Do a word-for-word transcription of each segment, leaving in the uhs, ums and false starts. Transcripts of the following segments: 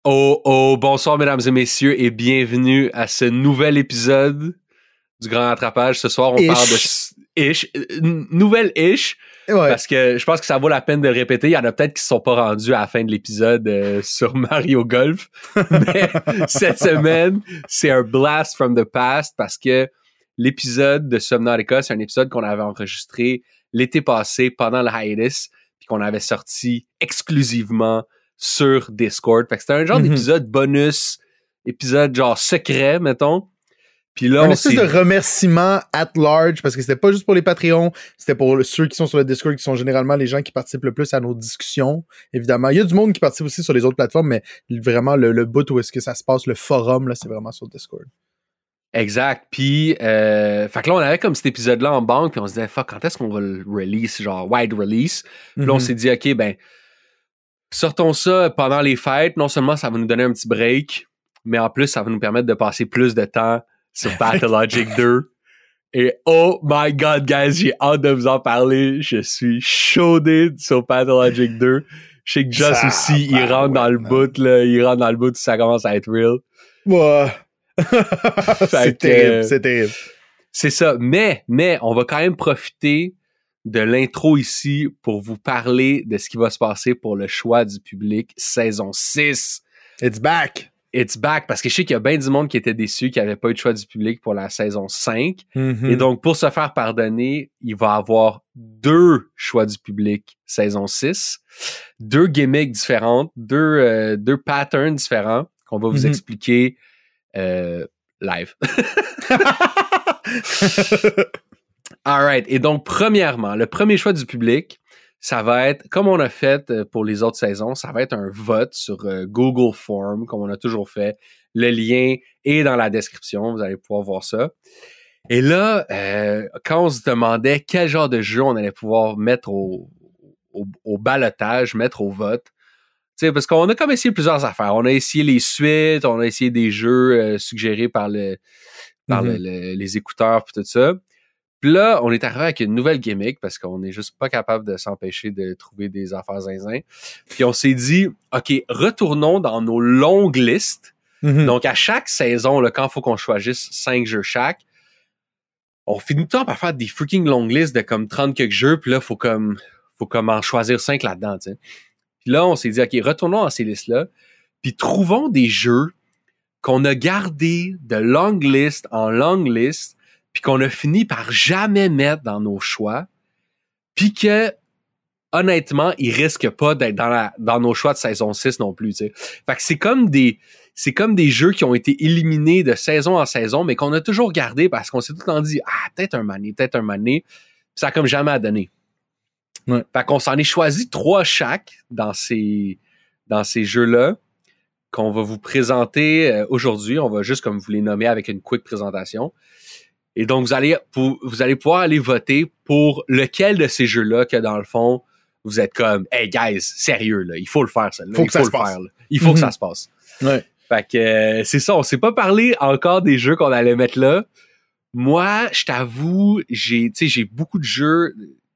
Oh, oh, bonsoir mesdames et messieurs et bienvenue à ce nouvel épisode du Grand Rattrapage. Ce soir, on Ish. parle de ish, n- nouvelle ish, Ouais. parce que je pense que ça vaut la peine de le répéter. Il y en a peut-être qui ne sont pas rendus à la fin de l'épisode euh, sur Mario Golf, mais cette semaine, c'est un blast from the past parce que l'épisode de Subnautica, c'est un épisode qu'on avait enregistré l'été passé pendant le hiatus, puis qu'on avait sorti exclusivement sur Discord. Fait que c'était un genre Mm-hmm. d'épisode bonus, épisode genre secret, mettons. Puis là, un on espèce s'est... de remerciement at large, parce que c'était pas juste pour les Patreons, c'était pour ceux qui sont sur le Discord, qui sont généralement les gens qui participent le plus à nos discussions, évidemment. Il y a du monde qui participe aussi sur les autres plateformes, mais vraiment, le, le bout où est-ce que ça se passe, le forum, là, c'est vraiment sur Discord. Exact. Puis, euh, fait que là, on avait comme cet épisode-là en banque, puis on se disait, fuck, quand est-ce qu'on va le release, genre wide release? Puis là, on Mm-hmm. s'est dit, OK, ben, sortons ça pendant les fêtes. Non seulement ça va nous donner un petit break, mais en plus, ça va nous permettre de passer plus de temps sur Pathologic deux. Et oh my God, guys, j'ai hâte de vous en parler. Je suis chaudé sur Pathologic deux. Je sais que Joss Ça aussi, il va, rentre ouais, dans le man. bout, là. Il rentre dans le bout, ça commence à être real. Ouais. Fait c'est que, terrible, euh, c'est terrible. C'est ça. Mais, mais, on va quand même profiter de l'intro ici pour vous parler de ce qui va se passer pour le choix du public saison six. It's back! It's back, parce que je sais qu'il y a bien du monde qui était déçu qu'il n'y avait pas eu de choix du public pour la saison cinq. Mm-hmm. Et donc, pour se faire pardonner, il va avoir deux choix du public saison six, deux gimmicks différentes, deux, euh, deux patterns différents qu'on va vous Mm-hmm. expliquer euh, live. All right. Et donc, premièrement, le premier choix du public, ça va être, comme on a fait pour les autres saisons, ça va être un vote sur euh, Google Form, comme on a toujours fait. Le lien est dans la description, vous allez pouvoir voir ça. Et là, euh, quand on se demandait quel genre de jeu on allait pouvoir mettre au, au, au ballottage, mettre au vote, tu sais, parce qu'on a comme essayé plusieurs affaires. On a essayé les suites, on a essayé des jeux euh, suggérés par, le, par Mm-hmm. le, le, les écouteurs puis tout ça. Puis là, on est arrivé avec une nouvelle gimmick parce qu'on n'est juste pas capable de s'empêcher de trouver des affaires zinzin. Puis on s'est dit, OK, retournons dans nos longues listes. Mm-hmm. Donc, à chaque saison, là, quand il faut qu'on choisisse cinq jeux chaque, on finit tout le temps par faire des freaking longues listes de comme trente quelques jeux. Puis là, il faut comme, faut comme en choisir cinq là-dedans, tu sais. Puis là, on s'est dit, OK, retournons dans ces listes-là. Puis trouvons des jeux qu'on a gardés de longue list en longue list, puis qu'on a fini par jamais mettre dans nos choix, puis que, honnêtement, ils risquent pas d'être dans, la, dans nos choix de saison six non plus, tu sais. Fait que c'est comme des, c'est comme des jeux qui ont été éliminés de saison en saison, mais qu'on a toujours gardé parce qu'on s'est tout le temps dit, ah, peut-être un mané, peut-être un mané, puis ça a comme jamais à donner. Ouais. Fait qu'on s'en est choisi trois chaque dans ces, dans ces jeux-là, qu'on va vous présenter euh, aujourd'hui. On va juste comme vous les nommer avec une quick présentation. Et donc, vous allez, pour, vous allez pouvoir aller voter pour lequel de ces jeux-là que, dans le fond, vous êtes comme « Hey, guys, sérieux, là, il faut le faire, ça. Là. Faut il que faut ça le se passe. faire. Là. Il faut Mm-hmm. que ça se passe. » Ouais. Fait que euh, c'est ça. On s'est pas parlé encore des jeux qu'on allait mettre là. Moi, je t'avoue, j'ai, tu sais, j'ai beaucoup de jeux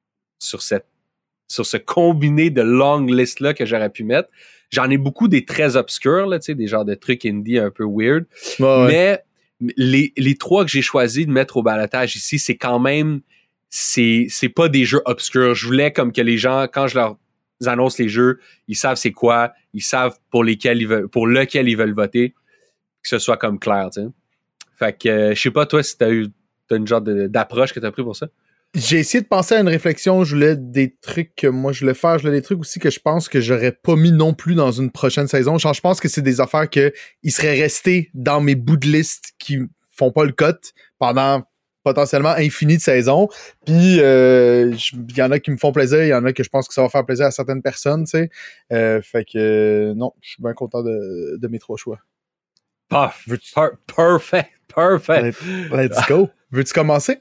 sur cette, sur ce combiné de long list-là que j'aurais pu mettre. J'en ai beaucoup des très obscurs, là, tu sais, des genres de trucs indie un peu weird. Ouais, ouais. Mais les, les trois que j'ai choisi de mettre au ballottage ici, c'est quand même, c'est, c'est pas des jeux obscurs. Je voulais comme que les gens, quand je leur annonce les jeux, ils savent c'est quoi, ils savent pour lesquels ils veulent, pour lequel ils veulent voter, que ce soit comme clair, tu sais. Fait que, euh, je sais pas, toi, si t'as eu, t'as une genre de, d'approche que t'as pris pour ça. J'ai essayé de penser à une réflexion, je voulais des trucs que moi je voulais faire, je voulais des trucs aussi que je pense que j'aurais pas mis non plus dans une prochaine saison. Genre, je pense que c'est des affaires que ils seraient restés dans mes bouts de liste qui font pas le cut pendant potentiellement infini de saisons. Puis euh, il y en a qui me font plaisir, il y en a que je pense que ça va faire plaisir à certaines personnes, tu sais. Euh, fait que euh, non, je suis bien content de, de mes trois choix. Puff, per- perfect, perfect. Let's go. Veux-tu commencer?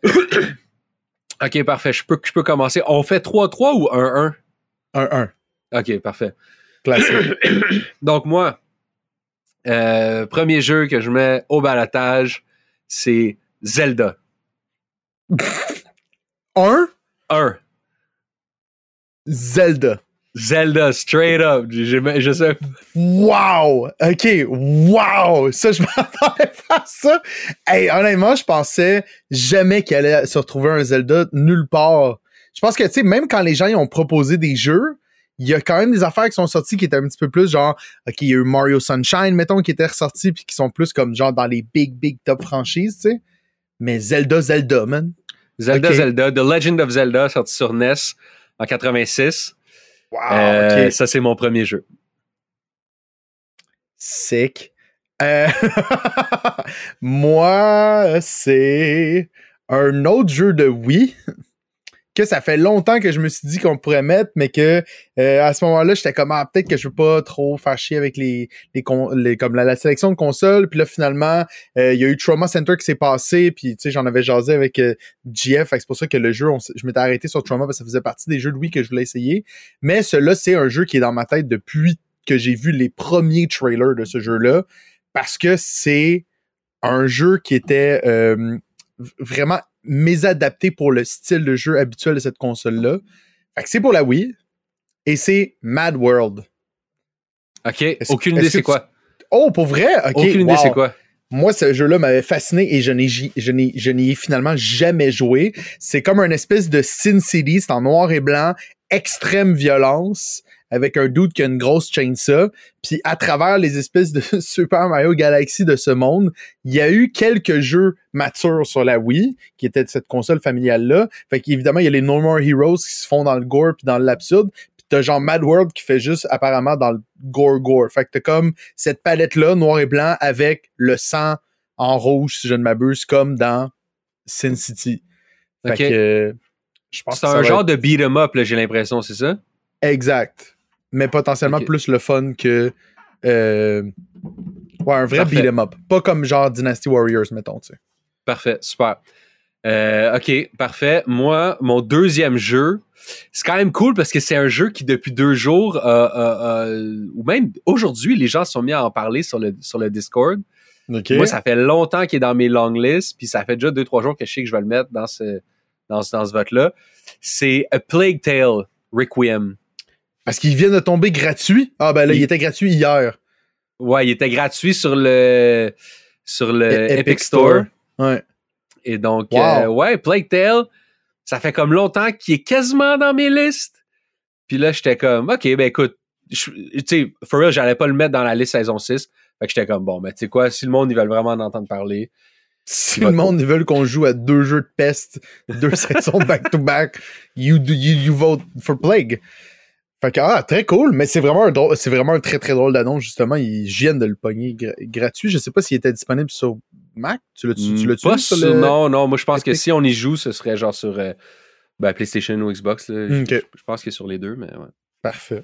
OK, parfait. Je peux, je peux commencer. On fait trois trois ou un un? un un. OK, parfait. Classique. Donc, moi, euh, premier jeu que je mets au ballottage, c'est Zelda. un. un. Zelda. Zelda, straight up. Je, je sais. Wow! OK, wow! Ça, je m'attendais pas à ça. Hey, honnêtement, je pensais jamais qu'il allait se retrouver un Zelda nulle part. Je pense que, tu sais, même quand les gens ils ont proposé des jeux, il y a quand même des affaires qui sont sorties qui étaient un petit peu plus genre, OK, il y a eu Mario Sunshine, mettons, qui étaient ressortis puis qui sont plus comme genre dans les big, big top franchises, tu sais. Mais Zelda, Zelda, man. Zelda, okay. Zelda, The Legend of Zelda, sorti sur N E S en quatre-vingt-six. Wow, euh, OK. Ça, c'est mon premier jeu. Sick. Euh... Moi, c'est un autre jeu de Wii que ça fait longtemps que je me suis dit qu'on pourrait mettre, mais que euh, à ce moment-là, j'étais comme ah, peut-être que je veux pas trop faire chier avec les, les, con- les comme la, la sélection de consoles. Puis là, finalement, il euh, y a eu Trauma Center qui s'est passé, puis tu sais, j'en avais jasé avec euh, G F, c'est pour ça que le jeu, on, je m'étais arrêté sur Trauma parce que ça faisait partie des jeux de Wii que je voulais essayer. Mais celui-là, c'est un jeu qui est dans ma tête depuis que j'ai vu les premiers trailers de ce jeu-là, parce que c'est un jeu qui était euh, vraiment mésadapté pour le style de jeu habituel de cette console-là. Fait que c'est pour la Wii, et c'est Mad World. OK, est-ce, aucune idée c'est tu... quoi. Oh, pour vrai? OK, aucune wow. idée c'est quoi. Moi, ce jeu-là m'avait fasciné et je n'ai, je, n'ai, je n'ai finalement jamais joué. C'est comme un espèce de Sin City, c'est en noir et blanc, extrême violence, avec un dude qui a une grosse chainsaw. Puis à travers les espèces de Super Mario Galaxy de ce monde, il y a eu quelques jeux matures sur la Wii, qui étaient de cette console familiale-là. Fait qu'évidemment, il y a les No More Heroes qui se font dans le gore puis dans l'absurde. Puis t'as genre Mad World qui fait juste apparemment dans le gore-gore. Fait que t'as comme cette palette-là, noir et blanc, avec le sang en rouge, si je ne m'abuse, comme dans Sin City. Fait okay. que euh, je pense c'est que un genre être... de beat 'em up, là, j'ai l'impression, c'est ça? Exact. Mais potentiellement okay. plus le fun que euh, ouais, un vrai Parfait. Beat 'em up. Pas comme genre Dynasty Warriors, mettons, tu sais. Parfait, super. Euh, OK, parfait. Moi, mon deuxième jeu, c'est quand même cool parce que c'est un jeu qui, depuis deux jours, euh, euh, euh, ou même aujourd'hui, les gens se sont mis à en parler sur le, sur le Discord. Okay. Moi, ça fait longtemps qu'il est dans mes long lists, puis ça fait déjà deux, trois jours que je sais que je vais le mettre dans ce, dans ce, dans ce vote-là. C'est A Plague Tale Requiem. Parce qu'il vient de tomber gratuit? Ah ben là, il, il était gratuit hier. Ouais, il était gratuit sur le sur le e- Epic, Epic Store. Store. Ouais. Et donc, wow. euh, ouais, Plague Tale, ça fait comme longtemps qu'il est quasiment dans mes listes. Puis là, j'étais comme, OK, ben écoute, tu sais, for real, j'allais pas le mettre dans la liste saison six. Fait que j'étais comme, bon, ben tu sais quoi, si le monde, ils veulent vraiment en entendre parler. Si le monde, ils veulent qu'on joue à deux jeux de peste, deux saisons back-to-back, you, you, you vote for Plague. Fait que, ah, très cool, mais c'est vraiment un drôle, c'est vraiment un très très drôle d'annonce, justement. Ils viennent de le pogner gra- gratuit. Je sais pas s'il était disponible sur Mac. Tu l'as-tu, tu l'as-tu pas sur sur, le... Non, non, moi je pense que si on y joue, ce serait genre sur euh, ben, PlayStation ou Xbox. Là. Okay. Je, je pense qu'il est sur les deux, mais ouais. Parfait.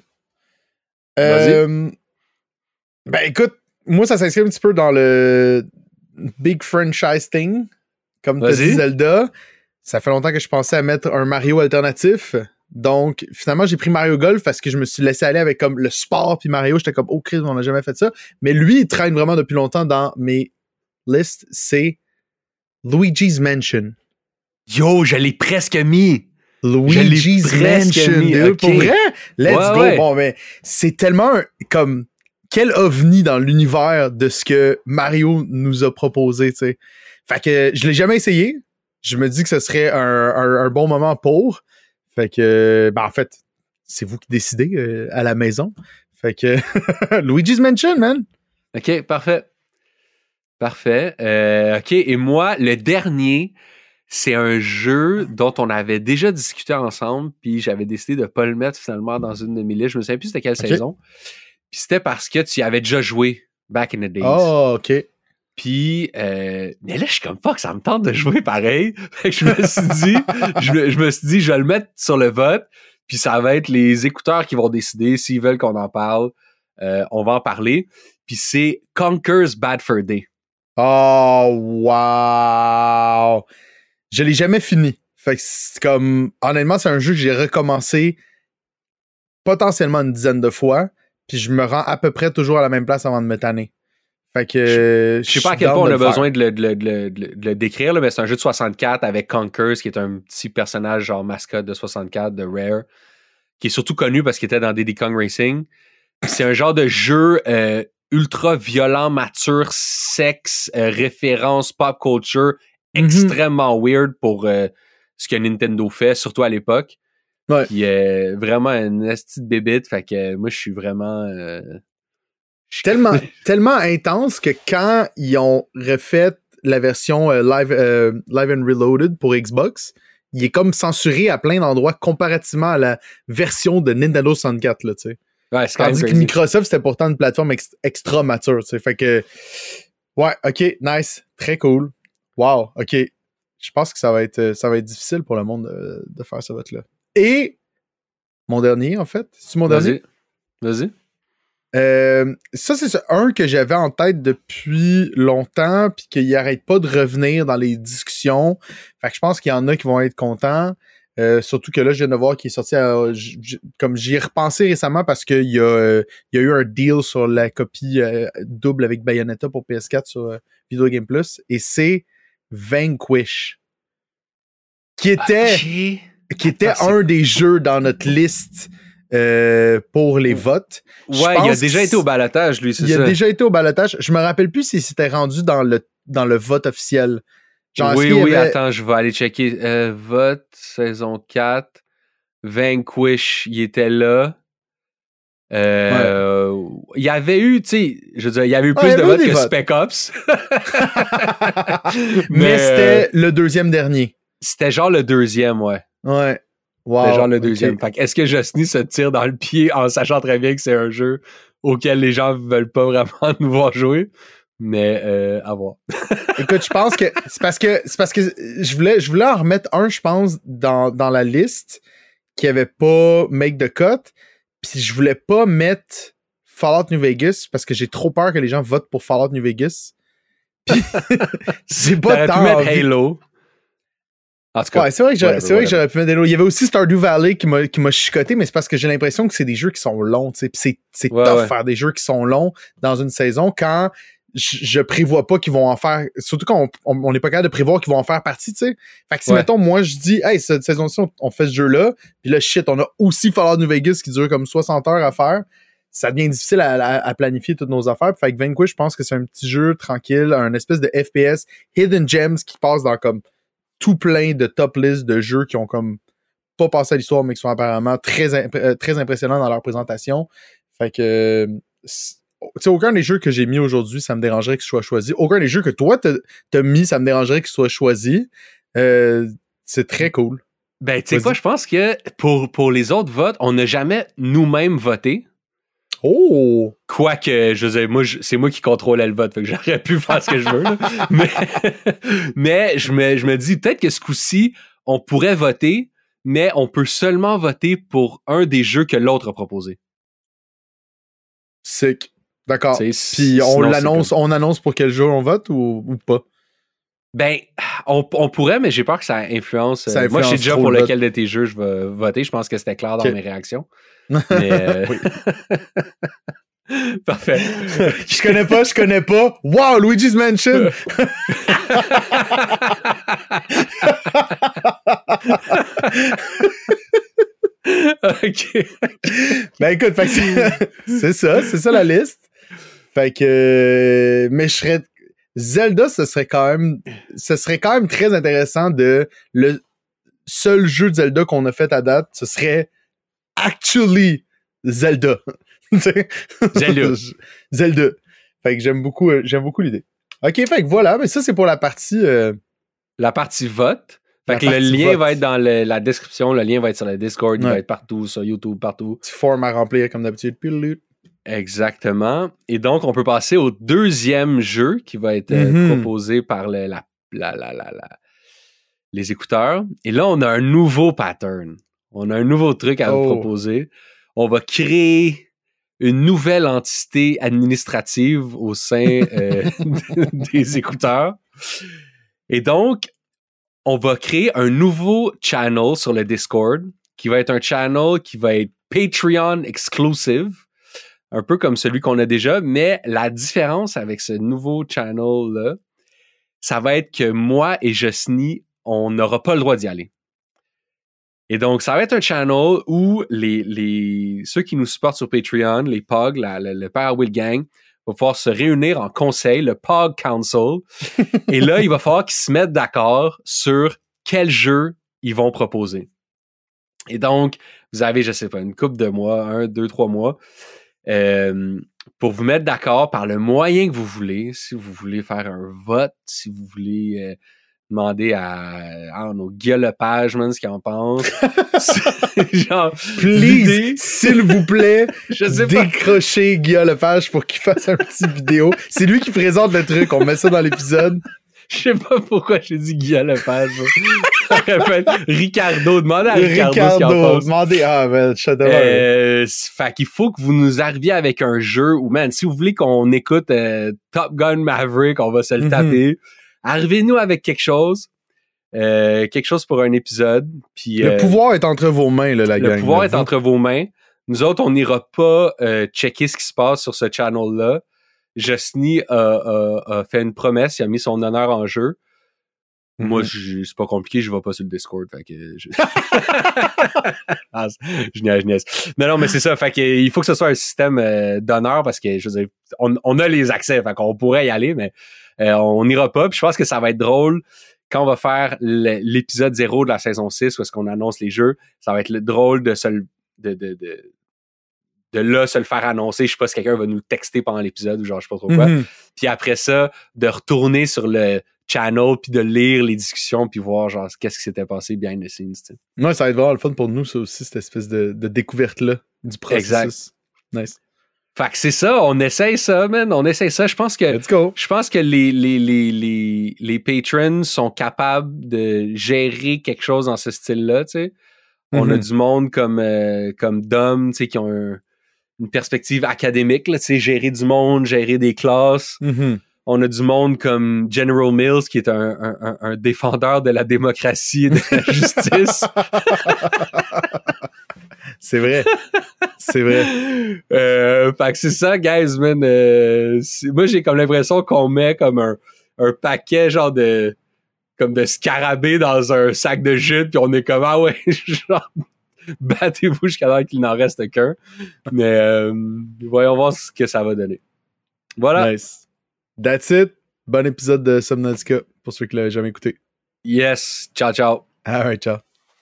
Euh, ben écoute, moi ça s'inscrit un petit peu dans le big franchise thing. Comme tu as dit Zelda, ça fait longtemps que je pensais à mettre un Mario alternatif. Donc, finalement, j'ai pris Mario Golf parce que je me suis laissé aller avec comme le sport puis Mario. J'étais comme, oh, Chris, on n'a jamais fait ça. Mais lui, il traîne vraiment depuis longtemps dans mes listes. C'est Luigi's Mansion. Yo, je l'ai presque mis. Luigi's Mansion. Mis. Okay. Pour vrai? Let's ouais, go. Ouais. Bon, mais c'est tellement un, comme, quel ovni dans l'univers de ce que Mario nous a proposé, tu sais. Fait que je l'ai jamais essayé. Je me dis que ce serait un, un, un bon moment pour. Fait que, ben en fait, c'est vous qui décidez euh, à la maison. Fait que, Luigi's Mansion, man. OK, parfait. Parfait. Euh, OK, et moi, le dernier, c'est un jeu dont on avait déjà discuté ensemble, puis j'avais décidé de ne pas le mettre finalement dans une de mes listes. Je me souviens plus c'était quelle okay. saison. Puis c'était parce que tu y avais déjà joué back in the days. Oh, OK. Puis, euh, mais là, je suis comme, fuck, ça me tente de jouer pareil. Fait que je me suis dit, je, je me suis dit, je vais le mettre sur le vote, puis ça va être les écouteurs qui vont décider s'ils veulent qu'on en parle. Euh, on va en parler. Puis c'est Conker's Bad Fur Day. Oh, wow! Je l'ai jamais fini. Fait que c'est comme, honnêtement, c'est un jeu que j'ai recommencé potentiellement une dizaine de fois, puis je me rends à peu près toujours à la même place avant de me tanner. Fait que, je sais pas à quel point on a besoin de le, de, le, de, le, de le décrire, là, mais c'est un jeu de soixante-quatre avec Conkers, qui est un petit personnage genre mascotte de soixante-quatre de Rare, qui est surtout connu parce qu'il était dans Diddy Kong Racing. Puis c'est un genre de jeu euh, ultra violent, mature, sexe, euh, référence, pop culture, Mm-hmm. extrêmement weird pour euh, ce que Nintendo fait, surtout à l'époque. Ouais. Puis euh, vraiment une petite bébite, fait que euh, moi je suis vraiment... Euh, j'suis- Tellement, tellement intense que quand ils ont refait la version euh, live, euh, live and Reloaded pour Xbox, il est comme censuré à plein d'endroits comparativement à la version de Nintendo soixante-quatre, là, tu sais. ouais, c'est quand même Tandis que crazy. Microsoft, c'était pourtant une plateforme ex- extra mature, tu sais. Fait que, ouais, ok, nice, très cool. Wow, ok. Je pense que ça va être, ça va être difficile pour le monde de, de faire ce vote-là. Et mon dernier, en fait, c'est mon dernier. Vas-y, vas-y. Euh, ça, c'est un que j'avais en tête depuis longtemps, puis qu'il n'arrête pas de revenir dans les discussions. Fait que je pense qu'il y en a qui vont être contents. Euh, surtout que là, je viens de voir qu'il est sorti à, j- j- comme j'y ai repensé récemment parce qu'il y, euh, il y a eu un deal sur la copie euh, double avec Bayonetta pour P S quatre sur euh, Video Game Plus, et c'est Vanquish, qui était, Ok. qui était Attends, un des jeux dans notre liste euh, pour les votes. Je Ouais, il a pense déjà que été au balotage, lui, c'est Il ça. a déjà été au balotage. Je me rappelle plus s'il s'était rendu dans le, dans le vote officiel. Genre, est-ce oui, qu'il y oui, avait- attends, je vais aller checker. Euh, vote, saison quatre. Vanquish, il était là. Euh, Il y avait eu, tu sais, je veux dire, il y avait eu Ah, plus il y de avait eu votes des que votes. Spec Ops. Mais, Mais, c'était le deuxième dernier. C'était genre le deuxième, ouais. Ouais. Wow. C'était genre le ok. deuxième. Fait que est-ce que Jocny se tire dans le pied en sachant très bien que c'est un jeu auquel les gens veulent pas vraiment nous voir jouer? Mais euh, à voir. Écoute, je pense que c'est parce que c'est parce que je voulais, je voulais en remettre un, je pense, dans, dans la liste qui avait pas make the cut. Puis je voulais pas mettre Fallout New Vegas parce que j'ai trop peur que les gens votent pour Fallout New Vegas. Puis j'ai pas T'aurais pu tant mettre envie. Halo. En tout cas. Ouais, c'est vrai que j'aurais, whatever, c'est vrai que whatever. j'aurais pu mettre des lots. Il y avait aussi Stardew Valley qui m'a, qui m'a chicoté, mais c'est parce que j'ai l'impression que c'est des jeux qui sont longs, tu sais. Puis c'est, c'est Ouais, tough ouais. faire des jeux qui sont longs dans une saison quand je, je prévois pas qu'ils vont en faire, surtout quand on, on, on est pas capable de prévoir qu'ils vont en faire partie, tu sais. Fait que si, Ouais. mettons, moi, je dis, hey, cette saison-ci, on, on fait ce jeu-là, puis là, shit, on a aussi Fallout New Vegas qui dure comme soixante heures à faire, ça devient difficile à, à, à planifier toutes nos affaires. Fait que Vanquish, je pense que c'est un petit jeu tranquille, un espèce de F P S, Hidden Gems qui passe dans comme tout plein de top lists de jeux qui ont comme pas passé à l'histoire, mais qui sont apparemment très, imp- euh, très impressionnants dans leur présentation. Fait que, euh, c'est- tu sais, aucun des jeux que j'ai mis aujourd'hui, ça me dérangerait qu'il soit choisi. Aucun des jeux que toi, t'as, t'as mis, ça me dérangerait qu'il soit choisi. Euh, c'est très cool. Ben, tu sais Vas-y. quoi, je pense que pour, pour les autres votes, on n'a jamais nous-mêmes voté. Oh! Quoique, je veux dire, moi, je- c'est moi qui contrôlais le vote, fait que j'aurais pu faire ce que je veux. Là. Mais, mais je, me, je me dis, peut-être que ce coup-ci, on pourrait voter, mais on peut seulement voter pour un des jeux que l'autre a proposé. Sick. D'accord. Tu sais, Puis on sinon, l'annonce, c'est comme- on annonce pour quel jeu on vote ou, ou pas? Ben, on, on pourrait, mais j'ai peur que ça influence. Ça euh, moi, je sais influence déjà trop pour le lequel de tes jeux je vais voter. Je pense que c'était clair dans Ok. mes réactions. Mais. euh, Oui. Parfait. Je connais pas, je connais pas. Wow, Luigi's Mansion! OK. Ben écoute, fait que c'est, c'est ça, c'est ça la liste. Fait que, euh, mais je serais, Zelda, ce serait quand même, ce serait quand même très intéressant de, le seul jeu de Zelda qu'on a fait à date, ce serait actually Zelda. Zelda. Zelda. Fait que j'aime beaucoup, euh, j'aime beaucoup l'idée. Ok, fait que voilà, mais ça c'est pour la partie, euh, La partie vote. Fait La que le partie lien vote. va être dans le- la description. Le lien va être sur le Discord. Il Ouais. va être partout, sur YouTube, partout. petit form à remplir comme d'habitude. Pilouloup. Exactement. Et donc, on peut passer au deuxième jeu qui va être euh, Mhm. proposé par le- la, la, la, la, la- les écouteurs. Et là, on a un nouveau pattern. On a un nouveau truc à vous Oh. proposer. On va créer une nouvelle entité administrative au sein euh, des écouteurs. Et donc, on va créer un nouveau channel sur le Discord qui va être un channel qui va être Patreon exclusive, un peu comme celui qu'on a déjà, mais la différence avec ce nouveau channel-là, ça va être que moi et Jocny, on n'aura pas le droit d'y aller. Et donc, ça va être un channel où les, les ceux qui nous supportent sur Patreon, les P O G, la, la, le père Will Gang, vont pouvoir se réunir en conseil, le P O G Council. Et là, il va falloir qu'ils se mettent d'accord sur quel jeu ils vont proposer. Et donc, vous avez, je sais pas, une couple de mois, un, deux, trois mois, euh, pour vous mettre d'accord par le moyen que vous voulez. Si vous voulez faire un vote, si vous voulez euh, demander à, à nos Guy Lepage, man, ce qu'ils en pensent. Genre, please, s'il vous plaît, je sais décrochez Guy Lepage pour qu'il fasse un petit vidéo. C'est lui qui présente le truc, on met ça dans l'épisode. Je sais pas pourquoi j'ai dit Guy Lepage. Ricardo, demandez à Ricardo, Ricardo ce qu'il en pense. Demandez, ah, ben, shut up. Euh, fait qu'il faut que vous nous arriviez avec un jeu où, man, si vous voulez qu'on écoute euh, Top Gun Maverick, on va se le mm-hmm. taper. Arrivez-nous avec quelque chose. Euh, quelque chose pour un épisode. Puis, le euh, pouvoir est entre vos mains, là, la le gang. Le pouvoir là. est entre vos mains. Nous autres, on n'ira pas euh, checker ce qui se passe sur ce channel-là. Justny a, a, a fait une promesse, il a mis son honneur en jeu. Mm-hmm. Moi, je, c'est pas compliqué, je vais pas sur le Discord. Fait que je... ah, je niaise, je niaise. Non, non, mais c'est ça. Fait que il faut que ce soit un système euh, d'honneur parce que je veux dire, on, on a les accès, fait qu'on pourrait y aller, mais euh, on n'ira pas. Puis je pense que ça va être drôle quand on va faire l'épisode zéro de la saison six où est-ce qu'on annonce les jeux. Ça va être drôle de se de, de, de de là se le faire annoncer, je sais pas si quelqu'un va nous le texter pendant l'épisode ou genre je sais pas trop quoi. Mm-hmm. Puis après ça, de retourner sur le channel puis de lire les discussions puis voir genre qu'est-ce qui s'était passé behind the scenes. T'sais. Ouais, ça va être vraiment le fun pour nous, ça aussi, cette espèce de, de découverte-là du processus. Exact. Nice. Fait que c'est ça, on essaye ça, man, on essaye ça. Je pense que Let's go. Je pense que les, les, les, les, les patrons sont capables de gérer quelque chose dans ce style-là, tu sais. Mm-hmm. On a du monde comme, euh, comme Dom, tu sais, qui ont un une perspective académique, là, tu sais, gérer du monde, gérer des classes. Mm-hmm. On a du monde comme General Mills, qui est un, un, un défendeur de la démocratie et de la justice. C'est vrai. C'est vrai. Euh, fait que c'est ça, guys, man. Euh, moi, j'ai comme l'impression qu'on met comme un, un paquet, genre de comme de scarabées dans un sac de jute, puis on est comme, ah ouais, genre... battez-vous jusqu'à l'heure qu'il n'en reste qu'un. Mais euh, voyons voir ce que ça va donner. Voilà. Nice. That's it. Bon épisode de Subnautica pour ceux qui l'avaient jamais écouté. Yes. Ciao, ciao. All right, ciao.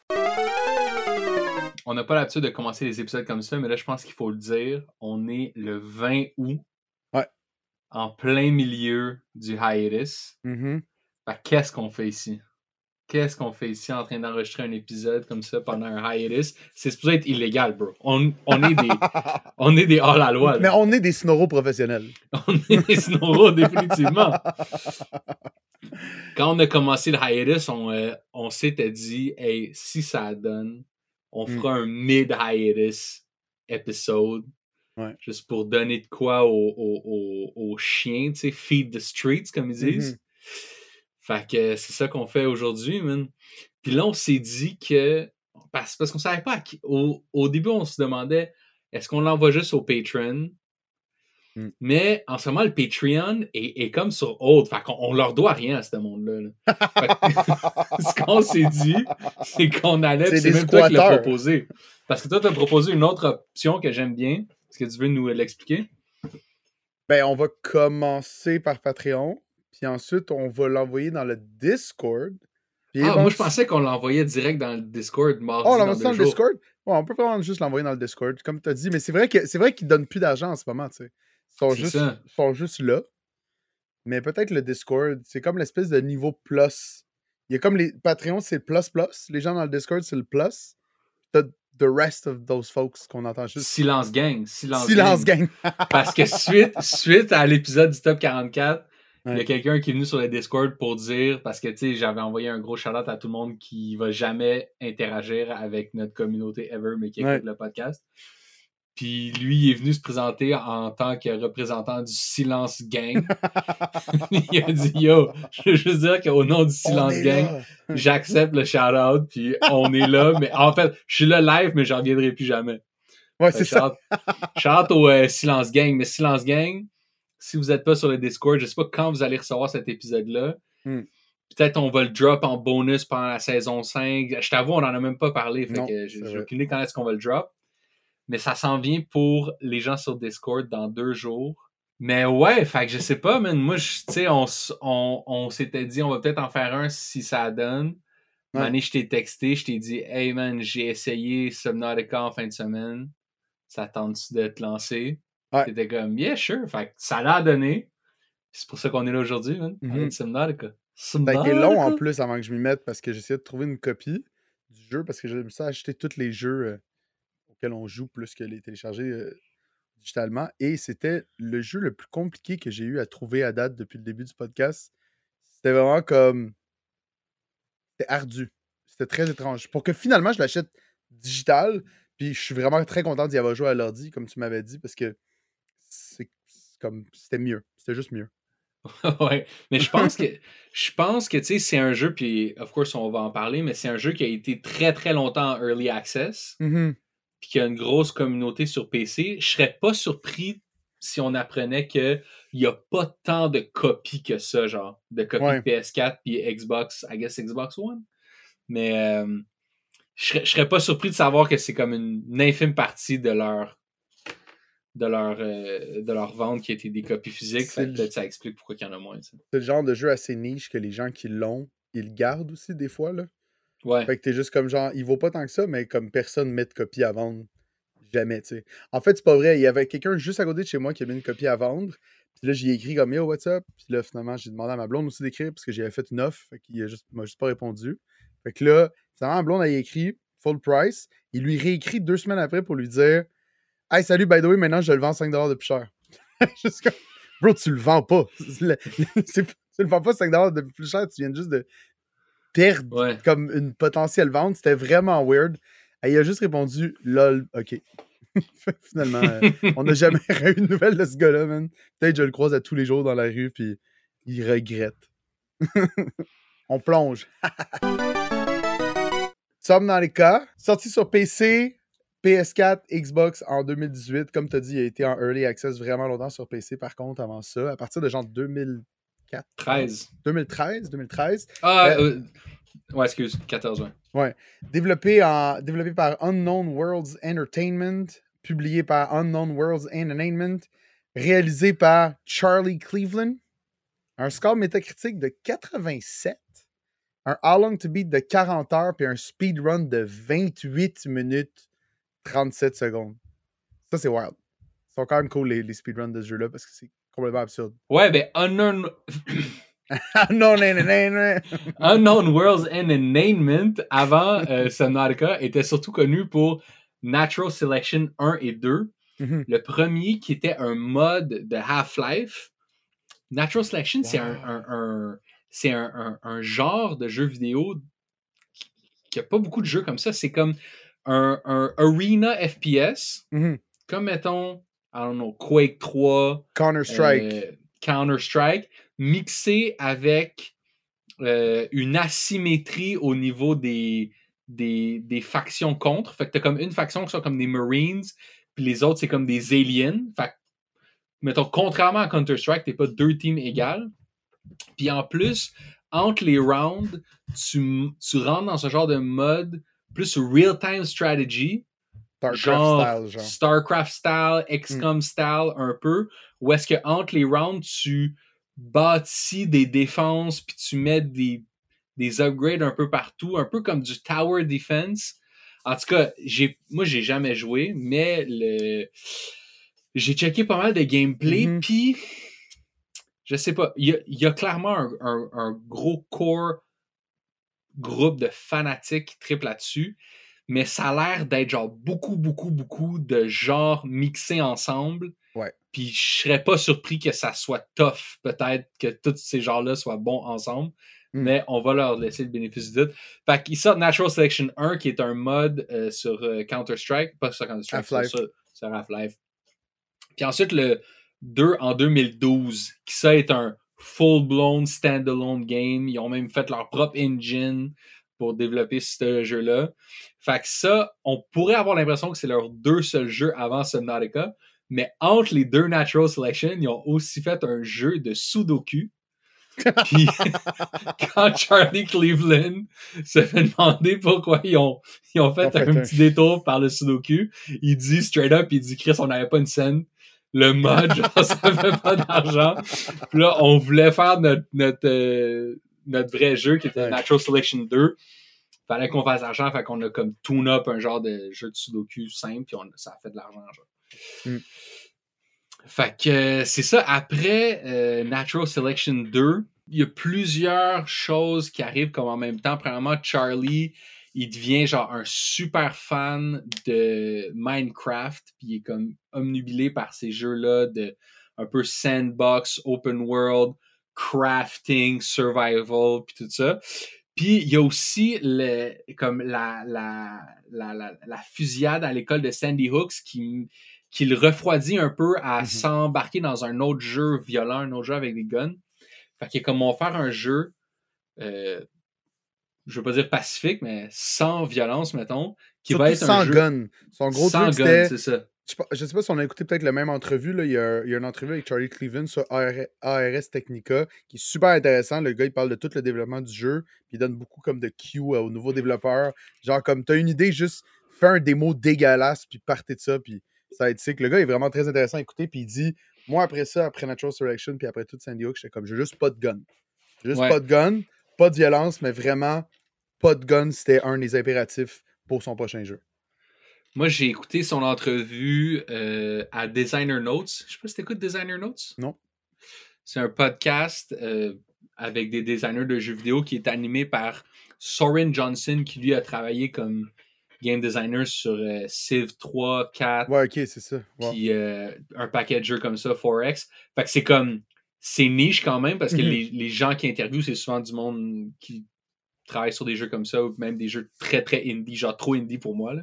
On n'a pas l'habitude de commencer les épisodes comme ça, mais là, je pense qu'il faut le dire. On est le vingt août. Ouais. En plein milieu du hiatus. Mm-hmm. Fait, qu'est-ce qu'on fait ici? Qu'est-ce qu'on fait ici en train d'enregistrer un épisode comme ça pendant un hiatus? C'est supposé être illégal, bro. On, on est des on est des hors-la-loi. Là. Mais on est des snoros professionnels. On est des snoros, définitivement. Quand on a commencé le hiatus, on, euh, on s'était dit, hey, si ça donne, on fera mm. un mid-hiatus épisode. Ouais. Juste pour donner de quoi aux, aux, aux, aux chiens, tu sais, feed the streets, comme ils disent. Mm-hmm. Fait que c'est ça qu'on fait aujourd'hui, man. Puis là, on s'est dit que... Parce, parce qu'on savait pas... À qui, au, au début, on se demandait, est-ce qu'on l'envoie juste au Patreon? Mm. Mais en ce moment, le Patreon est, est comme sur hold. Fait qu'on on leur doit rien à ce monde-là. Là. Que, ce qu'on s'est dit, c'est qu'on allait... C'est, c'est même toi qui l'as proposé. Parce que toi, tu as proposé une autre option que j'aime bien. Est-ce que tu veux nous l'expliquer? Ben, on va commencer par Patreon. Puis ensuite, on va l'envoyer dans le Discord. Puis ah, moi, je pensais qu'on l'envoyait direct dans le Discord mardi. Oh, on l'envoie dans, dans le jours. Discord? Ouais, on peut vraiment juste l'envoyer dans le Discord, comme tu as dit. Mais c'est vrai, que, c'est vrai qu'ils ne donnent plus d'argent en ce moment, tu sais. Ils sont, juste, ils sont juste là. Mais peut-être le Discord, c'est comme l'espèce de niveau plus. Il y a comme les Patreons, c'est le plus plus. Les gens dans le Discord, c'est le plus. T'as the rest of those folks qu'on entend juste. Silence gang. Silence, Silence gang. gang. Parce que suite, suite à l'épisode du Top quarante-quatre, ouais. Il y a quelqu'un qui est venu sur le Discord pour dire, parce que tu sais, j'avais envoyé un gros shout-out à tout le monde qui va jamais interagir avec notre communauté ever, mais qui écoute ouais. le podcast. Puis lui, il est venu se présenter en tant que représentant du Silence Gang. Il a dit, yo, je veux juste dire qu'au nom du Silence Gang, j'accepte le shout-out, puis on est là. Mais en fait, je suis là live, mais j'en reviendrai plus jamais. Ouais, c'est shout-out, ça. Shout-out au euh, Silence Gang. Mais Silence Gang, si vous n'êtes pas sur le Discord, je sais pas quand vous allez recevoir cet épisode-là, mm. Peut-être on va le drop en bonus pendant la saison cinq. Je t'avoue, on n'en a même pas parlé. Fait Non, que j'ai, c'est j'ai vrai. aucune idée quand est-ce qu'on va le drop. Mais ça s'en vient pour les gens sur Discord dans deux jours. Mais ouais, fait que je sais pas, man. Moi, tu sais, on, s- on, on s'était dit, on va peut-être en faire un si ça donne. Ouais. Mané, je t'ai texté, je t'ai dit, hey man, j'ai essayé Subnautica en fin de semaine. Ça tente-tu de te lancer? Ouais. T'étais comme, yeah, sure. Fait que ça l'a donné. C'est pour ça qu'on est là aujourd'hui, man. Parler Mhm. de Subnautica. Ça a été long en Subnautica? plus avant que je m'y mette parce que j'essayais de trouver une copie du jeu parce que j'aime ça acheter tous les jeux euh, auxquels on joue plus que les télécharger euh, digitalement. Et c'était le jeu le plus compliqué que j'ai eu à trouver à date depuis le début du podcast. C'était vraiment comme. C'était ardu. C'était très étrange. Pour que finalement je l'achète digital, puis je suis vraiment très content d'y avoir joué à l'ordi, comme tu m'avais dit, parce que c'est c'est comme. C'était mieux. C'était juste mieux. Ouais, mais je pense que je pense que tu sais c'est un jeu puis of course on va en parler mais c'est un jeu qui a été très très longtemps en early access Mhm. puis qui a une grosse communauté sur P C. Je serais pas surpris si on apprenait que il y a pas tant de copies que ça genre de copies de Ouais. P S quatre puis Xbox, I guess Xbox One. Mais euh, je serais je serais pas surpris de savoir que c'est comme une, une infime partie de leur de leur euh, de leur vente qui a été des copies physiques. C'est Fait que le, peut-être ça explique pourquoi il y en a moins. Tu sais. c'est le genre de jeu assez niche que les gens qui l'ont, ils le gardent aussi des fois, là. Ouais. Fait que t'es juste comme genre, il vaut pas tant que ça, mais comme personne met de copie à vendre. Jamais, tu sais. En fait, c'est pas vrai. Il y avait quelqu'un juste à côté de chez moi qui a mis une copie à vendre. Puis là, j'y ai écrit comme Yo, what's up? Puis là, finalement, j'ai demandé à ma blonde aussi d'écrire parce que j'avais fait une offre. Fait qu'il a juste, m'a juste pas répondu. Fait que là, finalement, ma blonde a écrit full price. Il lui réécrit deux semaines après pour lui dire Hey, salut, by the way, maintenant je le vends cinq dollars de plus cher. Juste comme, bro, tu le vends pas. Le- c'est- tu le vends pas cinq dollars de plus cher, tu viens juste de perdre Ouais. comme une potentielle vente. C'était vraiment weird. Et il a juste répondu lol, ok. Finalement, euh, on n'a jamais eu de nouvelles de ce gars-là, man. Peut-être que je le croise à tous les jours dans la rue, puis il regrette. On plonge. Subnautica, sorti sur P C, P S quatre, Xbox en deux mille dix-huit. Comme tu as dit, il a été en Early Access vraiment longtemps sur P C, par contre, avant ça, à partir de genre deux mille quatre, je pense. treize. deux mille treize, deux mille treize. Ah, Euh, euh, ouais, excuse, quatorze, ouais. ouais. Développé, en, développé par Unknown Worlds Entertainment, publié par Unknown Worlds Entertainment, réalisé par Charlie Cleveland. Un score métacritique de quatre-vingt-sept. Un How Long to Beat de quarante heures, puis un speedrun de vingt-huit minutes trente-sept secondes. Ça, c'est wild. Ils sont quand même cool, les, les speedruns de ce jeu-là, parce que c'est complètement absurde. Ouais, ben Unknown, non, non, non, non, non. Unknown Worlds Entertainment, avant euh, Subnautica, était surtout connu pour Natural Selection un et deux. Mhm. Le premier, qui était un mode de Half-Life. Natural Selection, c'est un, Wow. un, un- c'est un, un- un genre de jeu vidéo qui n'a pas beaucoup de jeux comme ça. C'est comme un, un arena F P S, Mhm. comme mettons, I don't know, Quake trois, Counter-Strike. euh, Counter-Strike, mixé avec euh, une asymétrie au niveau des, des, des factions contre. Fait que t'as comme une faction qui sont comme des Marines, puis les autres, c'est comme des aliens. Fait que, mettons, contrairement à Counter-Strike, t'es pas deux teams égales. Puis en plus, entre les rounds, tu, tu rentres dans ce genre de mode plus real-time strategy, Starcraft genre, style, genre. StarCraft style, X COM mm. style un peu, où est-ce que entre les rounds, tu bâtis des défenses puis tu mets des, des upgrades un peu partout, un peu comme du tower defense. En tout cas, j'ai, moi, j'ai jamais joué, mais le, j'ai checké pas mal de gameplay, Mhm. puis je sais pas, il y a, il y a clairement un, un, un gros core groupe de fanatiques qui triplent là-dessus, mais ça a l'air d'être genre beaucoup, beaucoup, beaucoup de genres mixés ensemble. Ouais. Puis je serais pas surpris que ça soit tough, peut-être que tous ces genres-là soient bons ensemble, mm. mais on va leur laisser le bénéfice du doute. Fait qu'il sort Natural Selection un, qui est un mode euh, sur euh, Counter-Strike, pas sur Counter-Strike, Half-Life. sur, sur Half-Life. Puis ensuite, le deux en deux mille douze, qui ça est un full-blown standalone game. Ils ont même fait leur propre engine pour développer ce jeu-là. Fait que ça, on pourrait avoir l'impression que c'est leurs deux seuls jeux avant Subnautica, mais entre les deux Natural Selection, ils ont aussi fait un jeu de Sudoku. Puis quand Charlie Cleveland se fait demander pourquoi ils ont, ils ont fait, ils ont fait un, un petit détour par le Sudoku, il dit straight up, il dit Chris, on n'avait pas une scène. Le mode, genre, ça fait pas d'argent. Puis là, on voulait faire notre, notre, euh, notre vrai jeu qui était ouais. Natural Selection deux. Fallait qu'on fasse l'argent, fait qu'on a comme tune up un genre de jeu de Sudoku simple, puis on, ça a fait de l'argent, genre. Mm. Fait que euh, c'est ça. Après euh, Natural Selection deux, il y a plusieurs choses qui arrivent comme en même temps. Premièrement, Charlie, il devient genre un super fan de Minecraft, puis il est comme omnubilé par ces jeux-là de un peu sandbox, open world, crafting, survival, puis tout ça. Puis il y a aussi le, comme la, la, la, la, la fusillade à l'école de Sandy Hooks qui, qui le refroidit un peu à mm-hmm. s'embarquer dans un autre jeu violent, un autre jeu avec des guns. Fait qu'il est comme on va faire un jeu, euh, je veux pas dire pacifique, mais sans violence, mettons, qui surtout va être sans un jeu... gun. Son gros sans truc, gun, c'était... c'est ça. Je ne sais pas si on a écouté peut-être la même entrevue. Là. Il, y a, il y a une entrevue avec Charlie Cleveland sur A R S Technica qui est super intéressant. Le gars, il parle de tout le développement du jeu. Puis il donne beaucoup comme de cue aux nouveaux développeurs. Genre, comme tu as une idée, juste fais un démo dégueulasse, puis partez de ça. Puis ça va être sick. Le gars est vraiment très intéressant à écouter. Puis il dit, moi, après ça, après Natural Selection, puis après tout Sandy Hook, j'étais comme, j'ai juste pas de gun. Juste ouais. pas de gun, pas de violence, mais vraiment, pas de gun, c'était un des impératifs pour son prochain jeu. Moi, j'ai écouté son entrevue euh, à Designer Notes. Je sais pas si t'écoutes Designer Notes. Non. C'est un podcast euh, avec des designers de jeux vidéo qui est animé par Soren Johnson, qui lui a travaillé comme game designer sur euh, Civ trois, quatre. Ouais, ok, c'est ça. Wow. Puis euh, un paquet de jeux comme ça, four X. Fait que c'est comme... C'est niche quand même, parce que mm-hmm. les, les gens qui interviewent, c'est souvent du monde qui travaille sur des jeux comme ça, ou même des jeux très, très indie, genre trop indie pour moi, là.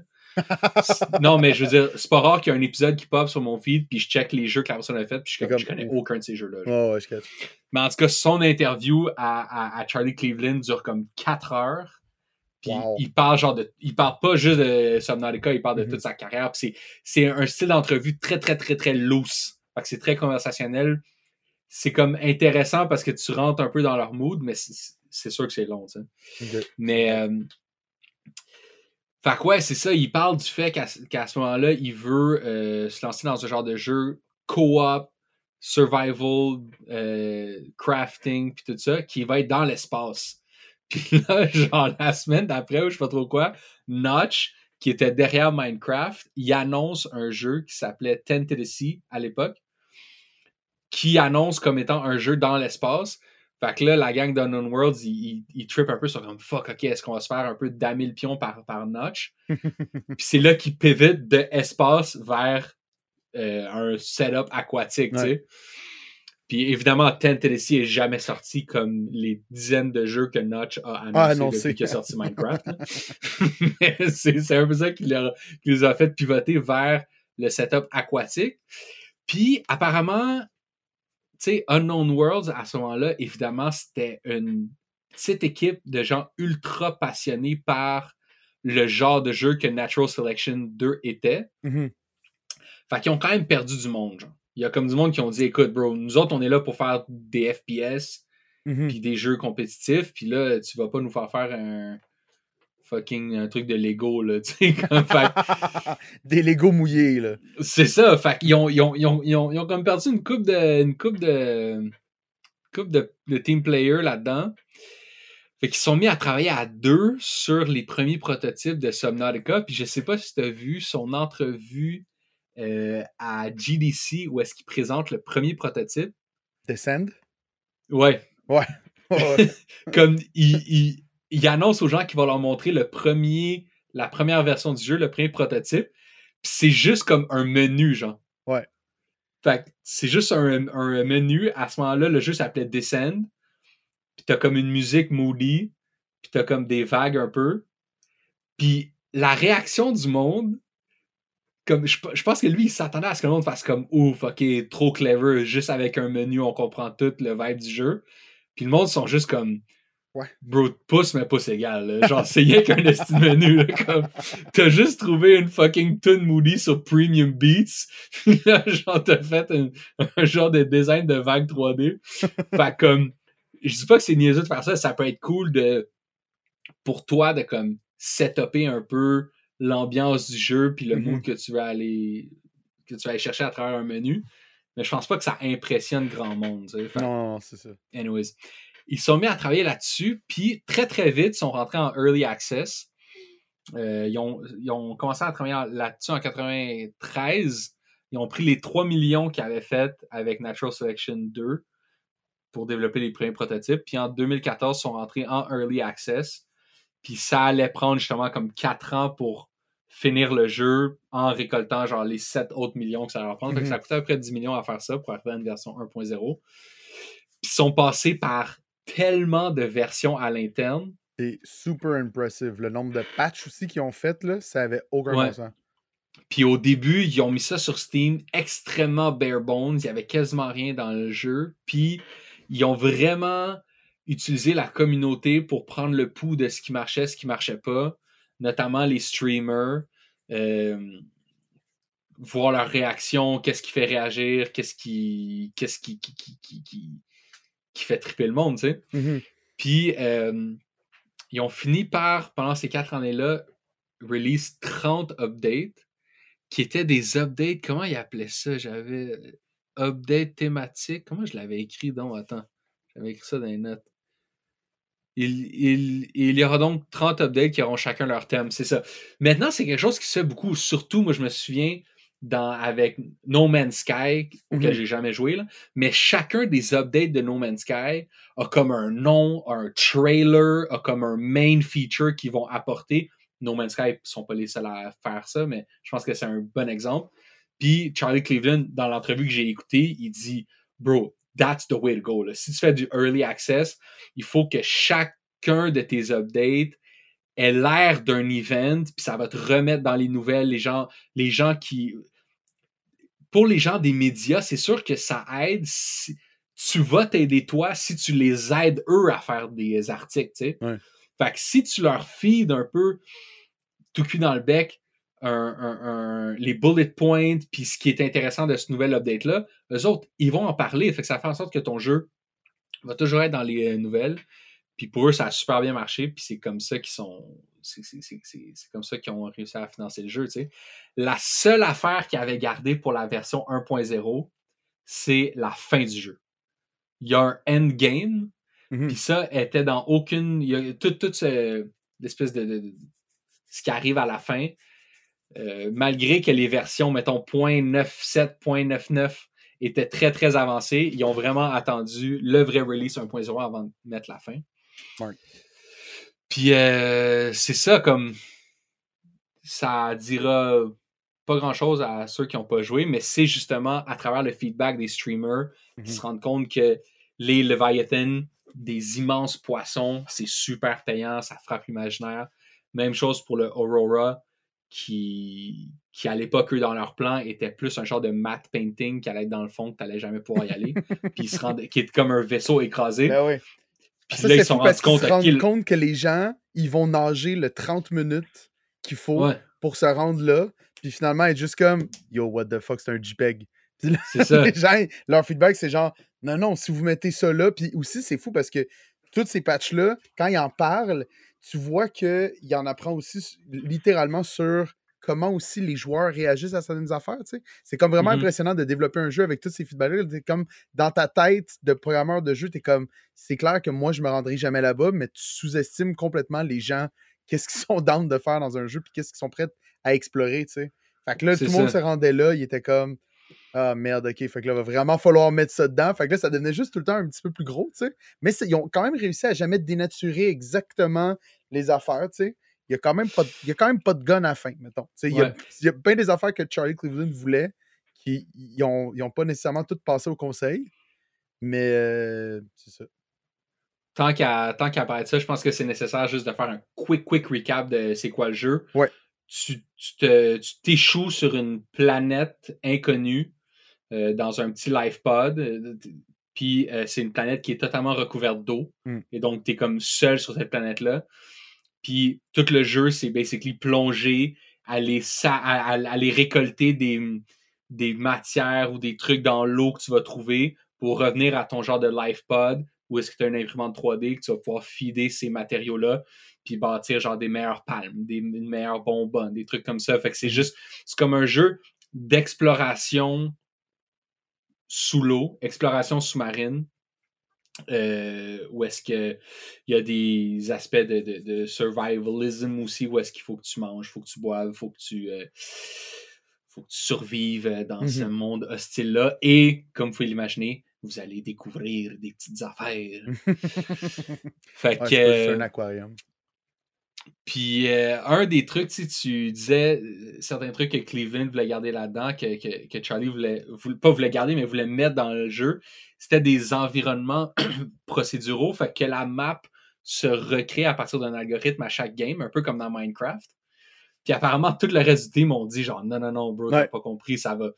Non, mais je veux dire, c'est pas rare qu'il y a un épisode qui pop sur mon feed, puis je check les jeux que la personne a fait, puis je, comme, je connais aucun de ces jeux-là. Oh, ouais, je catch. Mais en tout cas, son interview à, à, à Charlie Cleveland dure comme quatre heures. Puis wow. il parle genre de. Il parle pas juste de Subnautica, il parle de mm-hmm. toute sa carrière. Puis c'est, c'est un style d'entrevue très, très, très, très loose. Fait que c'est très conversationnel. C'est comme intéressant parce que tu rentres un peu dans leur mood, mais c'est, c'est sûr que c'est long, tu sais. Okay. Mais. Euh, Fait que ouais, c'est ça, il parle du fait qu'à, qu'à ce moment-là, il veut euh, se lancer dans ce genre de jeu co-op, survival, euh, crafting, puis tout ça, qui va être dans l'espace. Puis là, genre la semaine d'après, ou je sais pas trop quoi, Notch, qui était derrière Minecraft, il annonce un jeu qui s'appelait Ten to the Sea à l'époque, qui annonce comme étant un jeu dans l'espace. Fait que là, la gang d'Unknown Worlds, ils, ils, ils trippent un peu sur comme fuck, ok, est-ce qu'on va se faire un peu damer le pion par, par Notch? Puis c'est là qu'ils pivotent de espace vers euh, un setup aquatique, ouais. Tu sais. Puis évidemment, Ten to the Sea est jamais sorti comme les dizaines de jeux que Notch a annoncé ah, non, depuis c'est... qu'il a sorti Minecraft. Mais c'est, c'est un peu ça qui, leur, qui les a fait pivoter vers le setup aquatique. Puis apparemment, tu sais, Unknown Worlds, à ce moment-là, évidemment, c'était une petite équipe de gens ultra passionnés par le genre de jeu que Natural Selection deux était. Mm-hmm. Fait qu'ils ont quand même perdu du monde, genre. Il y a comme du monde qui ont dit, écoute, bro, nous autres, on est là pour faire des F P S mm-hmm. puis des jeux compétitifs, puis là, tu vas pas nous faire faire un fucking un truc de Lego, là, tu sais, comme, fait... des Lego mouillés, là. C'est ça, fait qu'ils ont, ils ont, ils ont, ils ont, ils ont comme perdu une coupe de, une coupe de, une coupe de, de team players là-dedans. Fait qu'ils sont mis à travailler à deux sur les premiers prototypes de Subnautica, puis je sais pas si tu as vu son entrevue euh, à G D C où est-ce qu'il présente le premier prototype. Descend? Ouais. Ouais. ouais. Comme, il... il il annonce aux gens qu'il va leur montrer le premier, la première version du jeu, le premier prototype. Puis c'est juste comme un menu, genre. Ouais. Fait que c'est juste un, un menu. À ce moment-là, le jeu s'appelait Descend. Puis t'as comme une musique moody. Puis t'as comme des vagues un peu. Puis la réaction du monde, comme je, je pense que lui, il s'attendait à ce que le monde fasse comme ouf, ok, trop clever, juste avec un menu, on comprend tout le vibe du jeu. Puis le monde sont juste comme ouais. Bro, pouce, mais pouce égal. Là. Genre, c'est rien qu'un esti de menu. Là, comme, t'as juste trouvé une fucking tune Moody sur Premium Beats. Là, genre, t'as fait un, un genre de design de vague trois D. Fait comme, je dis pas que c'est niaiseux de faire ça, ça peut être cool de pour toi de comme setuper un peu l'ambiance du jeu puis le Mhm. mood que tu vas aller que tu vas aller chercher à travers un menu. Mais je pense pas que ça impressionne grand monde. Tu sais. Fait, Non, non, c'est ça. anyways. Ils se sont mis à travailler là-dessus, puis très très vite, ils sont rentrés en Early Access. Euh, ils, ont, ils ont commencé à travailler là-dessus en quatre-vingt-treize. Ils ont pris les trois millions qu'ils avaient fait avec Natural Selection deux pour développer les premiers prototypes. Puis en deux mille quatorze, ils sont rentrés en Early Access. Puis ça allait prendre justement comme quatre ans pour finir le jeu en récoltant genre les sept autres millions que ça leur prend. Mm-hmm. Fait que ça coûtait à peu près dix millions à faire ça pour arriver à une version un point zéro. Puis ils sont passés par tellement de versions à l'interne. C'est super impressive. Le nombre de patchs aussi qu'ils ont fait, là, ça avait aucun ouais. bon sens. Puis au début, ils ont mis ça sur Steam extrêmement bare bones. Il y avait quasiment rien dans le jeu. Puis ils ont vraiment utilisé la communauté pour prendre le pouls de ce qui marchait, ce qui marchait pas. Notamment les streamers. Euh, voir leur réaction, qu'est-ce qui fait réagir, qu'est-ce qui qu'est-ce qui, qui, qui, qui, qui, qui fait triper le monde, tu sais. Mm-hmm. Puis, euh, ils ont fini par, pendant ces quatre années-là, release trente updates, qui étaient des updates, comment ils appelaient ça? J'avais update thématique, comment je l'avais écrit donc? Attends, j'avais écrit ça dans les notes. Il, il, il y aura donc trente updates qui auront chacun leur thème, c'est ça. Maintenant, c'est quelque chose qui se fait beaucoup, surtout, moi je me souviens, Dans, avec No Man's Sky, auquel mm-hmm. j'ai jamais joué, là, mais chacun des updates de No Man's Sky a comme un nom, un trailer, a comme un main feature qu'ils vont apporter. No Man's Sky ne sont pas les seuls à faire ça, mais je pense que c'est un bon exemple. Puis Charlie Cleveland, dans l'entrevue que j'ai écoutée, il dit « Bro, that's the way to go. Là. Si tu fais du early access, il faut que chacun de tes updates ait l'air d'un event, puis ça va te remettre dans les nouvelles, les gens, les gens qui... Pour les gens des médias, c'est sûr que ça aide. Si, tu vas t'aider toi si tu les aides eux à faire des articles, tu sais. Ouais. Fait que si tu leur feeds un peu tout cul dans le bec un, un, un, les bullet points puis ce qui est intéressant de ce nouvel update-là, eux autres, ils vont en parler. Fait que ça fait en sorte que ton jeu va toujours être dans les nouvelles. Puis pour eux, ça a super bien marché. Puis c'est comme ça qu'ils sont... C'est, c'est, c'est, c'est, c'est comme ça qu'ils ont réussi à financer le jeu, tu sais. La seule affaire qu'ils avaient gardée pour la version un point zéro, c'est la fin du jeu. Il y a un endgame, mm-hmm. puis ça était dans aucune... Il y a toute, toute ce, l'espèce de, de, de... ce qui arrive à la fin, euh, malgré que les versions, mettons, point neuf-sept, point neuf-neuf étaient très, très avancées, ils ont vraiment attendu le vrai release un point zéro avant de mettre la fin. Ouais. Puis euh, c'est ça, comme ça dira pas grand-chose à ceux qui n'ont pas joué, mais c'est justement à travers le feedback des streamers mm-hmm. qui se rendent compte que les Leviathan, des immenses poissons, c'est super payant, ça frappe l'imaginaire. Même chose pour le Aurora, qui, qui à l'époque, eux, dans leur plan, était plus un genre de matte painting qui allait être dans le fond, que tu n'allais jamais pouvoir y aller, puis se rend, qui est comme un vaisseau écrasé. Ben oui. Puis ça, là, c'est ils se sont fou parce rendus qu'ils se rendent compte que les gens, ils vont nager le trente minutes qu'il faut ouais. pour se rendre là. Puis finalement, être juste comme « Yo, what the fuck, c'est un JPEG. » Puis là, c'est ça. Les gens, leur feedback, c'est genre « Non, non, si vous mettez ça là. » Puis aussi, c'est fou parce que tous ces patchs-là, quand ils en parlent, tu vois qu'il en apprend aussi littéralement sur comment aussi les joueurs réagissent à certaines affaires, tu sais. C'est comme vraiment mm-hmm. impressionnant de développer un jeu avec tous ces feedbacks-là. T'es comme, dans ta tête de programmeur de jeu, t'es comme, c'est clair que moi, je me rendrai jamais là-bas, mais tu sous-estimes complètement les gens, qu'est-ce qu'ils sont down de faire dans un jeu, puis qu'est-ce qu'ils sont prêts à explorer, tu sais. Fait que là, c'est tout le monde se rendait là, il était comme, ah merde, ok, fait que là, il va vraiment falloir mettre ça dedans. Fait que là, ça devenait juste tout le temps un petit peu plus gros, tu sais. Mais ils ont quand même réussi à jamais dénaturer exactement les affaires, tu sais. Il n'y a, quand même pas de, il y a quand même pas de gun à la fin, mettons. Il y, ouais. y a bien des affaires que Charlie Cleveland voulait qui n'ont ont pas nécessairement toutes passé au conseil, mais euh, c'est ça. Tant qu'à, tant qu'à parler de ça, je pense que c'est nécessaire juste de faire un quick, quick recap de c'est quoi le jeu. Ouais. Tu, tu, te, tu t'échoues sur une planète inconnue euh, dans un petit life pod. Euh, puis euh, c'est une planète qui est totalement recouverte d'eau. Mm. Et donc, tu es comme seul sur cette planète-là. Puis tout le jeu, c'est basically plonger, aller, à, à, à aller récolter des, des matières ou des trucs dans l'eau que tu vas trouver pour revenir à ton genre de life pod où est-ce que tu as une imprimante trois D que tu vas pouvoir feeder ces matériaux-là puis bâtir genre des meilleures palmes, des, une meilleure bonbonne, des trucs comme ça. Fait que c'est juste, c'est comme un jeu d'exploration sous l'eau, exploration sous-marine, euh, où est-ce que il y a des aspects de, de, de survivalism aussi, où est-ce qu'il faut que tu manges, faut que tu boives, faut que tu euh, faut que tu survives dans mm-hmm. ce monde hostile-là. Et, comme vous pouvez l'imaginer, vous allez découvrir des petites affaires. Fait ouais, que... C'est pas un aquarium. Puis, euh, un des trucs, tu tu disais, euh, certains trucs que Cleveland voulait garder là-dedans, que, que, que Charlie voulait, voulait, pas voulait garder, mais voulait mettre dans le jeu, c'était des environnements procéduraux, fait que la map se recrée à partir d'un algorithme à chaque game, un peu comme dans Minecraft. Puis apparemment, tout le reste du team m'ont dit genre, non, non, non, bro, t'as ouais. pas compris, ça va,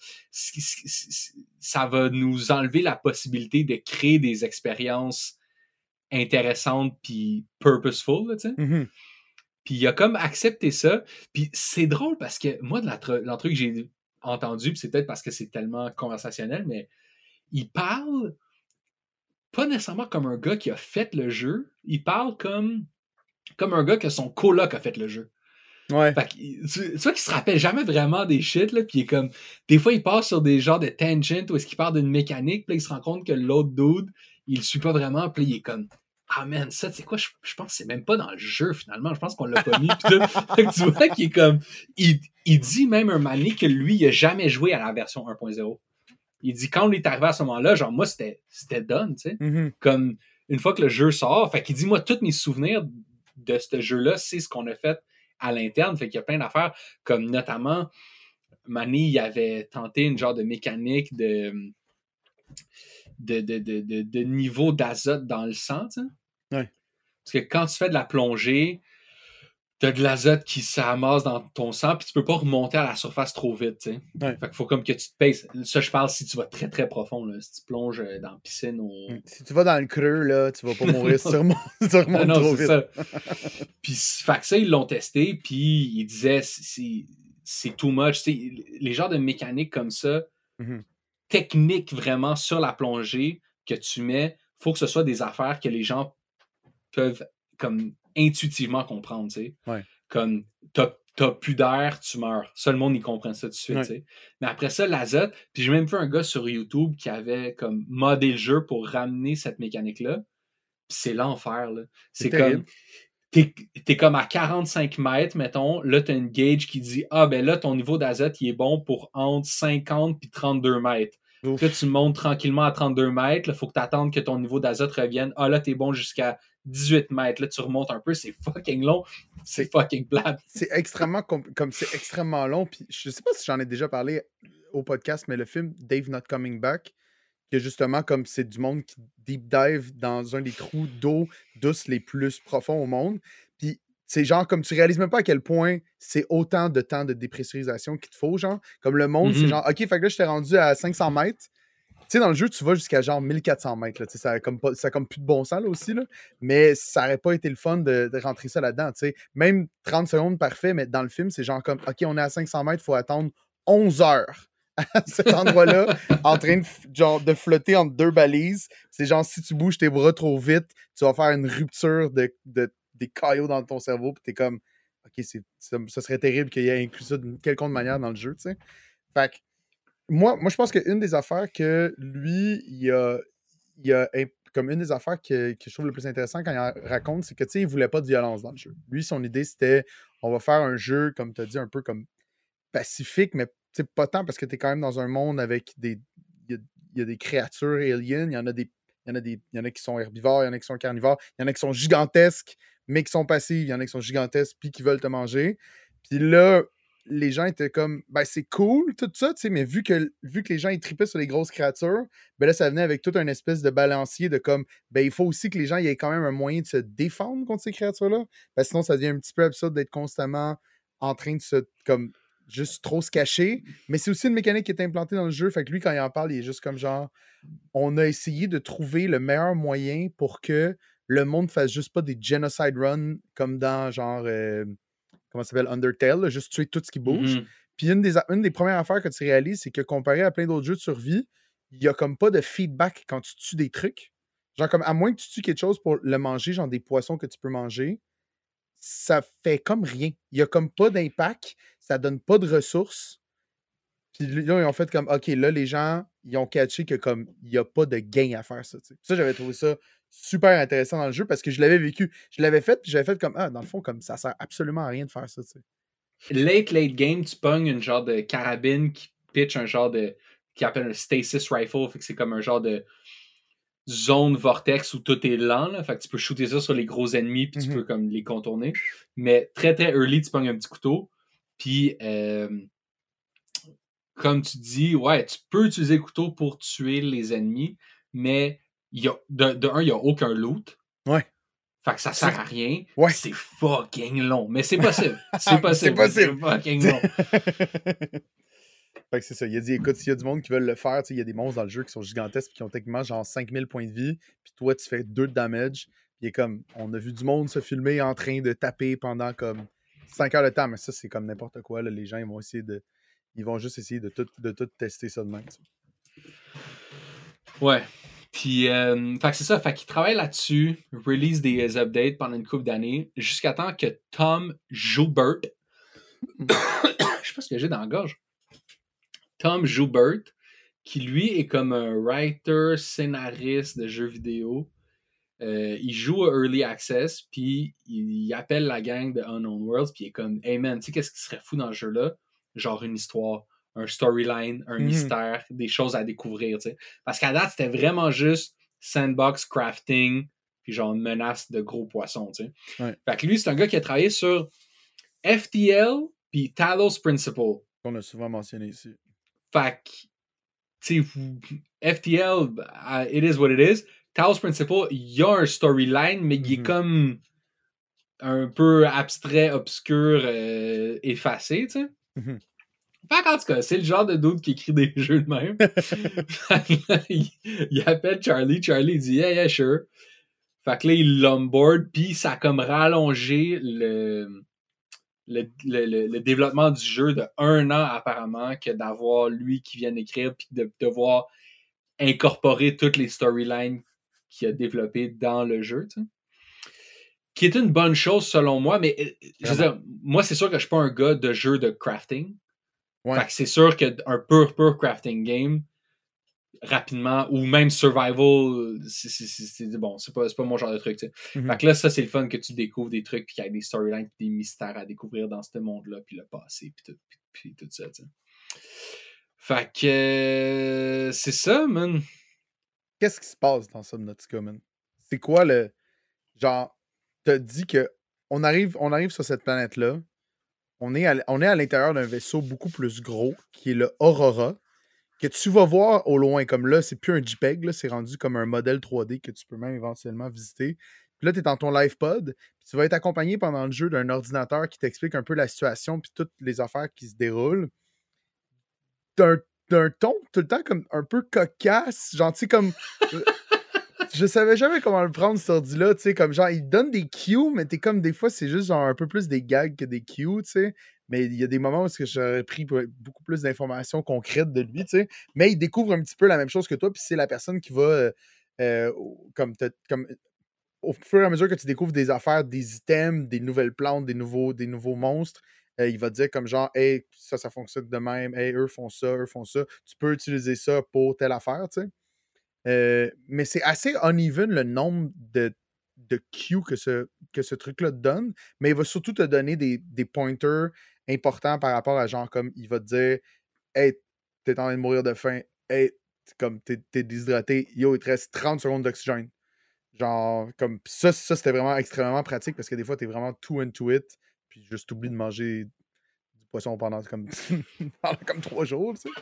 ça va nous enlever la possibilité de créer des expériences intéressantes puis purposeful, tu sais. Mm-hmm. Puis il a comme accepté ça. Puis c'est drôle parce que moi, de l'entrevue que j'ai entendu, puis c'est peut-être parce que c'est tellement conversationnel, mais il parle pas nécessairement comme un gars qui a fait le jeu, il parle comme, comme un gars que son coloc a fait le jeu. Ouais. Fait que, tu, tu vois qu'il se rappelle jamais vraiment des shit, là, pis il est comme, des fois, il passe sur des genres de tangents où est-ce qu'il parle d'une mécanique, puis il se rend compte que l'autre dude, il le suit pas vraiment, puis il est comme, ah man, ça, tu sais quoi, je, je pense que c'est même pas dans le jeu, finalement, je pense qu'on l'a pas mis, pis tout. Fait que tu vois qu'il est comme, il, il dit même un mané que lui, il a jamais joué à la version un point zéro. Il dit, quand on est arrivé à ce moment-là, genre, moi, c'était, c'était done, tu sais. Mm-hmm. Comme, une fois que le jeu sort, fait qu'il dit, moi, tous mes souvenirs de ce jeu-là, c'est ce qu'on a fait à l'interne, fait qu'il y a plein d'affaires, comme notamment, Manny, il avait tenté une genre de mécanique de de, de, de, de, de niveau d'azote dans le sang, tu sais. Ouais. Parce que quand tu fais de la plongée, t'as de l'azote qui s'amasse dans ton sang, puis tu peux pas remonter à la surface trop vite, tu sais. Ouais. Fait qu'il faut comme que tu te pèses. Ça, je parle si tu vas très très profond, là. Si tu plonges dans la piscine ou... Si tu vas dans le creux, là, tu vas pas mourir si tu remontes, tu remontes non, non, trop c'est vite. Ça. Puis, fait que ça, ils l'ont testé, puis ils disaient, c'est, c'est too much. Tu sais, les genres de mécaniques comme ça, mm-hmm. techniques vraiment sur la plongée que tu mets, faut que ce soit des affaires que les gens peuvent comme intuitivement comprendre, tu sais. Ouais. Comme, t'as, t'as plus d'air, tu meurs. Ça, le monde, il comprend ça tout de suite, ouais. tu sais. Mais après ça, l'azote, puis j'ai même vu un gars sur YouTube qui avait comme modé le jeu pour ramener cette mécanique-là. Puis c'est l'enfer, là. C'est, c'est comme, t'es, t'es comme à quarante-cinq mètres, mettons, là, t'as une gauge qui dit, ah, ben là, ton niveau d'azote, il est bon pour entre cinquante puis trente-deux mètres. Ouf. Là, tu montes tranquillement à trente-deux mètres, il faut que tu attendes que ton niveau d'azote revienne. Ah, là, t'es bon jusqu'à dix-huit mètres. Là, tu remontes un peu, c'est fucking long. C'est, c'est fucking plate. C'est extrêmement, com- comme c'est extrêmement long. Puis je sais pas si j'en ai déjà parlé au podcast, mais le film Dave Not Coming Back, que justement, comme c'est du monde qui deep dive dans un des trous d'eau douce les plus profonds au monde. Puis c'est genre, comme tu réalises même pas à quel point c'est autant de temps de dépressurisation qu'il te faut, genre. Comme le monde, mm-hmm. c'est genre, OK, fait que là, je t'ai rendu à cinq cents mètres. Tu sais, dans le jeu, tu vas jusqu'à genre mille quatre cents mètres. Là, ça n'a comme, comme plus de bon sens là aussi. Là, mais ça n'aurait pas été le fun de, de rentrer ça là-dedans. T'sais. Même trente secondes, parfait, mais dans le film, c'est genre comme, OK, on est à cinq cents mètres, il faut attendre onze heures à cet endroit-là, en train de, genre, de flotter entre deux balises. C'est genre, si tu bouges tes bras trop vite, tu vas faire une rupture de, de, des caillots dans ton cerveau, puis t'es comme, OK, c'est, ça, ça serait terrible qu'il y ait inclus ça d'une quelconque manière dans le jeu, tu sais. Fait que, Moi, moi, je pense qu'une des affaires que lui, il a, il a comme une des affaires que, que je trouve le plus intéressant quand il raconte, c'est que, tu sais, il voulait pas de violence dans le jeu. Lui, son idée, c'était, on va faire un jeu, comme tu as dit, un peu comme pacifique, mais pas tant parce que tu es quand même dans un monde avec des, il y a, il y a des créatures aliens, il y en a des, il y en a des, il y en a qui sont herbivores, il y en a qui sont carnivores, il y en a qui sont gigantesques, mais qui sont passifs, il y en a qui sont gigantesques, puis qui veulent te manger. Puis là, les gens étaient comme, ben c'est cool, tout ça, tu sais, mais vu que, vu que les gens, ils tripaient sur les grosses créatures, ben là, ça venait avec tout un espèce de balancier de comme, ben il faut aussi que les gens, il y ait quand même un moyen de se défendre contre ces créatures-là, parce que sinon, ça devient un petit peu absurde d'être constamment en train de se, comme, juste trop se cacher, mais c'est aussi une mécanique qui est implantée dans le jeu, fait que lui, quand il en parle, il est juste comme genre, on a essayé de trouver le meilleur moyen pour que le monde fasse juste pas des genocide runs, comme dans, genre... Euh, comment ça s'appelle, Undertale, là, juste tuer tout ce qui bouge. Mm-hmm. Puis une des, une des premières affaires que tu réalises, c'est que comparé à plein d'autres jeux de survie, il n'y a comme pas de feedback quand tu tues des trucs. Genre, comme, à moins que tu tues quelque chose pour le manger, genre des poissons que tu peux manger, ça fait comme rien. Il y a comme pas d'impact, ça donne pas de ressources. Puis là, ils ont fait comme, OK, là, les gens, ils ont catché que comme, il n'y a pas de gain à faire ça, tu sais. Ça, j'avais trouvé ça super intéressant dans le jeu parce que je l'avais vécu. Je l'avais fait, puis j'avais fait comme, ah, dans le fond, comme ça sert absolument à rien de faire ça, tu sais. Late, late game, tu pognes une genre de carabine qui pitch un genre de. Qui appelle un stasis rifle, fait que c'est comme un genre de zone vortex où tout est lent, là. Fait que tu peux shooter ça sur les gros ennemis, puis tu Mhm. peux comme les contourner. Mais très, très early, tu pognes un petit couteau. Puis, euh, comme tu dis, ouais, tu peux utiliser le couteau pour tuer les ennemis, mais il y a, de, de un, il n'y a aucun loot. Ouais. Fait que ça sert à rien. Ouais. C'est fucking long. Mais c'est possible. Ah, C'est mais possible. c'est possible. C'est fucking long. Fait que c'est ça. Il a dit, écoute, s'il y a du monde qui veulent le faire, tu sais, il y a des monstres dans le jeu qui sont gigantesques et qui ont techniquement genre cinq mille points de vie, puis toi, tu fais deux de damage. Puis il est comme, on a vu du monde se filmer en train de taper pendant comme cinq heures de temps, mais ça, c'est comme n'importe quoi. Là. Les gens, ils vont essayer de. Ils vont juste essayer de tout, de tout tester ça de même. Tu sais. Ouais. Puis, euh, fait que c'est ça. Fait qu'il travaille là-dessus, release des updates pendant une couple d'années, jusqu'à temps que Tom Joubert, je sais pas ce que j'ai dans la gorge, Tom Joubert, qui lui est comme un writer, scénariste de jeux vidéo. Euh, il joue à Early Access, puis il, il appelle la gang de Unknown Worlds, puis il est comme, hey man, tu sais qu'est-ce qui serait fou dans ce jeu-là? Genre une histoire, un storyline, un Mhm. mystère, des choses à découvrir, tu sais. Parce qu'à date, c'était vraiment juste sandbox crafting, puis genre menace de gros poissons, tu sais. Ouais. Fait que lui, c'est un gars qui a travaillé sur F T L, puis Talos Principle. On a souvent mentionné ici. Fait que, tu sais, F T L, uh, it is what it is. Talos Principle, il y a un storyline, mais il est Mhm. comme un peu abstrait, obscur, euh, effacé, tu sais. Mhm. Fait qu'en tout cas, c'est le genre de dude qui écrit des jeux de même. Fait que là, il, il appelle Charlie. Charlie dit « Yeah, yeah, sure ». Fait que là, il l'onboard, puis ça a comme rallongé le, le, le, le, le développement du jeu de un an, apparemment, que d'avoir lui qui vient d'écrire, puis de devoir incorporer toutes les storylines qu'il a développées dans le jeu, tu sais. Qui est une bonne chose selon moi, mais euh, je veux dire, moi, c'est sûr que je suis pas un gars de jeu de crafting. Ouais. Fait que c'est sûr qu'un pur, pur crafting game, rapidement, ou même survival, c'est, c'est, c'est, c'est bon, c'est pas, c'est pas mon genre de truc, tu sais. Mhm. Fait que là, ça, c'est le fun que tu découvres des trucs, puis qu'il y a des storylines, puis des mystères à découvrir dans ce monde-là, puis le passé, puis tout, puis, puis tout ça, tu sais. Fait que euh, c'est ça, man. Qu'est-ce qui se passe dans Subnautica, man? C'est quoi le. Genre, t'as dit que on arrive, on arrive sur cette planète-là. On est à, on est à l'intérieur d'un vaisseau beaucoup plus gros, qui est le Aurora, que tu vas voir au loin. Comme là, c'est plus un JPEG, là, c'est rendu comme un modèle trois D que tu peux même éventuellement visiter. Puis là, tu es dans ton live pod, puis tu vas être accompagné pendant le jeu d'un ordinateur qui t'explique un peu la situation, puis toutes les affaires qui se déroulent. D'un, d'un ton tout le temps comme un peu cocasse, genre, tu sais, comme. Je savais jamais comment le prendre, cet ordi-là, tu sais, comme genre, il donne des cues, mais t'es comme, des fois, c'est juste genre un peu plus des gags que des cues, tu sais, mais il y a des moments où est-ce que j'aurais pris beaucoup plus d'informations concrètes de lui, tu sais, mais il découvre un petit peu la même chose que toi, puis c'est la personne qui va, euh, euh, comme, te- comme, au fur et à mesure que tu découvres des affaires, des items, des nouvelles plantes, des nouveaux, des nouveaux monstres, euh, il va te dire comme genre, hey, ça, ça fonctionne de même, hey, eux font ça, eux font ça, tu peux utiliser ça pour telle affaire, tu sais. Euh, mais c'est assez uneven le nombre de, de cues que ce, que ce truc-là te donne, mais il va surtout te donner des, des pointers importants par rapport à genre comme il va te dire hey, t'es en train de mourir de faim, hey, comme t'es, t'es déshydraté, yo, il te reste trente secondes d'oxygène. Genre, comme ça, ça c'était vraiment extrêmement pratique parce que des fois, t'es vraiment too into it, puis juste oublies de manger du poisson pendant comme, pendant comme trois jours, tu sais.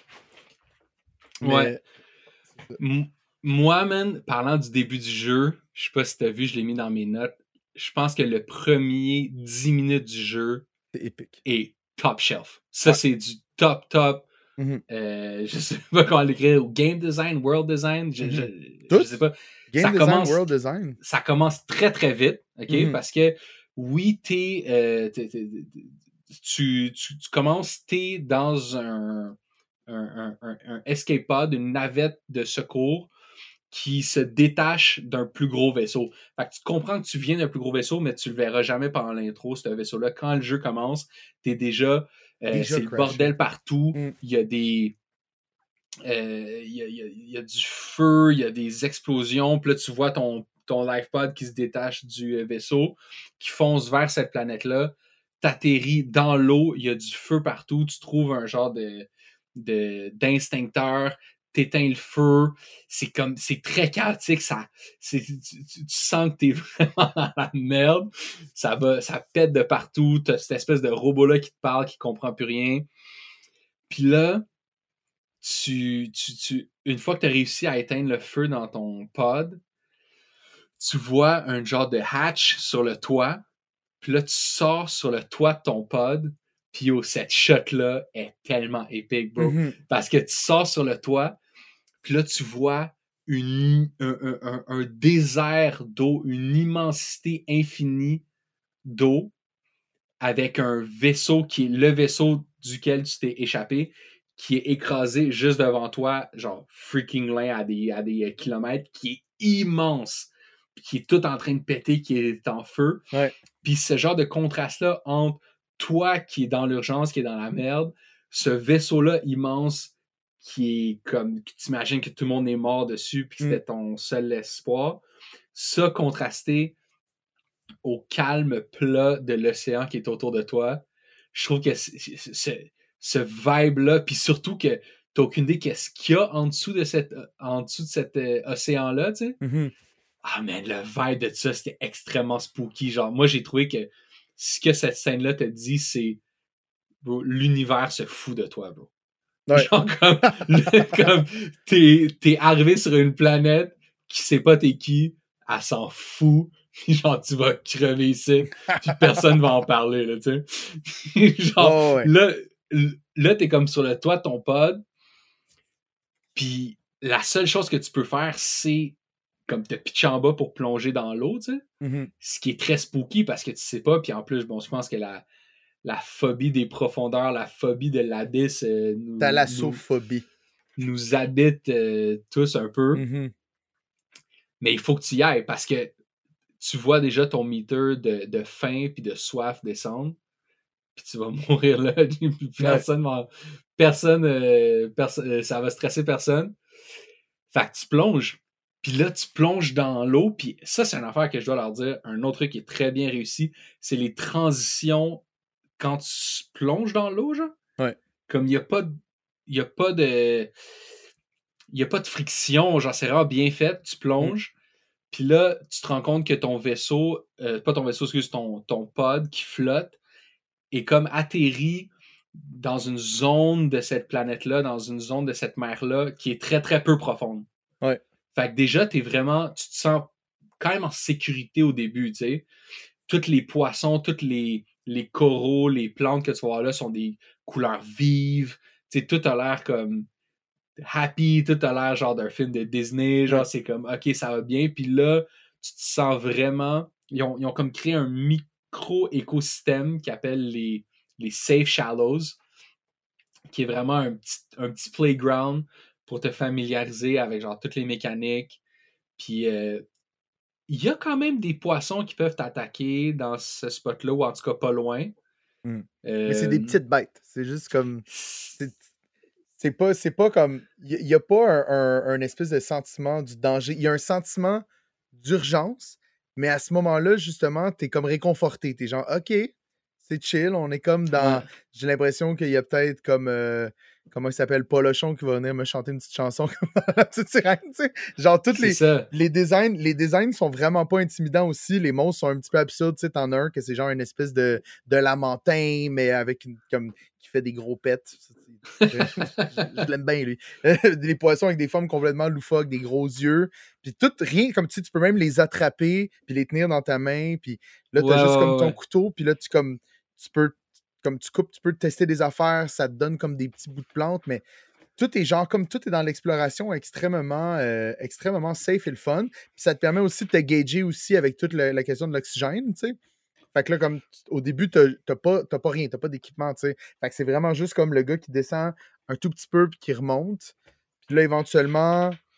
Mais, Ouais. M- moi, man, parlant du début du jeu, je sais pas si t'as vu, je l'ai mis dans mes notes. Je pense que le premier dix minutes du jeu c'est épique. est top shelf. Ça, Ouais. c'est du top, top. Mm-hmm. Euh, je sais pas comment l'écrire. Ou game design, world design. Je, Mm-hmm. je, je sais pas. Game ça design, commence, world design. Ça commence très, très vite. OK? Mm-hmm. Parce que, oui, t'es, euh, t'es, t'es, t'es, tu, tu, tu commences, t'es dans un, un, un, un, un escape pod, une navette de secours qui se détache d'un plus gros vaisseau. Fait que tu comprends que tu viens d'un plus gros vaisseau, mais tu le verras jamais pendant l'intro, ce vaisseau-là. Quand le jeu commence, t'es déjà... Euh, Déjà c'est le crashé. bordel partout. Mm. Il y a des... euh, Il y, a, il y a- il y a du feu, il y a des explosions. Puis là, tu vois ton, ton LifePod qui se détache du euh, vaisseau, qui fonce vers cette planète-là. T'atterris dans l'eau, il y a du feu partout. Tu trouves un genre de, de d'instincteur. T'éteins le feu, c'est comme c'est très chaotique, ça c'est, tu, tu, tu sens que t'es vraiment dans la merde, ça va ça pète de partout, t'as cette espèce de robot là qui te parle, qui comprend plus rien. Puis là, tu, tu, tu une fois que t'as réussi à éteindre le feu dans ton pod, tu vois un genre de hatch sur le toit. Puis là, tu sors sur le toit de ton pod. Puis yo, cette shot-là est tellement épique, bro. Mhm. Parce que tu sors sur le toit, puis là, tu vois une, un, un, un, un désert d'eau, une immensité infinie d'eau, avec un vaisseau qui est le vaisseau duquel tu t'es échappé, qui est écrasé juste devant toi, genre freaking loin à des, à des kilomètres, qui est immense, puis qui est tout en train de péter, qui est en feu. Ouais. Puis ce genre de contraste-là entre toi qui est dans l'urgence, qui est dans la merde, ce vaisseau-là immense qui est comme, tu t'imagines que tout le monde est mort dessus puis que c'était ton seul espoir, ça contrasté au calme plat de l'océan qui est autour de toi, je trouve que c'est, c'est, c'est, ce vibe-là, puis surtout que t'as aucune idée qu'est-ce qu'il y a en dessous de cette, en dessous de cet euh, océan-là, tu sais. Mhm. Ah, man, le vibe de ça, c'était extrêmement spooky. Genre, moi, j'ai trouvé que ce que cette scène-là te dit, c'est, bro, l'univers se fout de toi, bro. Ouais. Genre, comme, le- comme t'es, t'es arrivé sur une planète qui sait pas t'es qui, elle s'en fout. Puis genre, tu vas crever ici, puis personne va en parler, là, tu sais. Genre, Oh, ouais. là, là, t'es comme sur le toit de ton pod, puis la seule chose que tu peux faire, c'est comme te pitcher en bas pour plonger dans l'eau, tu sais. Mhm. Ce qui est très spooky parce que tu sais pas, puis en plus, bon, je pense que la, la phobie des profondeurs, la phobie de l'abysse euh, nous, nous, Thalassophobie. nous habite euh, tous un peu. Mhm. Mais il faut que tu y ailles parce que tu vois déjà ton meter de, de faim puis de soif descendre. Puis tu vas mourir là. Personne va. Personne. Euh, perso- euh, ça va stresser personne. Fait que tu plonges. Puis là, tu plonges dans l'eau. Puis ça, c'est une affaire que je dois leur dire. Un autre truc qui est très bien réussi, c'est les transitions quand tu plonges dans l'eau, genre. Ouais. Comme il n'y a pas de. Il n'y a pas de. Il n'y a pas de friction. Genre, c'est vraiment bien fait. Tu plonges. Mm. Puis là, tu te rends compte que ton vaisseau, euh, pas ton vaisseau, excuse, ton, ton pod qui flotte, est comme atterri dans une zone de cette planète-là, dans une zone de cette mer-là, qui est très, très peu profonde. Ouais. Fait que déjà, t'es vraiment, tu te sens quand même en sécurité au début, tu sais. Tous les poissons, tous les, les coraux, les plantes que tu vas voir là sont des couleurs vives. Tu sais, tout a l'air comme happy, tout a l'air genre d'un film de Disney, genre ouais. C'est comme ok, ça va bien, puis là tu te sens vraiment, ils ont, ils ont comme créé un micro écosystème qui appelle les, les Safe Shallows, qui est vraiment un petit, un petit playground pour te familiariser avec genre toutes les mécaniques, puis euh, il y a quand même des poissons qui peuvent t'attaquer dans ce spot-là, ou en tout cas pas loin. Mm. Euh, Mais c'est des petites bêtes, c'est juste comme c'est... C'est pas, c'est pas comme. Il n'y a, a pas un, un, un espèce de sentiment du danger. Il y a un sentiment d'urgence, mais à ce moment-là, justement, t'es comme réconforté. T'es genre, OK, c'est chill. On est comme dans. Ouais. J'ai l'impression qu'il y a peut-être comme. Euh, comment il s'appelle? Polochon qui va venir me chanter une petite chanson comme dans la petite sirène, tu sais. Genre, tous les, les designs, les designs sont vraiment pas intimidants aussi. Les monstres sont un petit peu absurdes. Tu sais, t'en as un que c'est genre une espèce de, de lamentin, mais avec une. Comme, qui fait des gros pets. je, je, je l'aime bien, lui. Des poissons avec des formes complètement loufoques, des gros yeux. Puis tout, rien, comme tu sais, tu peux même les attraper, puis les tenir dans ta main. Puis là, t'as ouais, juste ouais, comme ton ouais. couteau, puis là, tu comme. Tu peux. Comme tu coupes, tu peux tester des affaires, ça te donne comme des petits bouts de plantes, mais tout est genre, comme tout est dans l'exploration extrêmement, euh, extrêmement safe et le fun. Puis ça te permet aussi de te gager aussi avec toute le, la question de l'oxygène, tu sais. Fait que là, comme au début, t'as, t'as, pas, t'as pas rien, t'as pas d'équipement, tu sais. Fait que c'est vraiment juste comme le gars qui descend un tout petit peu puis qui remonte. Puis là, éventuellement,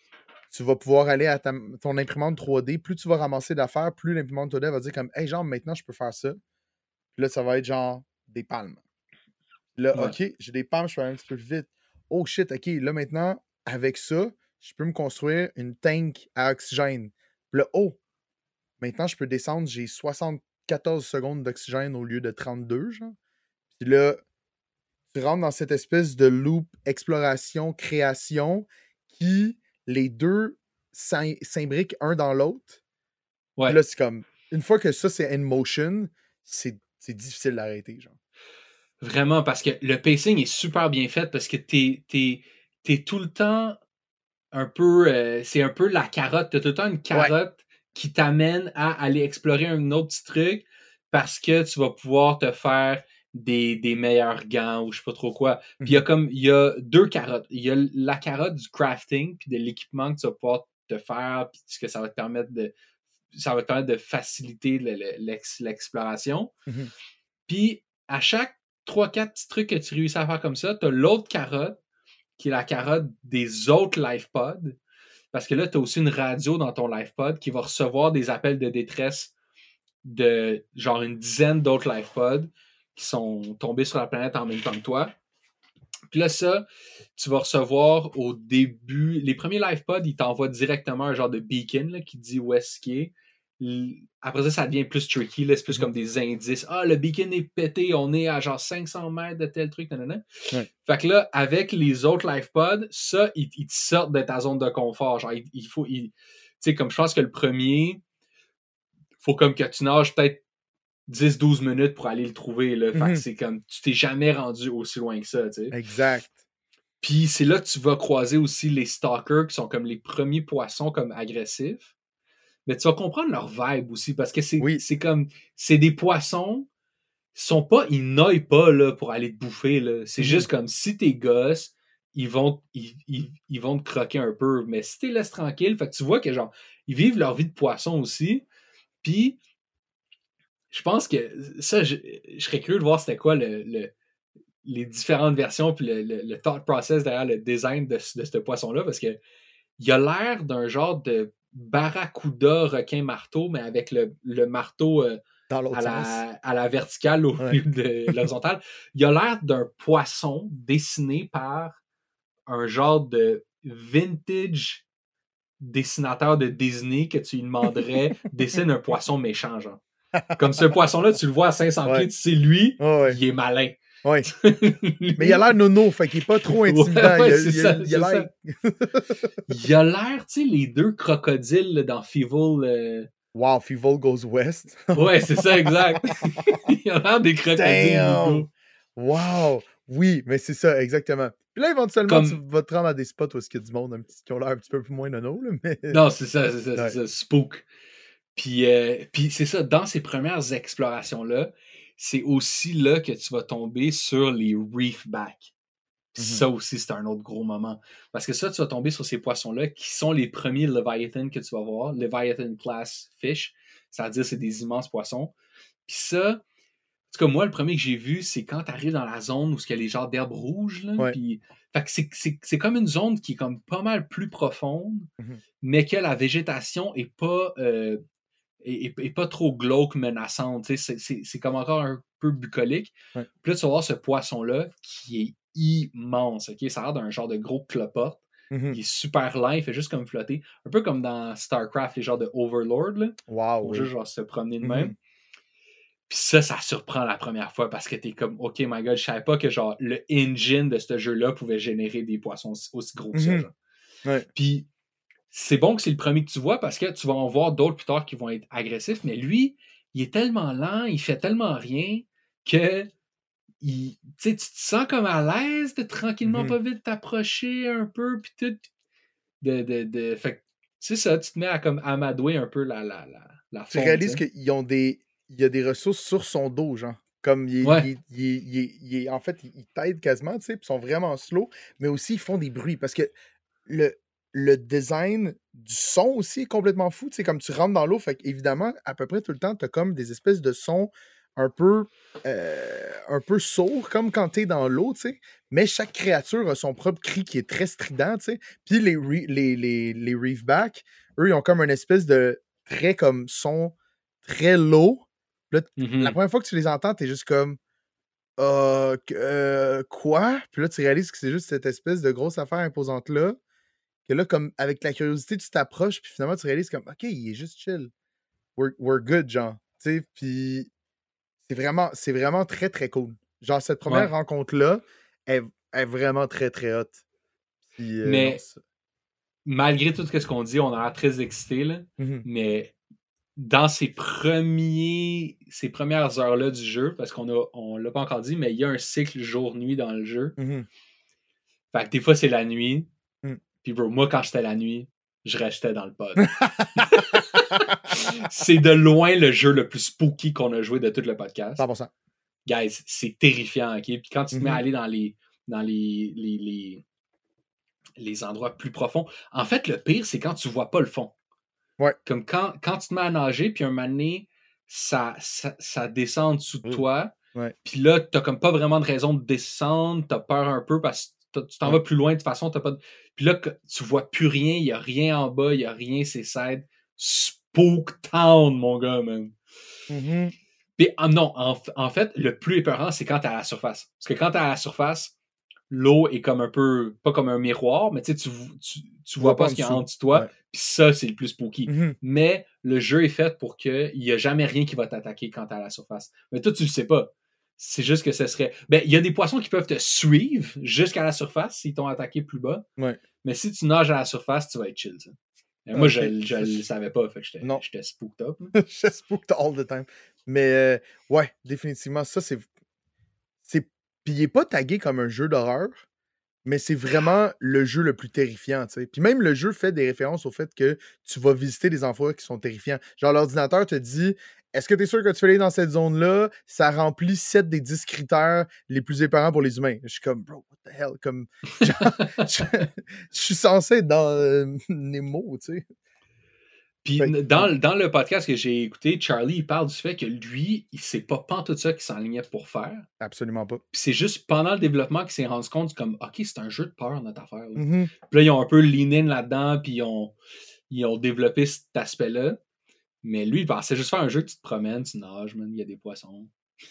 tu vas pouvoir aller à ta- ton imprimante trois D. Plus tu vas ramasser d'affaires, plus l'imprimante trois D va dire comme, hey, genre, maintenant, je peux faire ça. Puis là, ça va être genre des palmes. Là, Ouais. OK, j'ai des palmes, je peux aller un petit peu plus vite. Oh shit, OK, là, maintenant, avec ça, je peux me construire une tank à oxygène. Puis là, oh, maintenant, je peux descendre, j'ai soixante-quatorze secondes d'oxygène au lieu de trente-deux, genre. Puis là, tu rentres dans cette espèce de loop exploration, création, qui, les deux s'im- s'imbriquent un dans l'autre. Puis Ouais. là, c'est comme, une fois que ça, c'est in motion, c'est c'est difficile d'arrêter, genre. Vraiment, parce que le pacing est super bien fait parce que t'es, t'es, t'es tout le temps un peu. euh, c'est un peu la carotte. T'as tout le temps une Ouais. carotte qui t'amène à aller explorer un autre petit truc parce que tu vas pouvoir te faire des, des meilleurs gants ou je sais pas trop quoi. Puis il y a Mhm. comme il y a deux carottes. Il y a la carotte du crafting puis de l'équipement que tu vas pouvoir te faire puis ce que ça va te permettre de ça va te permettre de faciliter le- le- l'ex- l'exploration. Mhm. Puis à chaque trois quatre petits trucs que tu réussis à faire comme ça, tu as l'autre carotte qui est la carotte des autres LivePods. Parce que là, tu as aussi une radio dans ton LivePod qui va recevoir des appels de détresse de genre une dizaine d'autres LivePods qui sont tombés sur la planète en même temps que toi. Puis là, ça, tu vas recevoir au début. Les premiers LivePods, ils t'envoient directement un genre de beacon là, qui dit où est-ce qu'il est. Après ça, ça devient plus tricky. Là, c'est plus Mhm. comme des indices. Ah, le beacon est pété, on est à genre cinq cents mètres de tel truc. Nanana. Ouais. Fait que là, avec les autres LivePods, ça, ils, ils te sortent de ta zone de confort. Genre, il, il faut. Tu sais, comme je pense que le premier, faut comme que tu nages peut-être dix douze minutes pour aller le trouver. Là. Fait que Mhm. c'est comme. Tu t'es jamais rendu aussi loin que ça, tu sais. Exact. Puis c'est là que tu vas croiser aussi les stalkers qui sont comme les premiers poissons comme agressifs. Mais tu vas comprendre leur vibe aussi parce que c'est, Oui. c'est comme. C'est des poissons. Ils sont pas. Ils noient pas là, pour aller te bouffer. Là. C'est Mhm. juste comme si t'es gosses, ils vont, ils, ils, ils vont te croquer un peu. Mais si t'es laisses tranquille, fait que tu vois que genre, ils vivent leur vie de poisson aussi. Puis je pense que ça, je, je serais curieux de voir c'était quoi le, le les différentes versions puis le, le, le thought process derrière le design de, de ce poisson-là, parce que il a l'air d'un genre de barracuda requin marteau, mais avec le, le marteau euh, Dans l'autre à, sens. la, à la verticale au Ouais. lieu de l'horizontale. Il a l'air d'un poisson dessiné par un genre de vintage dessinateur de Disney que tu lui demanderais dessine un poisson méchant, genre. Comme ce poisson-là, tu le vois à cinq cents Ouais. pieds, tu sais, lui, Ouais, ouais. il est malin. Ouais. Mais il a l'air nono, fait qu'il est pas trop intimidant. Ouais, ouais, il a, c'est il a- ça, il a c'est l'air. Il a l'air, tu sais, les deux crocodiles là, dans Fievel. euh, Wow, Fievel goes west. Ouais, c'est ça, exact. Il a l'air des crocodiles Damn! lugos. Wow! Oui, mais c'est ça, exactement. Puis là, éventuellement, tu Comme. vas te rendre à des spots où il y a du monde un petit, qui ont l'air un petit peu plus moins nono, là, mais. Non, c'est ça, c'est ça, Ouais. c'est ça, spook. Puis, euh, puis c'est ça, dans ces premières explorations-là, c'est aussi là que tu vas tomber sur les reefbacks. Puis Mhm. ça aussi, c'est un autre gros moment. Parce que ça, tu vas tomber sur ces poissons-là qui sont les premiers Leviathan que tu vas voir. Leviathan class fish. C'est-à-dire, c'est des immenses poissons. Puis ça, en tout cas, moi, le premier que j'ai vu, c'est quand tu arrives dans la zone où il y a les genres d'herbes rouges. Là, Ouais. puis, fait que c'est, c'est, c'est comme une zone qui est comme pas mal plus profonde, Mhm. mais que la végétation est pas, euh, est, est- est pas trop glauque, menaçante. Tu sais, C'est, c'est, c'est comme encore un peu bucolique. Ouais. Puis là, tu vas voir ce poisson-là qui est immense. ok? Ça a l'air d'un genre de gros cloporte. Mhm. Il est super lent, il fait juste comme flotter. Un peu comme dans StarCraft, les genres de Overlord. Là. Wow, Pour oui. juste genre, se promener de Mhm. même. Puis ça, ça surprend la première fois parce que t'es comme, OK, my God, je savais pas que genre le engine de ce jeu-là pouvait générer des poissons aussi, aussi gros que ça. Mhm. Genre. Ouais. Puis c'est bon que c'est le premier que tu vois parce que tu vas en voir d'autres plus tard qui vont être agressifs, mais lui, il est tellement lent, il fait tellement rien que il, tu sais, tu te sens comme à l'aise de tranquillement Mhm. pas vite t'approcher un peu, puis tout. De, de, de, fait que c'est ça, tu te mets à comme amadouer un peu la, la, la, la Tu faune, réalises tu sais. qu'ils ont des. Il y a des ressources sur son dos, genre. Comme il, est- Ouais. il est- il est- il est- il est- en fait, ils t'aident quasiment, tu sais, puis ils sont vraiment slow, mais aussi ils font des bruits parce que le, le design du son aussi est complètement fou. Tu sais, comme tu rentres dans l'eau, fait évidemment, à peu près tout le temps, tu as comme des espèces de sons un peu, euh, un peu sourd, comme quand t'es dans l'eau, tu sais. Mais chaque créature a son propre cri qui est très strident, tu sais. Puis les, re- les, les, les Reefbacks, eux, ils ont comme une espèce de très comme son très low. Là, Mhm. la première fois que tu les entends, t'es juste comme euh, que- euh, quoi? Puis là, tu réalises que c'est juste cette espèce de grosse affaire imposante-là. Que là, comme avec la curiosité, tu t'approches, puis finalement, tu réalises comme OK, il est juste chill. We're, we're good, genre. Tu sais, puis c'est vraiment, c'est vraiment très, très cool. Genre, cette première Ouais. rencontre-là est, est vraiment très, très hot. Puis, euh, non, Mais ça. malgré tout ce qu'on dit, on a l'air très excités, là. Mhm. Mais dans ces premiers ces premières heures-là du jeu, parce qu'on a on l'a pas encore dit, mais il y a un cycle jour-nuit dans le jeu. Mhm. Fait que des fois, c'est la nuit. Mm. Puis bro, moi, quand j'étais la nuit, je restais dans le pod. C'est de loin le jeu le plus spooky qu'on a joué de tout le podcast. cent pour cent. Guys, c'est terrifiant, ok? Puis quand tu te mets Mhm. à aller dans les dans les, les, les, les endroits plus profonds, en fait, le pire, c'est quand tu vois pas le fond. Ouais. Comme quand, quand tu te mets à nager, puis un moment donné, ça, ça, ça descend en dessous de toi. Ouais. Puis là, t'as comme pas vraiment de raison de descendre, t'as peur un peu parce que tu t'en Ouais. vas plus loin de toute façon, t'as pas de... Puis là, tu vois plus rien, il y a rien en bas, il y a rien, c'est sad. Spook Town, mon gars, man. Mhm. Puis ah non, en, en fait, le plus épeurant, c'est quand t'es à la surface. Parce que quand t'es à la surface, l'eau est comme un peu, pas comme un miroir, mais tu sais, tu, tu, tu vois pas ce qu'il y a en dessous de toi. Ouais. Puis ça, c'est le plus spooky. Mhm. Mais le jeu est fait pour qu'il n'y a jamais rien qui va t'attaquer quand t'es à la surface. Mais toi, tu le sais pas. C'est juste que ce serait... Ben, il y a des poissons qui peuvent te suivre jusqu'à la surface s'ils t'ont attaqué plus bas. Ouais. Mais si tu nages à la surface, tu vas être chill. Ça. Et moi, Ok. je ne le savais pas, fait que j'étais, Non. j'étais spooked up. Je spooked all the time. Mais euh, ouais, définitivement, ça, c'est. c'est... Puis il est pas tagué comme un jeu d'horreur, mais c'est vraiment le jeu le plus terrifiant, tu sais. Puis même le jeu fait des références au fait que tu vas visiter des endroits qui sont terrifiants. Genre, l'ordinateur te dit « Est-ce que tu es sûr que tu veux aller dans cette zone-là? Ça remplit sept des dix critères les plus épeurants pour les humains. » Je suis comme « Bro, what the hell? » Comme, genre, je, je suis censé être dans euh, Nemo, tu sais. Puis Fait que- dans, dans le podcast que j'ai écouté, Charlie, il parle du fait que lui, il sait pas tout ça qu'il s'enlignait pour faire. Absolument pas. Puis c'est juste pendant le développement qu'il s'est rendu compte comme OK, c'est un jeu de peur, notre affaire. Là. Mhm. Puis là, ils ont un peu lean in là-dedans, puis ils ont, ils ont développé cet aspect-là. Mais lui, il pensait juste faire un jeu que tu te promènes, tu nages, man, il y a des poissons.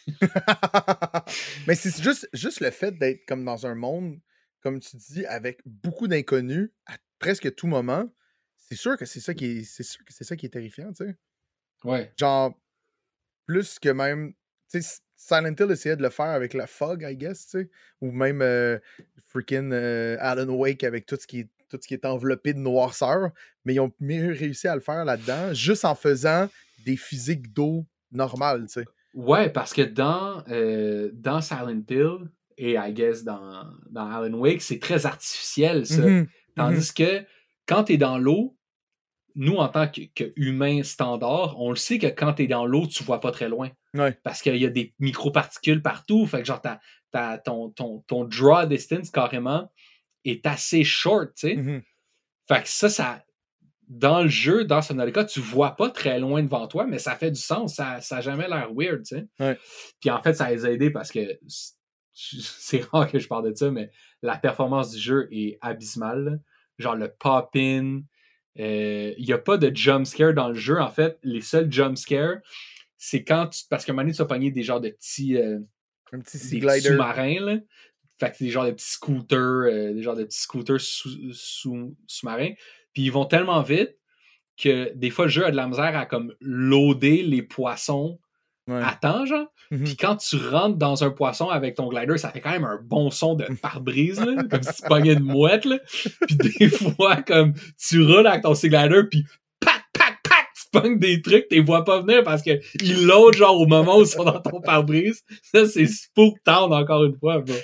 Mais c'est juste, juste le fait d'être comme dans un monde, comme tu dis, avec beaucoup d'inconnus à presque tout moment. C'est sûr que c'est ça qui est, c'est sûr que c'est ça qui est terrifiant, tu sais. Ouais. Genre, plus que même, tu sais, Silent Hill essayait de le faire avec la fog, I guess, tu sais. Ou même euh, freaking euh, Alan Wake avec tout ce qui est tout ce qui est enveloppé de noirceur, mais ils ont mieux réussi à le faire là-dedans, juste en faisant des physiques d'eau normales, tu sais. Ouais, parce que dans, euh, dans Silent Hill et I guess dans, dans Alan Wake, c'est très artificiel, ça. Mhm, Tandis que quand t'es dans l'eau, nous, en tant qu'humains standard, on le sait que quand t'es dans l'eau, tu vois pas très loin. Ouais. Parce qu'il y a des microparticules partout. Fait que genre, t'as, t'as ton, ton, ton draw distance, carrément, est assez short, tu sais. Mhm. Fait que ça, ça... Dans le jeu, dans Subnautica, tu vois pas très loin devant toi, mais ça fait du sens. Ça n'a jamais l'air weird, tu sais. Ouais. Puis en fait, ça les a aidés parce que c'est rare que je parle de ça, mais la performance du jeu est abysmale. Là. Genre le pop-in. Il euh, n'y a pas de jump scare dans le jeu. En fait, les seuls jump scares, c'est quand tu. Parce qu'à un moment donné, tu vas pogner des genres de petits. Euh, un petit des sea glider. sous-marins, là. Fait que c'est des genres de petits scooters, euh, des genres de petits scooters sous, sous, sous-marins. Puis ils vont tellement vite que des fois, le jeu a de la misère à comme loader les poissons Ouais. à temps, genre. Mm-hmm. Puis quand tu rentres dans un poisson avec ton glider, ça fait quand même un bon son de pare-brise, là, comme si tu pognais une mouette, là. Puis des fois, comme tu roules avec ton sea glider, puis pac, pac, pac, tu pognes des trucs, tu les vois pas venir parce que ils loadent genre au moment où ils sont dans ton pare-brise. Ça, c'est Spook Town, encore une fois, bro.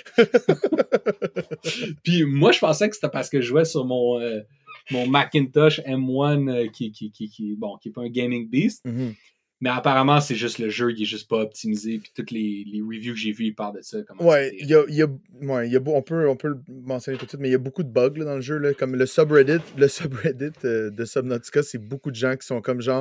Puis moi, je pensais que c'était parce que je jouais sur mon... Euh, mon Macintosh M un euh, qui, qui, qui, qui, bon, qui est pas un gaming beast. Mm-hmm. Mais apparemment, c'est juste le jeu, il est juste pas optimisé. Puis toutes les, les reviews que j'ai vues, ils parlent de ça. Comment ouais, il y a, y a, ouais, y a, on, peut, on peut le mentionner tout de suite, mais il y a beaucoup de bugs là, dans le jeu. Là, comme le subreddit, le subreddit euh, de Subnautica, c'est beaucoup de gens qui sont comme genre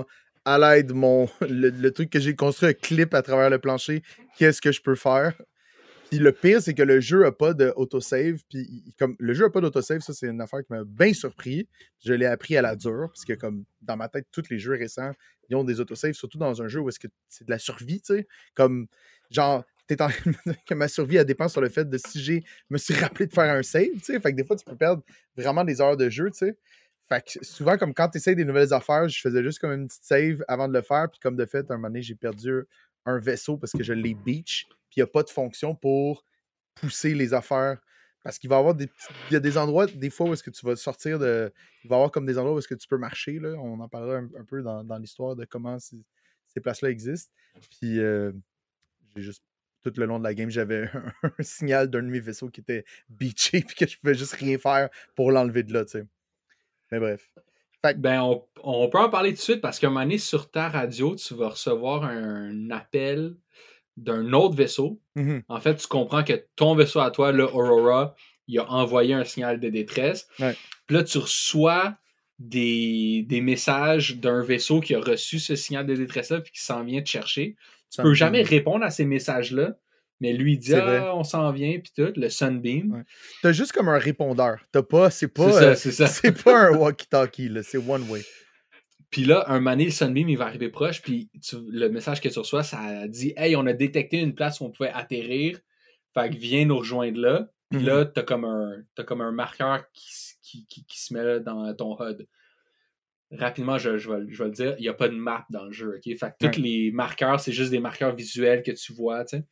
à l'aide, mon le, le truc que j'ai construit un clip à travers le plancher, qu'est-ce que je peux faire? Puis le pire, c'est que le jeu a pas d'autosave. Puis comme le jeu a pas d'autosave, ça, c'est une affaire qui m'a bien surpris. Je l'ai appris à la dure, parce que comme dans ma tête, tous les jeux récents, ils ont des autosaves, surtout dans un jeu où est-ce que c'est de la survie, tu sais. Comme, genre, t'es en train de me dire que ma survie, elle dépend sur le fait de si j'ai me suis rappelé de faire un save, tu sais. Fait que des fois, tu peux perdre vraiment des heures de jeu, tu sais. Fait que souvent, comme quand tu essayes des nouvelles affaires, je faisais juste comme une petite save avant de le faire. Puis comme de fait, un moment donné, j'ai perdu un vaisseau parce que je l'ai beach. Puis il n'y a pas de fonction pour pousser les affaires. Parce qu'il va y avoir des petits... Il y a des endroits, des fois, où est-ce que tu vas sortir de... Il va y avoir comme des endroits où est-ce que tu peux marcher, là. On en parlera un, un peu dans, dans l'histoire de comment ces, ces places-là existent. Puis euh, j'ai juste... Tout le long de la game, j'avais un, un signal d'un de mes vaisseaux qui était beaché puis que je pouvais juste rien faire pour l'enlever de là, tu sais. Mais bref. Fait que... Ben, on, on peut en parler tout de suite parce qu'à un moment donné, sur ta radio, tu vas recevoir un appel d'un autre vaisseau. Mm-hmm. En fait, tu comprends que ton vaisseau à toi, le Aurora, il a envoyé un signal de détresse. Ouais. Puis là, tu reçois des, des messages d'un vaisseau qui a reçu ce signal de détresse-là puis qui s'en vient te chercher. Tu peux jamais répondre à ces messages-là, mais lui il dit « Ah, on s'en vient », puis tout, le Sunbeam. Ouais. T'as juste comme un répondeur. T'as pas... C'est pas... C'est ça, euh, c'est ça. C'est pas un walkie-talkie, là. C'est one way. Puis là, un moment donné, le Sunbeam, il va arriver proche, puis tu, le message que tu reçois, ça dit « Hey, on a détecté une place où on pouvait atterrir, fait que viens nous rejoindre là. » Puis mm-hmm. là, t'as comme un, t'as comme un marqueur qui, qui, qui, qui se met là dans ton H U D. Rapidement, je, je, vais, je vais le dire, il n'y a pas de map dans le jeu, ok? Fait que tous ouais. les marqueurs, c'est juste des marqueurs visuels que tu vois, tu sais.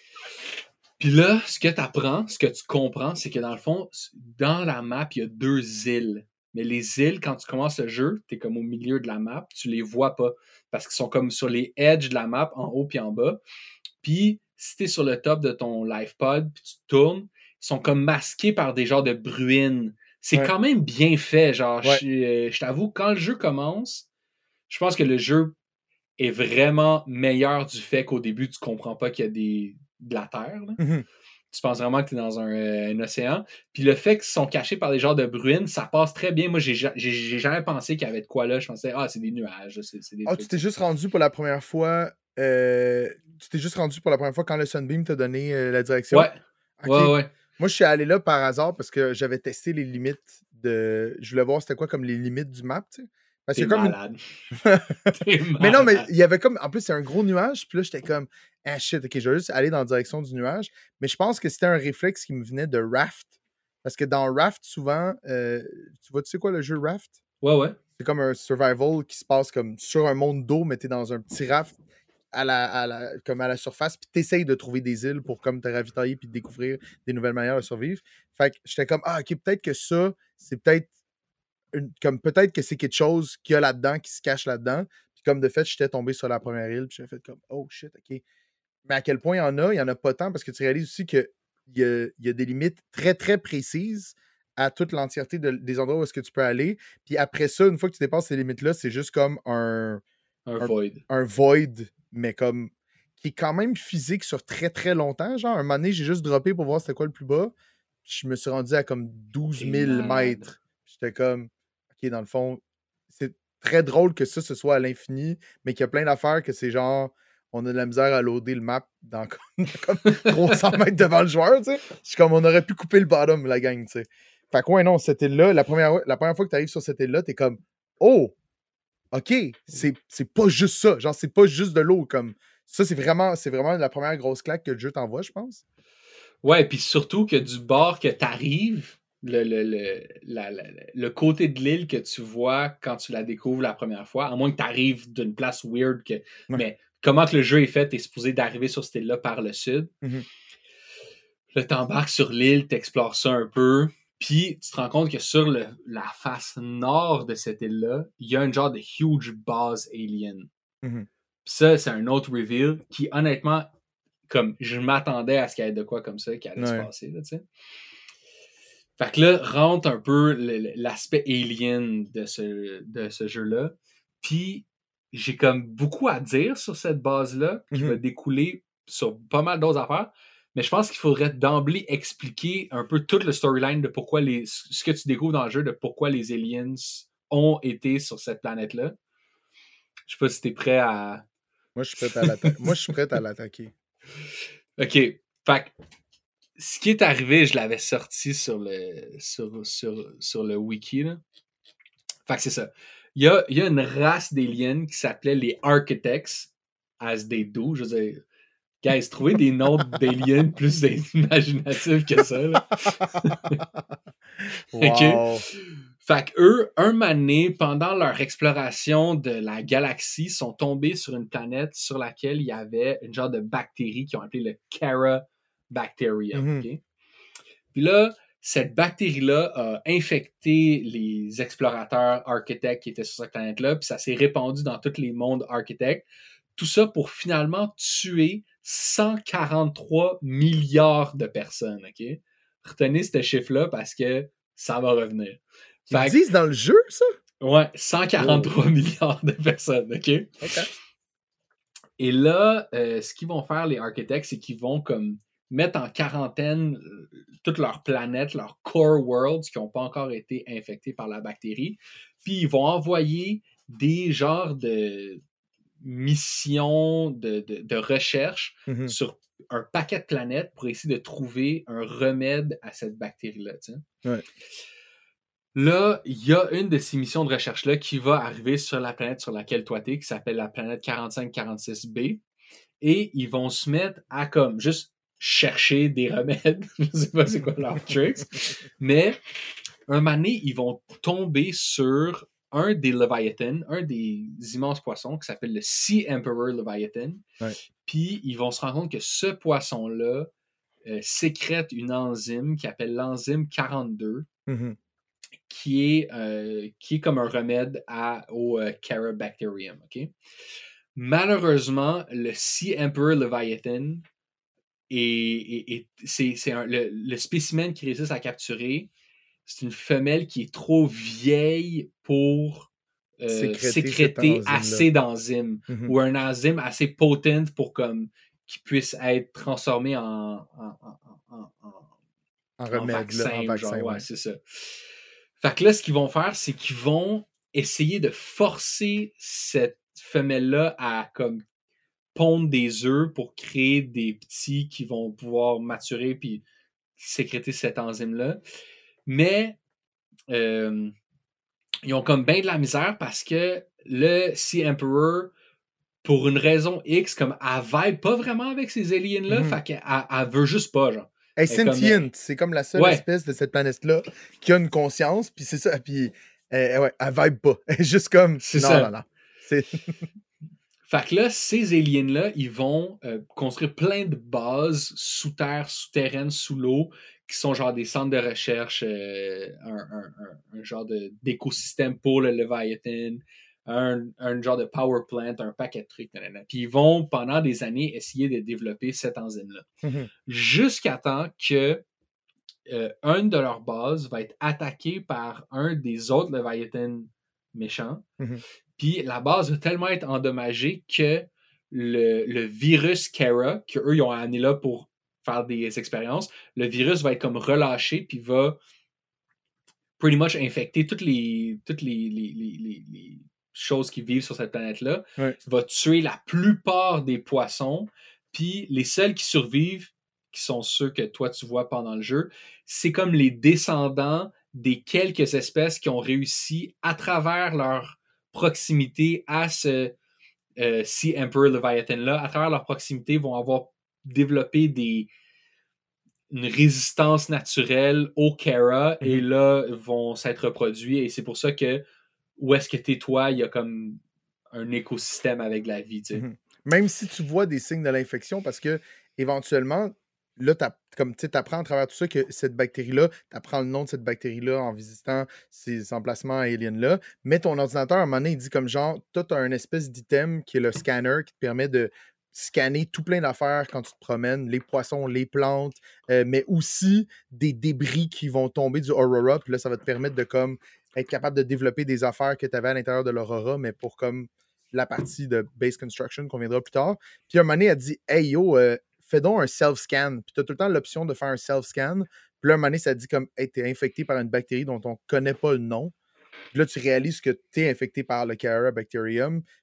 Puis là, ce que tu apprends, ce que tu comprends, c'est que dans le fond, dans la map, il y a deux îles. Mais les îles, quand tu commences le jeu, tu es comme au milieu de la map, tu les vois pas. Parce qu'ils sont comme sur les edges de la map, en haut puis en bas. Puis, si tu es sur le top de ton LivePod, puis tu tournes, ils sont comme masqués par des genres de bruines. C'est ouais. quand même bien fait. Genre, ouais. je, je t'avoue, quand le jeu commence, je pense que le jeu est vraiment meilleur du fait qu'au début, tu comprends pas qu'il y a des, de la terre. Là. Mm-hmm. Tu penses vraiment que tu es dans un, un océan. Puis le fait qu'ils sont cachés par des genres de bruines, ça passe très bien. Moi, j'ai, j'ai, j'ai jamais pensé qu'il y avait de quoi là. Je pensais, ah, c'est des nuages. C'est, c'est des ah, tu t'es juste rendu pour la première fois. Euh, tu t'es juste rendu pour la première fois quand le Sunbeam t'a donné euh, la direction? Ouais. Okay. Ouais, ouais. Moi, je suis allé là par hasard parce que j'avais testé les limites de. Je voulais voir c'était quoi comme les limites du map, tu sais. Parce T'es que comme malade. Une... T'es mais non, mais malade. il y avait comme. En plus, c'est un gros nuage. Puis là, j'étais comme. Ah shit, ok, je vais juste aller dans la direction du nuage. Mais je pense que c'était un réflexe qui me venait de Raft. Parce que dans Raft, souvent. Euh... Tu vois, tu sais quoi le jeu Raft? Ouais, ouais. C'est comme un survival qui se passe comme sur un monde d'eau, mais t'es dans un petit raft à la, à la, comme à la surface, puis t'essayes de trouver des îles pour comme te ravitailler puis découvrir des nouvelles manières de survivre. Fait que j'étais comme, ah, ok, peut-être que ça, c'est peut-être une, comme peut-être que c'est quelque chose qu'il y a là-dedans, qui se cache là-dedans. Puis comme de fait, j'étais tombé sur la première île, puis j'ai fait comme, oh shit, ok. Mais à quel point il y en a, il y en a pas tant, parce que tu réalises aussi qu'il y a, il y a des limites très, très précises à toute l'entièreté de, des endroits où est-ce que tu peux aller. Puis après ça, une fois que tu dépasses ces limites-là, c'est juste comme un... Un, un void. Un void, mais comme... qui est quand même physique sur très, très longtemps. Genre, un moment donné, j'ai juste droppé pour voir c'était quoi le plus bas. Je me suis rendu à comme douze mille mètres. J'étais comme... OK, dans le fond, c'est très drôle que ça, ce soit à l'infini, mais qu'il y a plein d'affaires que c'est genre... On a de la misère à loader le map dans comme, comme trois cents mètres devant le joueur, tu sais. C'est comme on aurait pu couper le bottom, la gang, tu sais. Fait que ouais, non, cette île-là, la première, la première fois que tu arrives sur cette île-là, t'es comme oh! OK, c'est, c'est pas juste ça. Genre, c'est pas juste de l'eau. Comme ça, c'est vraiment, c'est vraiment la première grosse claque que le jeu t'envoie, je pense. Ouais, puis surtout que du bord que t'arrives, le, le, le, la, la, le côté de l'île que tu vois quand tu la découvres la première fois, à moins que t'arrives d'une place weird que. Ouais. Mais comment que le jeu est fait, t'es supposé d'arriver sur cette île-là par le sud. Mm-hmm. Là, t'embarques sur l'île, t'explores ça un peu. Puis, tu te rends compte que sur le, la face nord de cette île-là, il y a un genre de huge base alien. Mm-hmm. Puis ça, c'est un autre reveal qui, honnêtement, comme je m'attendais à ce qu'il y ait de quoi comme ça qui allait ouais. se passer, là, tu sais. Fait que là, rentre un peu le, l'aspect alien de ce, de ce jeu-là. Puis, j'ai comme beaucoup à dire sur cette base-là qui mm-hmm. va découler sur pas mal d'autres affaires. Mais je pense qu'il faudrait d'emblée expliquer un peu toute le storyline de pourquoi les. Ce que tu découvres dans le jeu, de pourquoi les aliens ont été sur cette planète-là. Je sais pas si t'es prêt à... Moi, je suis prêt à l'attaquer. Moi, je suis prêt à l'attaquer. OK. Fait que, ce qui est arrivé, je l'avais sorti sur le, sur, sur, sur le wiki, là. Fait que c'est ça. Il y a, il y a une race d'aliens qui s'appelait les Architects, as they do. Je veux dire, guys, trouvez des noms d'aliens plus imaginatifs que ça, là. Wow. OK? Fait qu'eux, un mané, pendant leur exploration de la galaxie, sont tombés sur une planète sur laquelle il y avait une genre de bactérie qu'ils ont appelée le Carabacterium. Mhm. OK? Puis là, cette bactérie-là a infecté les explorateurs architectes qui étaient sur cette planète-là, puis ça s'est répandu dans tous les mondes architectes. Tout ça pour finalement tuer cent quarante-trois milliards de personnes, OK? Retenez ce chiffre-là parce que ça va revenir. Ils Fait que- disent dans le jeu, ça? Ouais, cent quarante-trois milliards de personnes, OK? OK. Et là, euh, ce qu'ils vont faire, les architectes, c'est qu'ils vont comme mettre en quarantaine euh, toute leur planète, leur core worlds qui n'ont pas encore été infectés par la bactérie. Puis ils vont envoyer des genres de missions de, de, de recherche Mhm. sur un paquet de planètes pour essayer de trouver un remède à cette bactérie-là. Tu sais. Ouais. Là, il y a une de ces missions de recherche-là qui va arriver sur la planète sur laquelle toi t'es, qui s'appelle la planète quarante-cinq quarante-six B. Et ils vont se mettre à comme juste chercher des remèdes. Je sais pas c'est quoi leur tricks. Mais un moment donné, ils vont tomber sur un des Leviathan, un des immenses poissons qui s'appelle le Sea Emperor Leviathan. Ouais. Puis ils vont se rendre compte que ce poisson-là euh, sécrète une enzyme qui s'appelle l'enzyme quarante-deux. Mhm. Qui est, euh, qui est comme un remède à, au euh, Carabacterium. Okay? Malheureusement, le Sea Emperor Leviathan, est, est, est, c'est, c'est un, le, le spécimen qui réussit à capturer, c'est une femelle qui est trop vieille pour euh, Sécréter sécréter cette assez enzyme-là. d'enzymes Mhm. ou un enzyme assez potent pour comme qu'il puisse être transformé en, en, en, en, en, En en remède, vaccin. là, en ou vaccin, genre, ouais, ouais. c'est ça. Fait que là, ce qu'ils vont faire, c'est qu'ils vont essayer de forcer cette femelle-là à comme pondre des œufs pour créer des petits qui vont pouvoir maturer puis sécréter cette enzyme-là. Mais euh, ils ont comme bien de la misère parce que le Sea Emperor, pour une raison X, comme elle vibe pas vraiment avec ces aliens-là, Mhm. fait qu'elle elle, elle veut juste pas, genre. Elle est Elle est comme- sentient. C'est comme la seule Ouais. espèce de cette planète-là qui a une conscience, puis c'est ça. Puis, euh, ouais, elle vibe pas. Elle est juste comme. C'est non, ça. non, non. C'est. Fait que là, ces aliens-là, ils vont euh, construire plein de bases sous terre, souterraines, sous l'eau, qui sont genre des centres de recherche, euh, un, un, un, un genre de, d'écosystème pour le Leviathan, un, un genre de power plant, un paquet de trucs. Nanana. Puis ils vont, pendant des années, essayer de développer cette enzyme-là. Mhm. Jusqu'à temps que euh, une de leurs bases va être attaquée par un des autres Leviathan méchants. Mhm. Puis la base va tellement être endommagée que le, le virus Kara, qu'eux ils ont amené là pour faire des expériences, le virus va être comme relâché puis va pretty much infecter toutes les, toutes les, les, les, les, les choses qui vivent sur cette planète-là, Ouais. va tuer la plupart des poissons, puis les seuls qui survivent, qui sont ceux que toi tu vois pendant le jeu, c'est comme les descendants des quelques espèces qui ont réussi à travers leur proximité à ce euh, Sea Emperor Leviathan-là, à travers leur proximité, vont avoir développé des, une résistance naturelle au Kara Mhm. et là, vont s'être reproduits. Et c'est pour ça que où est-ce que t'es toi, il y a comme un écosystème avec la vie, tu sais. Mhm. Même si tu vois des signes de l'infection, parce que éventuellement, là, t'app- comme tu apprends à travers tout ça que cette bactérie-là, tu apprends le nom de cette bactérie-là en visitant ces emplacements aliens-là, mais ton ordinateur, à un moment donné, il dit comme genre, toi, tu as une espèce d'item qui est le scanner qui te permet de scanner tout plein d'affaires quand tu te promènes, les poissons, les plantes, euh, mais aussi des débris qui vont tomber du Aurora, puis là, ça va te permettre de comme être capable de développer des affaires que tu avais à l'intérieur de l'Aurora, mais pour comme la partie de base construction qu'on viendra plus tard. Puis un moment donné, elle dit hey yo, euh, fais donc un self-scan. Puis tu as tout le temps l'option de faire un self-scan. Puis là, un moment donné, ça dit comme hey, t'es infecté par une bactérie dont on ne connaît pas le nom. Puis là, tu réalises que tu es infecté par le Carabacterium.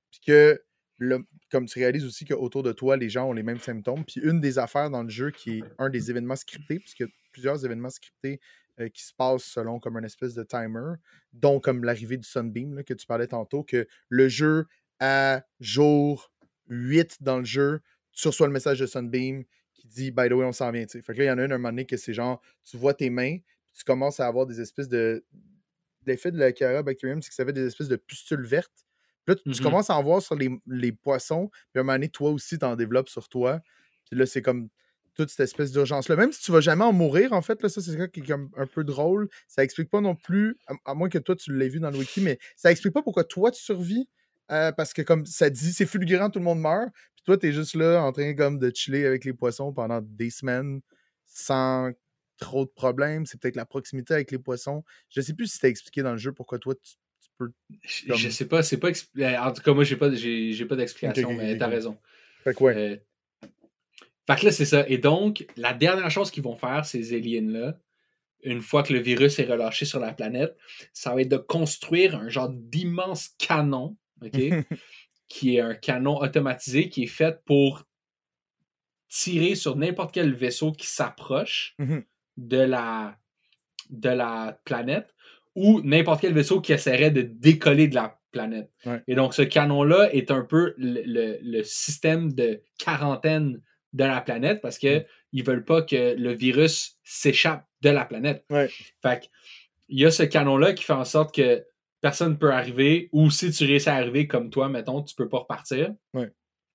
puis que, le, comme tu réalises aussi qu'autour de toi, les gens ont les mêmes symptômes. Puis une des affaires dans le jeu qui est un des événements scriptés, puisqu'il y a plusieurs événements scriptés euh, qui se passent selon comme une espèce de timer, dont comme l'arrivée du Sunbeam là, que tu parlais tantôt, que le jeu, à jour huit dans le jeu, tu reçois le message de Sunbeam qui dit « By the way, on s'en vient ». Fait que là, il y en a une, un moment donné que c'est genre, tu vois tes mains, tu commences à avoir des espèces de... L'effet de la Carabacterium, c'est que ça fait des espèces de pustules vertes. Puis là, tu, mm-hmm. tu commences à en voir sur les, les poissons, puis à un moment donné, toi aussi, tu en développes sur toi. Puis là, c'est comme toute cette espèce d'urgence-là. Même si tu vas jamais en mourir, en fait, là, ça, c'est ça qui est comme un peu drôle. Ça explique pas non plus, à, à moins que toi, tu l'aies vu dans le wiki, mais ça explique pas pourquoi toi, tu survis. Euh, parce que comme ça dit, c'est fulgurant, tout le monde meurt. Puis toi, t'es juste là en train comme de chiller avec les poissons pendant des semaines sans trop de problèmes. C'est peut-être la proximité avec les poissons. Je sais plus si c'était expliqué dans le jeu pourquoi toi, tu, tu peux... Comme... Je sais pas, c'est pas... Expli... En tout cas, moi, j'ai pas, j'ai, j'ai pas d'explication, okay, okay, mais okay. T'as raison. Fait que ouais. Euh... Fait que là, c'est ça. Et donc, la dernière chose qu'ils vont faire, ces aliens-là, une fois que le virus est relâché sur la planète, ça va être de construire un genre d'immense canon, OK? qui est un canon automatisé qui est fait pour tirer sur n'importe quel vaisseau qui s'approche mm-hmm. de, la, de la planète ou n'importe quel vaisseau qui essaierait de décoller de la planète. Ouais. Et donc, ce canon-là est un peu le, le, le système de quarantaine de la planète parce qu'ils ne mm. veulent pas que le virus s'échappe de la planète. Ouais. Fait qu'il y a ce canon-là qui fait en sorte que personne ne peut arriver, ou si tu réussis à arriver comme toi, mettons, tu ne peux pas repartir. Ouais.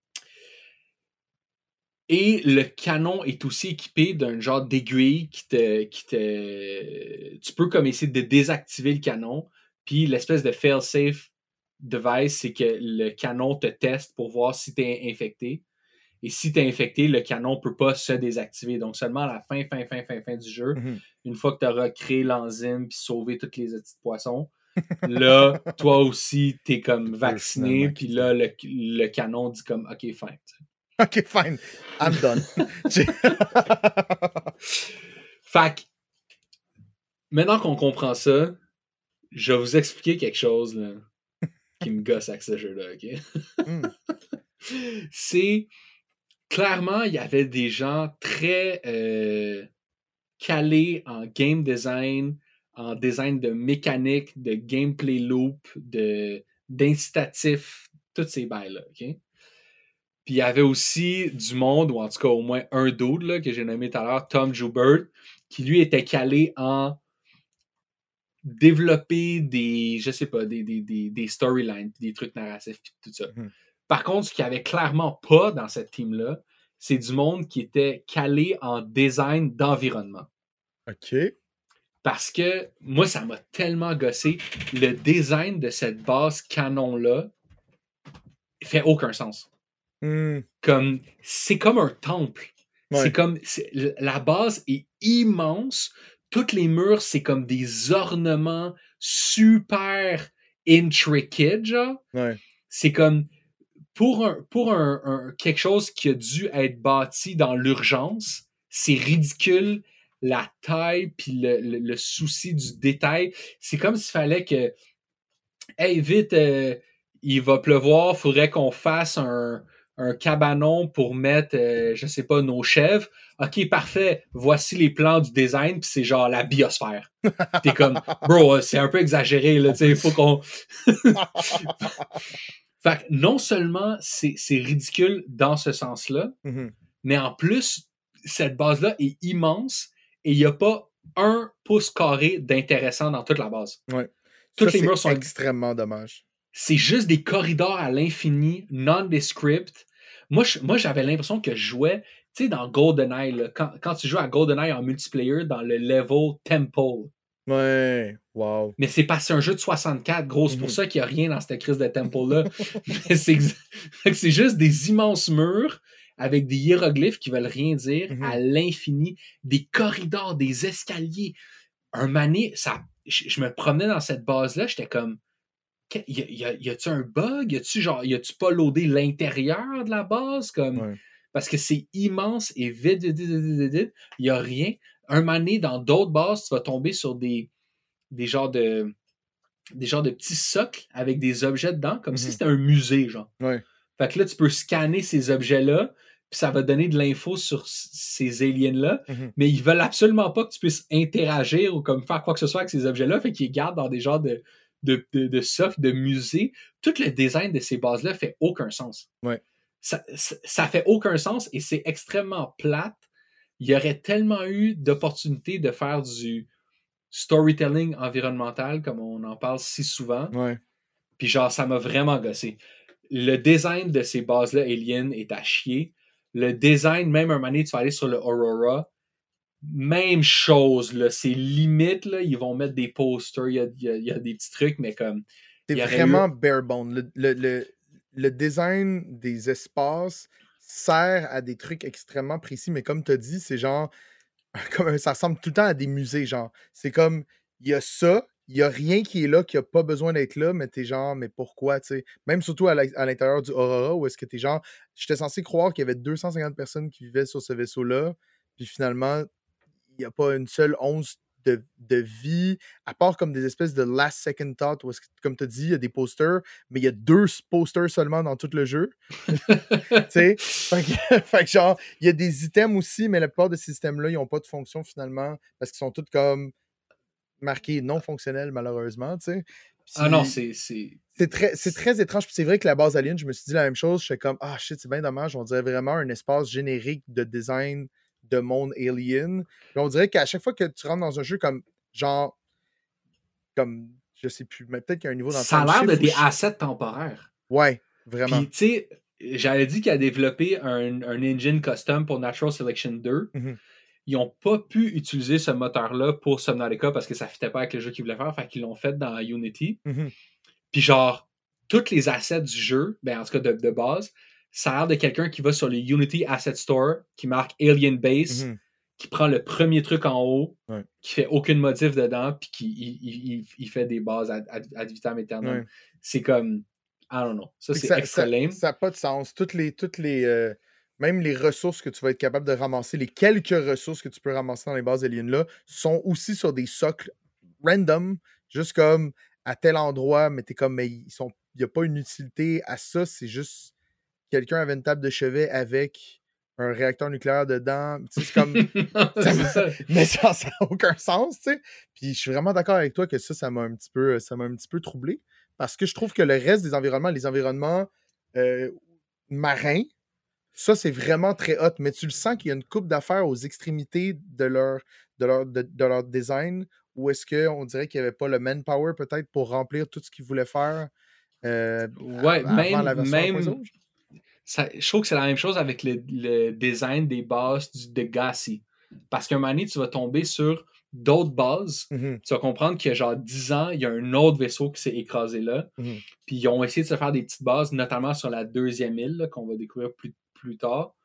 Et le canon est aussi équipé d'un genre d'aiguille qui te, qui te... Tu peux comme essayer de désactiver le canon, puis l'espèce de fail-safe device, c'est que le canon te teste pour voir si tu es infecté. Et si tu es infecté, le canon ne peut pas se désactiver. Donc seulement à la fin, fin, fin, fin, fin du jeu, mm-hmm. une fois que tu auras créé l'enzyme puis sauvé tous les petits poissons, là, toi aussi, t'es comme vacciné, puis là, le, le canon dit comme, OK, fine. OK, fine. I'm done. Fait que, maintenant qu'on comprend ça, je vais vous expliquer quelque chose là, qui me gosse avec ce jeu-là, OK? mm. C'est, clairement, il y avait des gens très euh, calés en game design, en design de mécanique, de gameplay loop, de, d'incitatif, toutes ces bails-là, OK? Puis il y avait aussi du monde, ou en tout cas au moins un dude là, que j'ai nommé tout à l'heure, Tom Joubert, qui lui était calé en développer des, je sais pas, des, des, des, des storylines, des trucs narratifs, puis tout ça. Mm-hmm. Par contre, ce qu'il n'y avait clairement pas dans cette team-là, c'est du monde qui était calé en design d'environnement. OK. Parce que moi, ça m'a tellement gossé. Le design de cette base canon-là fait aucun sens. Mm. Comme, c'est comme un temple. Ouais. C'est comme, c'est, la base est immense. Toutes les murs, c'est comme des ornements super intricate, genre. Ouais. C'est comme, pour, un, pour un, un, quelque chose qui a dû être bâti dans l'urgence, c'est ridicule. La taille puis le, le, le souci du détail. C'est comme s'il fallait que, hey, vite, euh, il va pleuvoir, faudrait qu'on fasse un, un cabanon pour mettre, euh, je sais pas, nos chèvres. OK, parfait, voici les plans du design, puis c'est genre la biosphère. T'es comme, bro, c'est un peu exagéré, là, tu sais, il faut qu'on... Fait que non seulement c'est, c'est ridicule dans ce sens-là, mm-hmm. mais en plus, cette base-là est immense, et il n'y a pas un pouce carré d'intéressant dans toute la base. Ouais. Toutes ça, les murs sont extrêmement dommage. C'est juste des corridors à l'infini, nondescript. Moi, je, moi j'avais l'impression que je jouais, tu sais, dans GoldenEye, là, quand, quand tu joues à GoldenEye en multiplayer, dans le level Temple. Ouais, wow. Mais c'est pas c'est un jeu de soixante-quatre, gros. C'est mm-hmm. pour ça qu'il n'y a rien dans cette crise de Temple-là. Mais c'est, c'est juste des immenses murs avec des hiéroglyphes qui veulent rien dire, mm-hmm. à l'infini, des corridors, des escaliers. Un mané, ça, je, je me promenais dans cette base-là, j'étais comme, y, a, y, a, y a-tu un bug? Y a-tu genre, y a-tu pas loadé l'intérieur de la base? Comme, ouais. Parce que c'est immense et vide, vide, vide, vide, vide. Il y a rien. Un mané, dans d'autres bases, tu vas tomber sur des, des genres de, des genres de petits socles avec des objets dedans, comme Mhm. si c'était un musée, genre. Ouais. Fait que là, tu peux scanner ces objets-là, puis ça va donner de l'info sur c- ces aliens-là, Mhm. mais ils veulent absolument pas que tu puisses interagir ou comme faire quoi que ce soit avec ces objets-là, fait qu'ils les gardent dans des genres de, de, de, de socles, de musées. Tout le design de ces bases-là fait aucun sens. Ouais. Ça, ça, ça fait aucun sens et c'est extrêmement plate. Il y aurait tellement eu d'opportunités de faire du storytelling environnemental, comme on en parle si souvent. Ouais. Puis genre, ça m'a vraiment gossé. Le design de ces bases-là, Alien, est à chier. Le design, même un moment donné, tu vas aller sur le Aurora, même chose, là. C'est limite, là. Ils vont mettre des posters, il y a, il y a, il y a des petits trucs, mais comme... C'est il y aurait vraiment eu- bare bone. Le, le, le, le design des espaces sert à des trucs extrêmement précis, mais comme tu as dit, c'est genre... Comme, un- ça ressemble tout le temps à des musées, genre. C'est comme, il y a ça, il y a rien qui est là, qui a pas besoin d'être là, mais t'es genre, mais pourquoi, tu sais? Même surtout à la- à l'intérieur du Aurora, où est-ce que t'es genre, j'étais censé croire qu'il y avait deux cent cinquante personnes qui vivaient sur ce vaisseau-là, puis finalement, il n'y a pas une seule once de, de vie, à part comme des espèces de last second thought, où est-ce que, comme tu as dit, il y a des posters, mais il y a deux posters seulement dans tout le jeu. Tu sais? Fait que, fait que genre, il y a des items aussi, mais la plupart de ces items-là, ils n'ont pas de fonction finalement, parce qu'ils sont tous comme marqués non fonctionnels, malheureusement, tu sais. Ah non, Puis c'est... c'est... c'est très, c'est très étrange. Puis c'est vrai que la base Alien, je me suis dit la même chose. Je fais comme, ah shit, c'est bien dommage. On dirait vraiment un espace générique de design de monde Alien. Puis on dirait qu'à chaque fois que tu rentres dans un jeu comme, genre, comme, je sais plus, mais peut-être qu'il y a un niveau dans Ça a Time l'air de Shift où des je- assets temporaires. Ouais, vraiment. Puis, tu sais, j'avais dit qu'il a développé un, un engine custom pour Natural Selection deux. Mhm. Ils n'ont pas pu utiliser ce moteur-là pour Subnautica parce que ça ne fitait pas avec le jeu qu'ils voulaient faire. Fait qu'ils l'ont fait dans Unity. Mhm. Puis genre, tous les assets du jeu, ben en tout cas de, de base, ça a l'air de quelqu'un qui va sur le Unity Asset Store, qui marque Alien Base, Mhm. qui prend le premier truc en haut, Ouais. qui fait aucune modif dedans, puis qui il, il, il, il fait des bases ad, ad, ad vitam aeternam. Ouais. C'est comme, I don't know. Ça, Fait que c'est ça, extra ça, lame. ça a pas de sens. Toutes les, toutes les, euh, même les ressources que tu vas être capable de ramasser, les quelques ressources que tu peux ramasser dans les bases aliens-là, sont aussi sur des socles random, juste comme à tel endroit, mais t'es comme, mais ils sont, il n'y a pas une utilité à ça, c'est juste quelqu'un avait une table de chevet avec un réacteur nucléaire dedans. Tu sais, c'est comme. Ça c'est m'a- ça. Mais ça n'a aucun sens, tu sais. Puis je suis vraiment d'accord avec toi que ça, ça m'a un petit peu, ça m'a un petit peu troublé. Parce que je trouve que le reste des environnements, les environnements euh, marins, ça, c'est vraiment très hot. Mais tu le sens qu'il y a une coupe d'affaires aux extrémités de leur, de leur, de, de leur design, ou est-ce qu'on dirait qu'il n'y avait pas le manpower peut-être pour remplir tout ce qu'ils voulaient faire euh, Ouais, à- avant même, la version un point même zéro? ça, je trouve que c'est la même chose avec le, le design des bases du, de Gassi. Parce qu'un moment donné, tu vas tomber sur d'autres bases. Mhm, Tu vas comprendre qu'il y a genre dix ans, il y a un autre vaisseau qui s'est écrasé là. mhm, Puis ils ont essayé de se faire des petites bases, notamment sur la deuxième île, là, qu'on va découvrir plus, plus tard.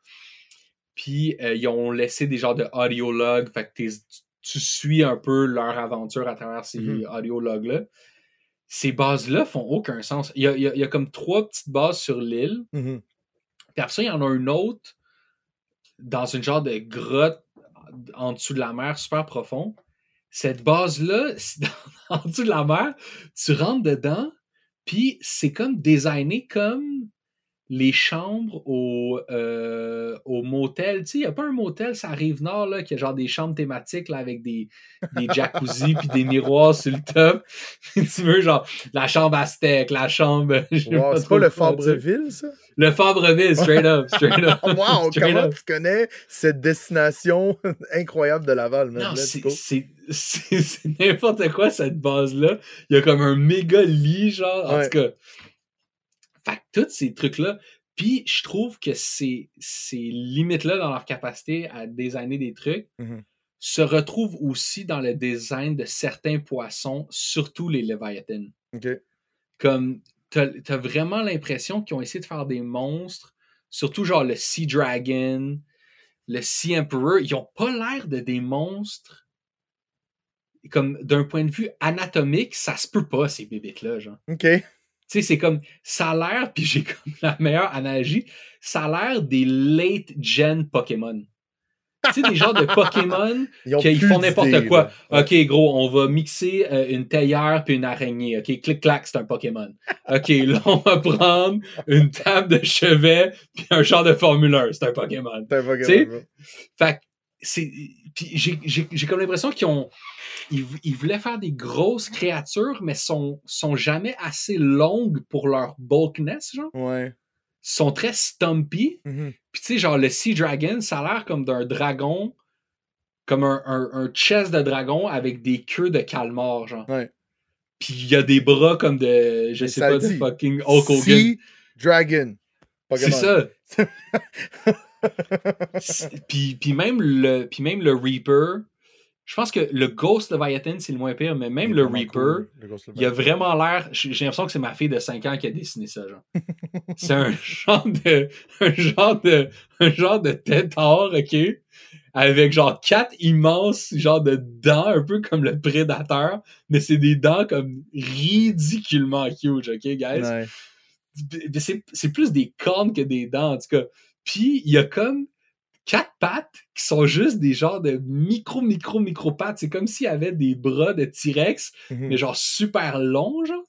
Puis euh, ils ont laissé des genres de audio logs. Fait que t'es- tu, tu suis un peu leur aventure à travers ces Mhm. audio logs-là. Ces bases-là font aucun sens. Il y a, il y a- il y a comme trois petites bases sur l'île. mhm. Puis après ça, il y en a une autre dans une genre de grotte en dessous de la mer, super profond. Cette base-là, c'est dans- en dessous de la mer, tu rentres dedans, puis c'est comme designé comme les chambres au, euh, au motel. Tu sais, il n'y a pas un motel, ça arrive nord, là, qui a genre des chambres thématiques là, avec des, des jacuzzis puis des miroirs sur le top. tu veux, genre, la chambre aztèque, la chambre. je sais Wow, pas c'est trop pas le quoi, tu sais. Fabreville, ça? Le Fabreville, straight up, straight up. Wow, straight comment up. tu connais cette destination incroyable de Laval, man? Non, Let's c'est, go. c'est, c'est, c'est n'importe quoi, cette base-là. Il y a comme un méga lit, genre, en Ouais. tout cas. Fait que tous ces trucs-là, puis je trouve que ces, ces limites-là dans leur capacité à designer des trucs Mhm. se retrouvent aussi dans le design de certains poissons, surtout les Leviathan. OK. Comme, t'as, t'as vraiment l'impression qu'ils ont essayé de faire des monstres, surtout genre le Sea Dragon, le Sea Emperor, ils ont pas l'air de des monstres. Comme d'un point de vue anatomique, ça se peut pas, ces bébites-là, genre. OK. Tu sais, c'est comme, ça a l'air, puis j'ai comme la meilleure analogie, ça a l'air des late-gen Pokémon. Tu sais, des genres de Pokémon Ils, ont qu'ils plus font n'importe d'idées, quoi. là. OK, gros, on va mixer euh, une théière puis une araignée. OK, clic-clac, c'est un Pokémon. OK, là, on va prendre une table de chevet puis un genre de Formule un. C'est un Pokémon. C'est un Pokémon. Tu sais? Bro. Fait que c'est... Puis j'ai, j'ai, j'ai comme l'impression qu'ils ont... Ils, ils voulaient faire des grosses créatures, mais sont, sont jamais assez longues pour leur bulkness, genre. Ouais. Sont très stumpy. Mhm. Puis tu sais, genre le Sea Dragon, ça a l'air comme d'un dragon, comme un, un, un chest de dragon avec des queues de calmar, genre. Ouais. Puis il y a des bras comme de, je Mais sais ça pas, le de dit. fucking Hulk Hogan. Sea Dragon. C'est Pokémon. ça. C'est- puis, puis, même le, puis même le Reaper, je pense que le Ghost Leviathan, c'est le moins pire, mais même Il est le vraiment Reaper, cool, le Ghost il a Leviathan. vraiment l'air. J'ai j'ai l'impression que c'est ma fille de cinq ans qui a dessiné ça, genre. C'est un genre de. Un genre de. Un genre de tétard, ok? Avec genre quatre immenses genre de dents, un peu comme le prédateur, mais c'est des dents comme ridiculement huge, ok, guys? Ouais. C'est, c'est plus des cornes que des dents, en tout cas. Puis, il y a comme quatre pattes qui sont juste des genres de micro, micro, micro pattes. C'est comme s'il y avait des bras de T-Rex, Mhm. mais genre super longs, genre.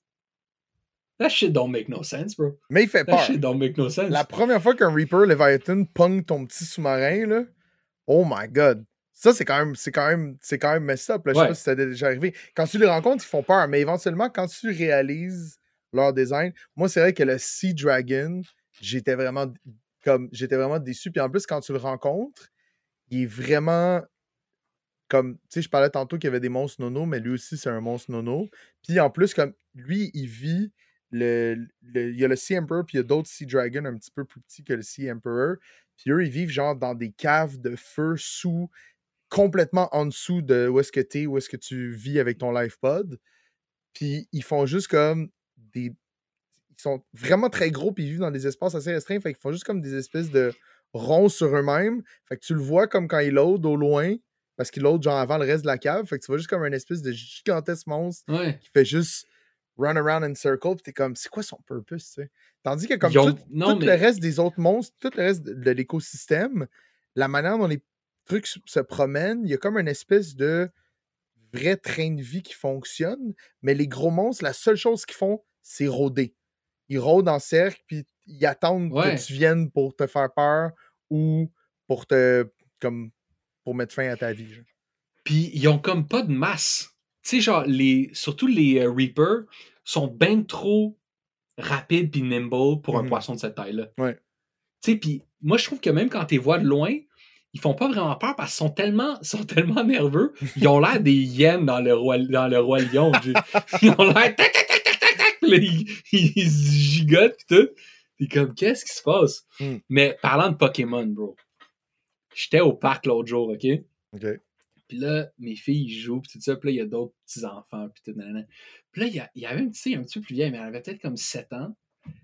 That shit don't make no sense, bro. Mais il fait That peur. shit don't make no sense. La première fois qu'un Reaper Leviathan pogne ton petit sous-marin, là, oh my god. Ça, c'est quand même, c'est quand même, c'est quand même messed up. Là. Je sais Ouais. pas si ça t'est déjà arrivé. Quand tu les rencontres, ils font peur. Mais éventuellement, quand tu réalises leur design, moi, c'est vrai que le Sea Dragon, j'étais vraiment comme, j'étais vraiment déçu. Puis en plus, quand tu le rencontres, il est vraiment comme, tu sais, je parlais tantôt qu'il y avait des monstres nono, mais lui aussi, c'est un monstre nono. Puis en plus, comme, lui, il vit, le, le- il y a le Sea Emperor, puis il y a d'autres Sea Dragons un petit peu plus petits que le Sea Emperor. Puis eux, ils vivent genre dans des caves de feu sous, complètement en dessous de où est-ce que t'es, où est-ce que tu vis avec ton life pod. Puis ils font juste comme des... Ils sont vraiment très gros, puis ils vivent dans des espaces assez restreints. Fait qu'ils font juste comme des espèces de ronds sur eux-mêmes. Fait que tu le vois comme quand ils load au loin, parce qu'ils load genre avant le reste de la cave. Fait que tu vois juste comme un espèce de gigantesque monstre Ouais. qui fait juste run around in circle. Puis t'es comme, c'est quoi son purpose, tu sais? Tandis que comme Ils ont- tout, non, tout mais- le reste des autres monstres, tout le reste de, de l'écosystème, la manière dont les trucs se- se promènent, il y a comme une espèce de vrai train de vie qui fonctionne. Mais les gros monstres, la seule chose qu'ils font, c'est rôder. Ils rôdent en cercle, puis ils attendent Ouais. que tu viennes pour te faire peur ou pour te comme pour mettre fin à ta vie. genre. Puis ils ont comme pas de masse. Tu sais, genre, les, surtout les euh, Reapers sont bien trop rapides puis nimble pour un Mhm. poisson de cette taille-là. Ouais. Tu sais, puis moi, je trouve que même quand tu les vois de loin, ils font pas vraiment peur parce qu'ils sont tellement, sont tellement nerveux. Ils ont l'air des hyènes dans le roi, dans le roi lion. Ils ont l'air tac, tac, tac, tac, tac, tac. Puis là, ils, ils, ils se gigotent pis tout. T'es comme, qu'est-ce qui se passe? Mm. Mais parlant de Pokémon, bro, j'étais au parc l'autre jour, OK? OK. Puis là, mes filles ils jouent, puis tout ça. Puis là, il y a d'autres petits-enfants, puis tout. Nanana. Puis là, il y, a, il y avait une petite, un petit peu plus vieille, mais elle avait peut-être comme sept ans.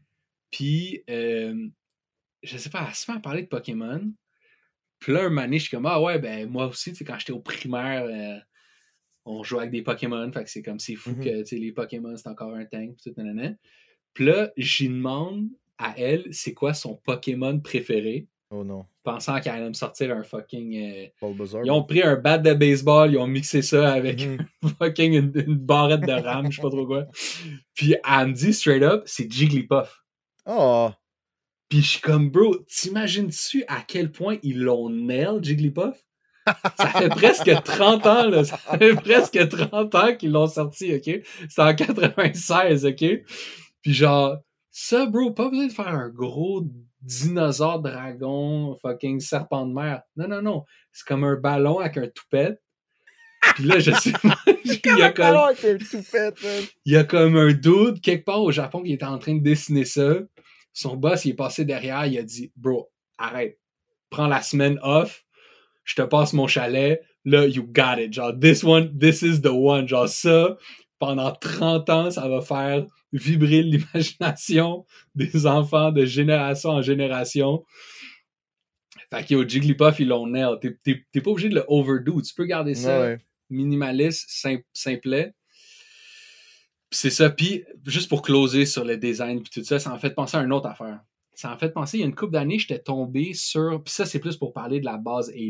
Puis, euh, je sais pas, elle a souvent parlé de Pokémon. Puis là, un moment donné, je suis comme, ah ouais, ben moi aussi, tu sais, quand j'étais au primaire, euh, on jouait avec des Pokémon. Fait que c'est comme, c'est fou Mhm. que, tu sais, les Pokémon, c'est encore un tank, puis tout. Nanana. Puis là, j'y demande à elle, c'est quoi son Pokémon préféré, Oh non. pensant qu'elle allait me sortir un fucking... euh, Bulbasaur. Ils ont pris un bat de baseball, ils ont mixé ça avec Mhm. fucking une, une barrette de rame, je sais pas trop quoi. Puis elle me dit straight up, c'est Jigglypuff. Oh. Puis je suis comme, bro, t'imagines-tu à quel point ils l'ont nail, Jigglypuff? Ça fait presque trente ans, là. Ça fait presque trente ans qu'ils l'ont sorti, OK? C'est en quatre-vingt-seize, OK? Puis genre, ça, bro, pas besoin de faire un gros dinosaure dragon, fucking serpent de mer. Non, non, non. C'est comme un ballon avec un toupette. Puis là, je sais pas. il, y a comme, avec un toupette, man. il y a comme un dude quelque part au Japon qui était en train de dessiner ça. Son boss, il est passé derrière, il a dit, bro, arrête. Prends la semaine off. Je te passe mon chalet. Là, you got it. Genre, this one, this is the one. Genre, ça, pendant trente ans, ça va faire vibrer l'imagination des enfants de génération en génération. Fait que yo, Jigglypuff, ils l'ont nail. T'es, t'es, t'es pas obligé de le overdo. Tu peux garder ça Ouais. minimaliste, simple, simplet. Puis c'est ça. Puis, juste pour closer sur le design puis tout ça, ça m'a fait penser à une autre affaire. Ça m'a fait penser, il y a une couple d'années, j'étais tombé sur... Puis ça, c'est plus pour parler de la base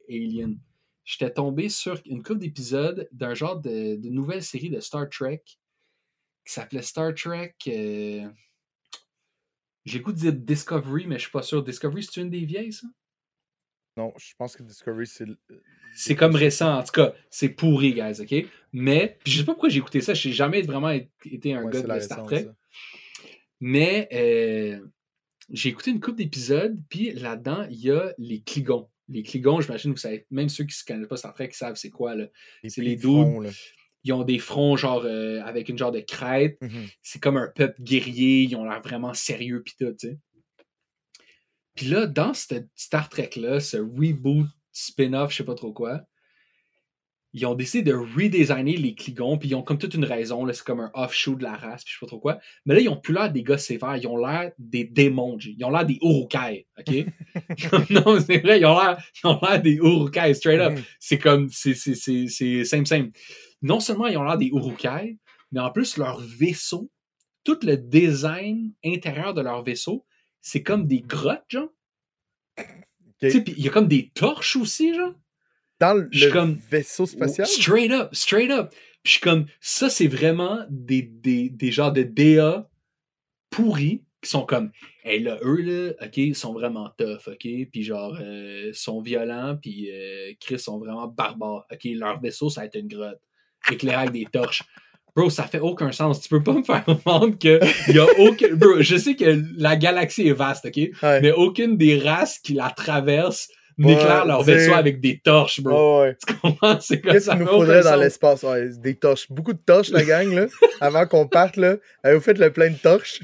Alien. J'étais tombé sur une couple d'épisodes d'un genre de, de nouvelle série de Star Trek qui s'appelait Star Trek. Euh... J'ai le goût de dire Discovery, mais je suis pas sûr. Discovery, c'est une des vieilles, ça? Non, je pense que Discovery, c'est. C'est comme récent, en tout cas. C'est pourri, guys, OK? Mais, puis je sais pas pourquoi j'ai écouté ça. J'ai jamais vraiment été un Ouais, gars c'est la de Star récente, Trek. ça. Mais euh, j'ai écouté une couple d'épisodes, puis là-dedans, il y a les Klingons. Les Klingons, j'imagine, vous savez, même ceux qui ne connaissent pas Star Trek, ils savent c'est quoi, là. Les C'est plis les de dudes. front, là. Ils ont des fronts, genre, euh, avec une genre de crête. Mhm. C'est comme un peuple guerrier. Ils ont l'air vraiment sérieux, pis tout, tu sais. Puis là, dans cette Star Trek-là, ce reboot spin-off, je sais pas trop quoi, ils ont décidé de redesigner les Klingons, puis ils ont comme toute une raison, là, c'est comme un offshoot de la race, puis je sais pas trop quoi. Mais là, ils ont plus l'air des gars sévères, ils ont l'air des démons, G. Ils ont l'air des Urukai, OK? Non, c'est vrai, ils ont l'air, ils ont l'air des Urukai, straight up. Mhm. C'est comme, c'est, c'est, c'est, c'est simple, simple. Non seulement ils ont l'air des Urukai, mais en plus, leur vaisseau, tout le design intérieur de leur vaisseau, c'est comme des grottes, genre. Tu sais, Ok. puis il y a comme des torches aussi, genre. Dans Je suis le comme, vaisseau spatial? Straight up, straight up. Puis je suis comme, ça, c'est vraiment des, des, des genres de D A pourris qui sont comme, hey là, eux, là, OK, ils sont vraiment tough, OK? Puis genre, euh, sont violents, puis euh, Chris sont vraiment barbares. OK, leur vaisseau, ça va être une grotte. Éclairé avec des torches. Bro, ça fait aucun sens. Tu peux pas me faire comprendre que y a aucun. Bro, je sais que la galaxie est vaste, OK? Ouais. Mais aucune des races qui la traversent n'éclaire Ouais, leur dire- vaisseau avec des torches, bro. Ah ouais. Tu comprends? C'est comme Qu'est-ce ça. qu'il nous fait aucun faudrait dans sens. l'espace? Ouais, des torches. Beaucoup de torches, la gang, là. Avant qu'on parte, là. Avez-vous fait le plein de torches?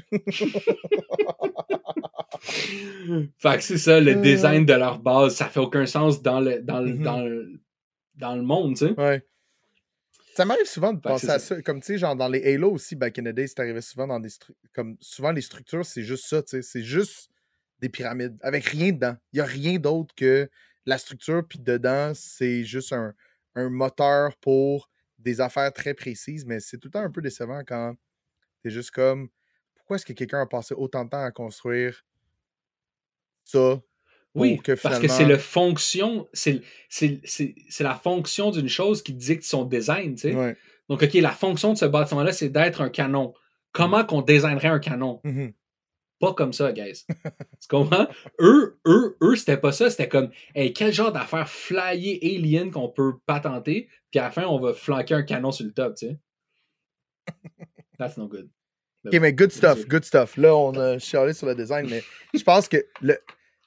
Fait que c'est ça, le Euh. design de leur base, ça fait aucun sens dans le, dans le, Mhm. dans le, dans le monde, tu sais. Ouais. Ça m'arrive souvent de Fait que penser c'est à ça. ça. Comme, tu sais, genre, dans les Halo aussi, back in the day, ça arrivait souvent dans des... stru- Comme, souvent, les structures, c'est juste ça, tu sais. C'est juste des pyramides, avec rien dedans. Il n'y a rien d'autre que la structure, puis dedans, c'est juste un, un moteur pour des affaires très précises, mais c'est tout le temps un peu décevant quand t'es juste comme... Pourquoi est-ce que quelqu'un a passé autant de temps à construire ça Oui, pour que parce que c'est finalement... le fonction, c'est, c'est, c'est, c'est la fonction d'une chose qui dicte son design, tu sais. Ouais. Donc, OK, la fonction de ce bâtiment-là, c'est d'être un canon. Comment qu'on designerait un canon? Mhm. Pas comme ça, guys. Tu comprends? Eux, eux, eux, c'était pas ça. C'était comme, hey, quel genre d'affaire flyée alien qu'on peut patenter, puis à la fin, on va flanquer un canon sur le top, tu sais. That's no good. Ok, mais good stuff, good stuff. Là, on a chialé sur le design, mais je pense que le,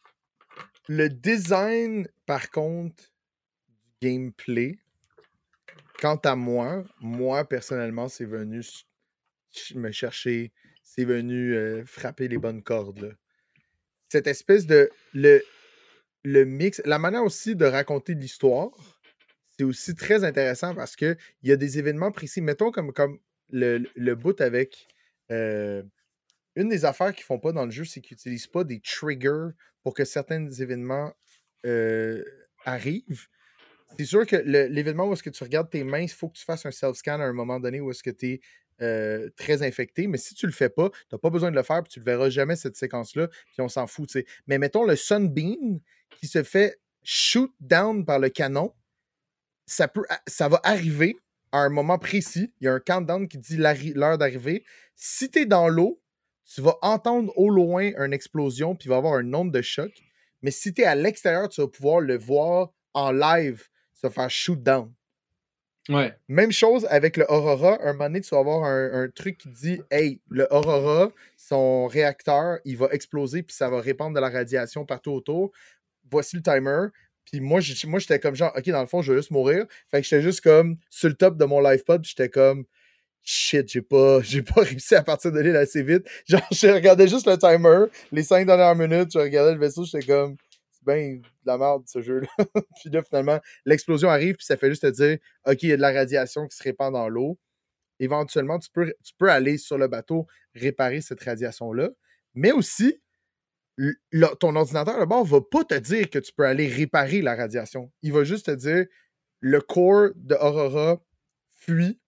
le design, par contre, du gameplay, quant à moi, moi, personnellement, c'est venu ch- me chercher, c'est venu euh, frapper les bonnes cordes, là. Cette espèce de... Le, le mix, la manière aussi de raconter l'histoire, c'est aussi très intéressant parce qu'il y a des événements précis. Mettons comme, comme le, le bout avec... euh, une des affaires qu'ils font pas dans le jeu, c'est qu'ils n'utilisent pas des triggers pour que certains événements euh, arrivent. C'est sûr que le- l'événement où est-ce que tu regardes tes mains, il faut que tu fasses un self-scan à un moment donné où est-ce que tu es euh, très infecté. Mais si tu le fais pas, tu n'as pas besoin de le faire, puis tu ne verras jamais cette séquence-là, puis on s'en fout. T'sais. Mais mettons le Sunbeam qui se fait shoot down par le canon, ça, peut, ça va arriver à un moment précis. Il y a un countdown qui dit l'arri- l'heure d'arrivée. Si tu es dans l'eau, tu vas entendre au loin une explosion, puis il va y avoir un nombre de choc. Mais si tu es à l'extérieur, tu vas pouvoir le voir en live se faire shoot down. Ouais. Même chose avec le Aurora. Un moment donné, tu vas avoir un, un truc qui dit hey, le Aurora, son réacteur, il va exploser, puis ça va répandre de la radiation partout autour. Voici le timer. Puis moi, j'ai- moi, j'étais comme genre, OK, dans le fond, je vais juste mourir. Fait que j'étais juste comme sur le top de mon live pod, puis j'étais comme shit, j'ai pas, j'ai pas réussi à partir de l'île assez vite. Genre, je regardais juste le timer, les cinq dernières minutes, je regardais le vaisseau, j'étais comme c'est bien de la merde ce jeu-là. Puis là, finalement, l'explosion arrive, puis ça fait juste te dire OK, il y a de la radiation qui se répand dans l'eau. Éventuellement, tu peux, tu peux aller sur le bateau réparer cette radiation-là. Mais aussi, l- le- ton ordinateur là-bas va pas te dire que tu peux aller réparer la radiation. Il va juste te dire le core de Aurora fuit,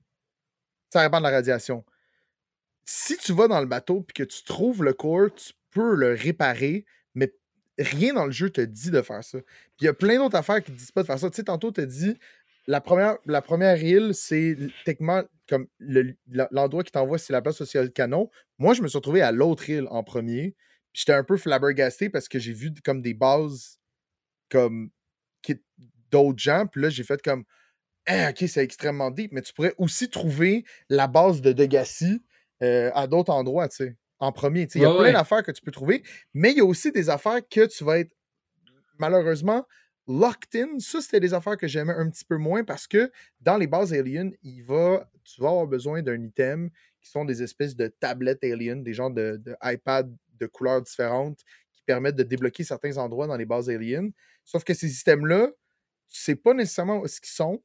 ça répand de la radiation. Si tu vas dans le bateau et que tu trouves le core, tu peux le réparer, mais rien dans le jeu te dit de faire ça. Puis il y a plein d'autres affaires qui te disent pas de faire ça. Tu sais, tantôt, tu as dit, la première, la première île, c'est techniquement comme le, l'endroit qui t'envoie, c'est la place où il y a le canon. Moi, je me suis retrouvé à l'autre île en premier. Puis j'étais un peu flabbergasté parce que j'ai vu comme des bases comme qui, d'autres gens. Puis là, j'ai fait comme, ah, ok, c'est extrêmement deep. Mais tu pourrais aussi trouver la base de Degassi euh, à d'autres endroits, tu sais, en premier. Il y a Ouais, plein ouais. d'affaires que tu peux trouver. Mais il y a aussi des affaires que tu vas être malheureusement locked in. Ça, c'était des affaires que j'aimais un petit peu moins parce que dans les bases Alien, il va, tu vas avoir besoin d'un item qui sont des espèces de tablettes Alien, des genres de, de iPad de couleurs différentes qui permettent de débloquer certains endroits dans les bases Alien. Sauf que ces systèmes-là, tu sais pas nécessairement où ce qu'ils sont,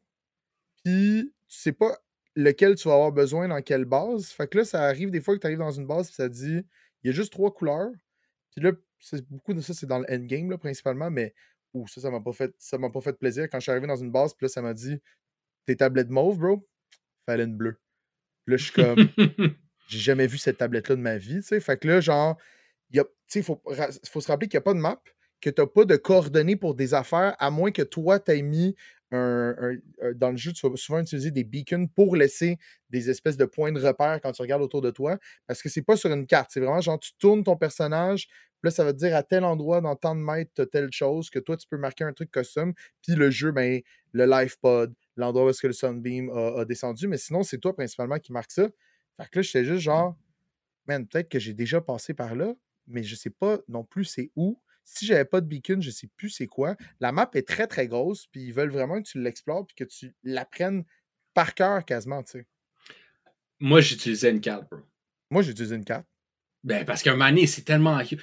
puis tu sais pas lequel tu vas avoir besoin dans quelle base. Fait que là, ça arrive des fois que tu arrives dans une base et ça dit il y a juste trois couleurs. Puis là, c'est, beaucoup de ça, c'est dans le endgame là, principalement, mais ouh, ça, ça m'a pas fait ça m'a pas fait plaisir. Quand je suis arrivé dans une base, puis là, ça m'a dit tes tablettes mauves, bro, fallait une bleue. Puis là, je suis comme j'ai jamais vu cette tablette-là de ma vie, tu sais. Fait que là, genre, il faut, faut se rappeler qu'il n'y a pas de map, que tu n'as pas de coordonnées pour des affaires, à moins que toi, tu aies mis un, un, un, dans le jeu, tu vas souvent utiliser des beacons pour laisser des espèces de points de repère quand tu regardes autour de toi, parce que c'est pas sur une carte, c'est vraiment genre, tu tournes ton personnage, puis là, ça va te dire à tel endroit, dans tant de mètres, tu as telle chose, que toi, tu peux marquer un truc custom, puis le jeu, ben, le life pod, l'endroit où est-ce que le Sunbeam a, a descendu, mais sinon, c'est toi principalement qui marque ça. Fait que là, j'étais juste genre, man, peut-être que j'ai déjà passé par là, mais je sais pas non plus c'est où. Si j'avais pas de beacon, je sais plus c'est quoi. La map est très, très grosse, puis ils veulent vraiment que tu l'explores, puis que tu l'apprennes par cœur quasiment, tu sais. Moi, j'utilisais une carte, bro. Moi, j'ai utilisé une carte. Ben, parce qu'un mané, c'est tellement... Il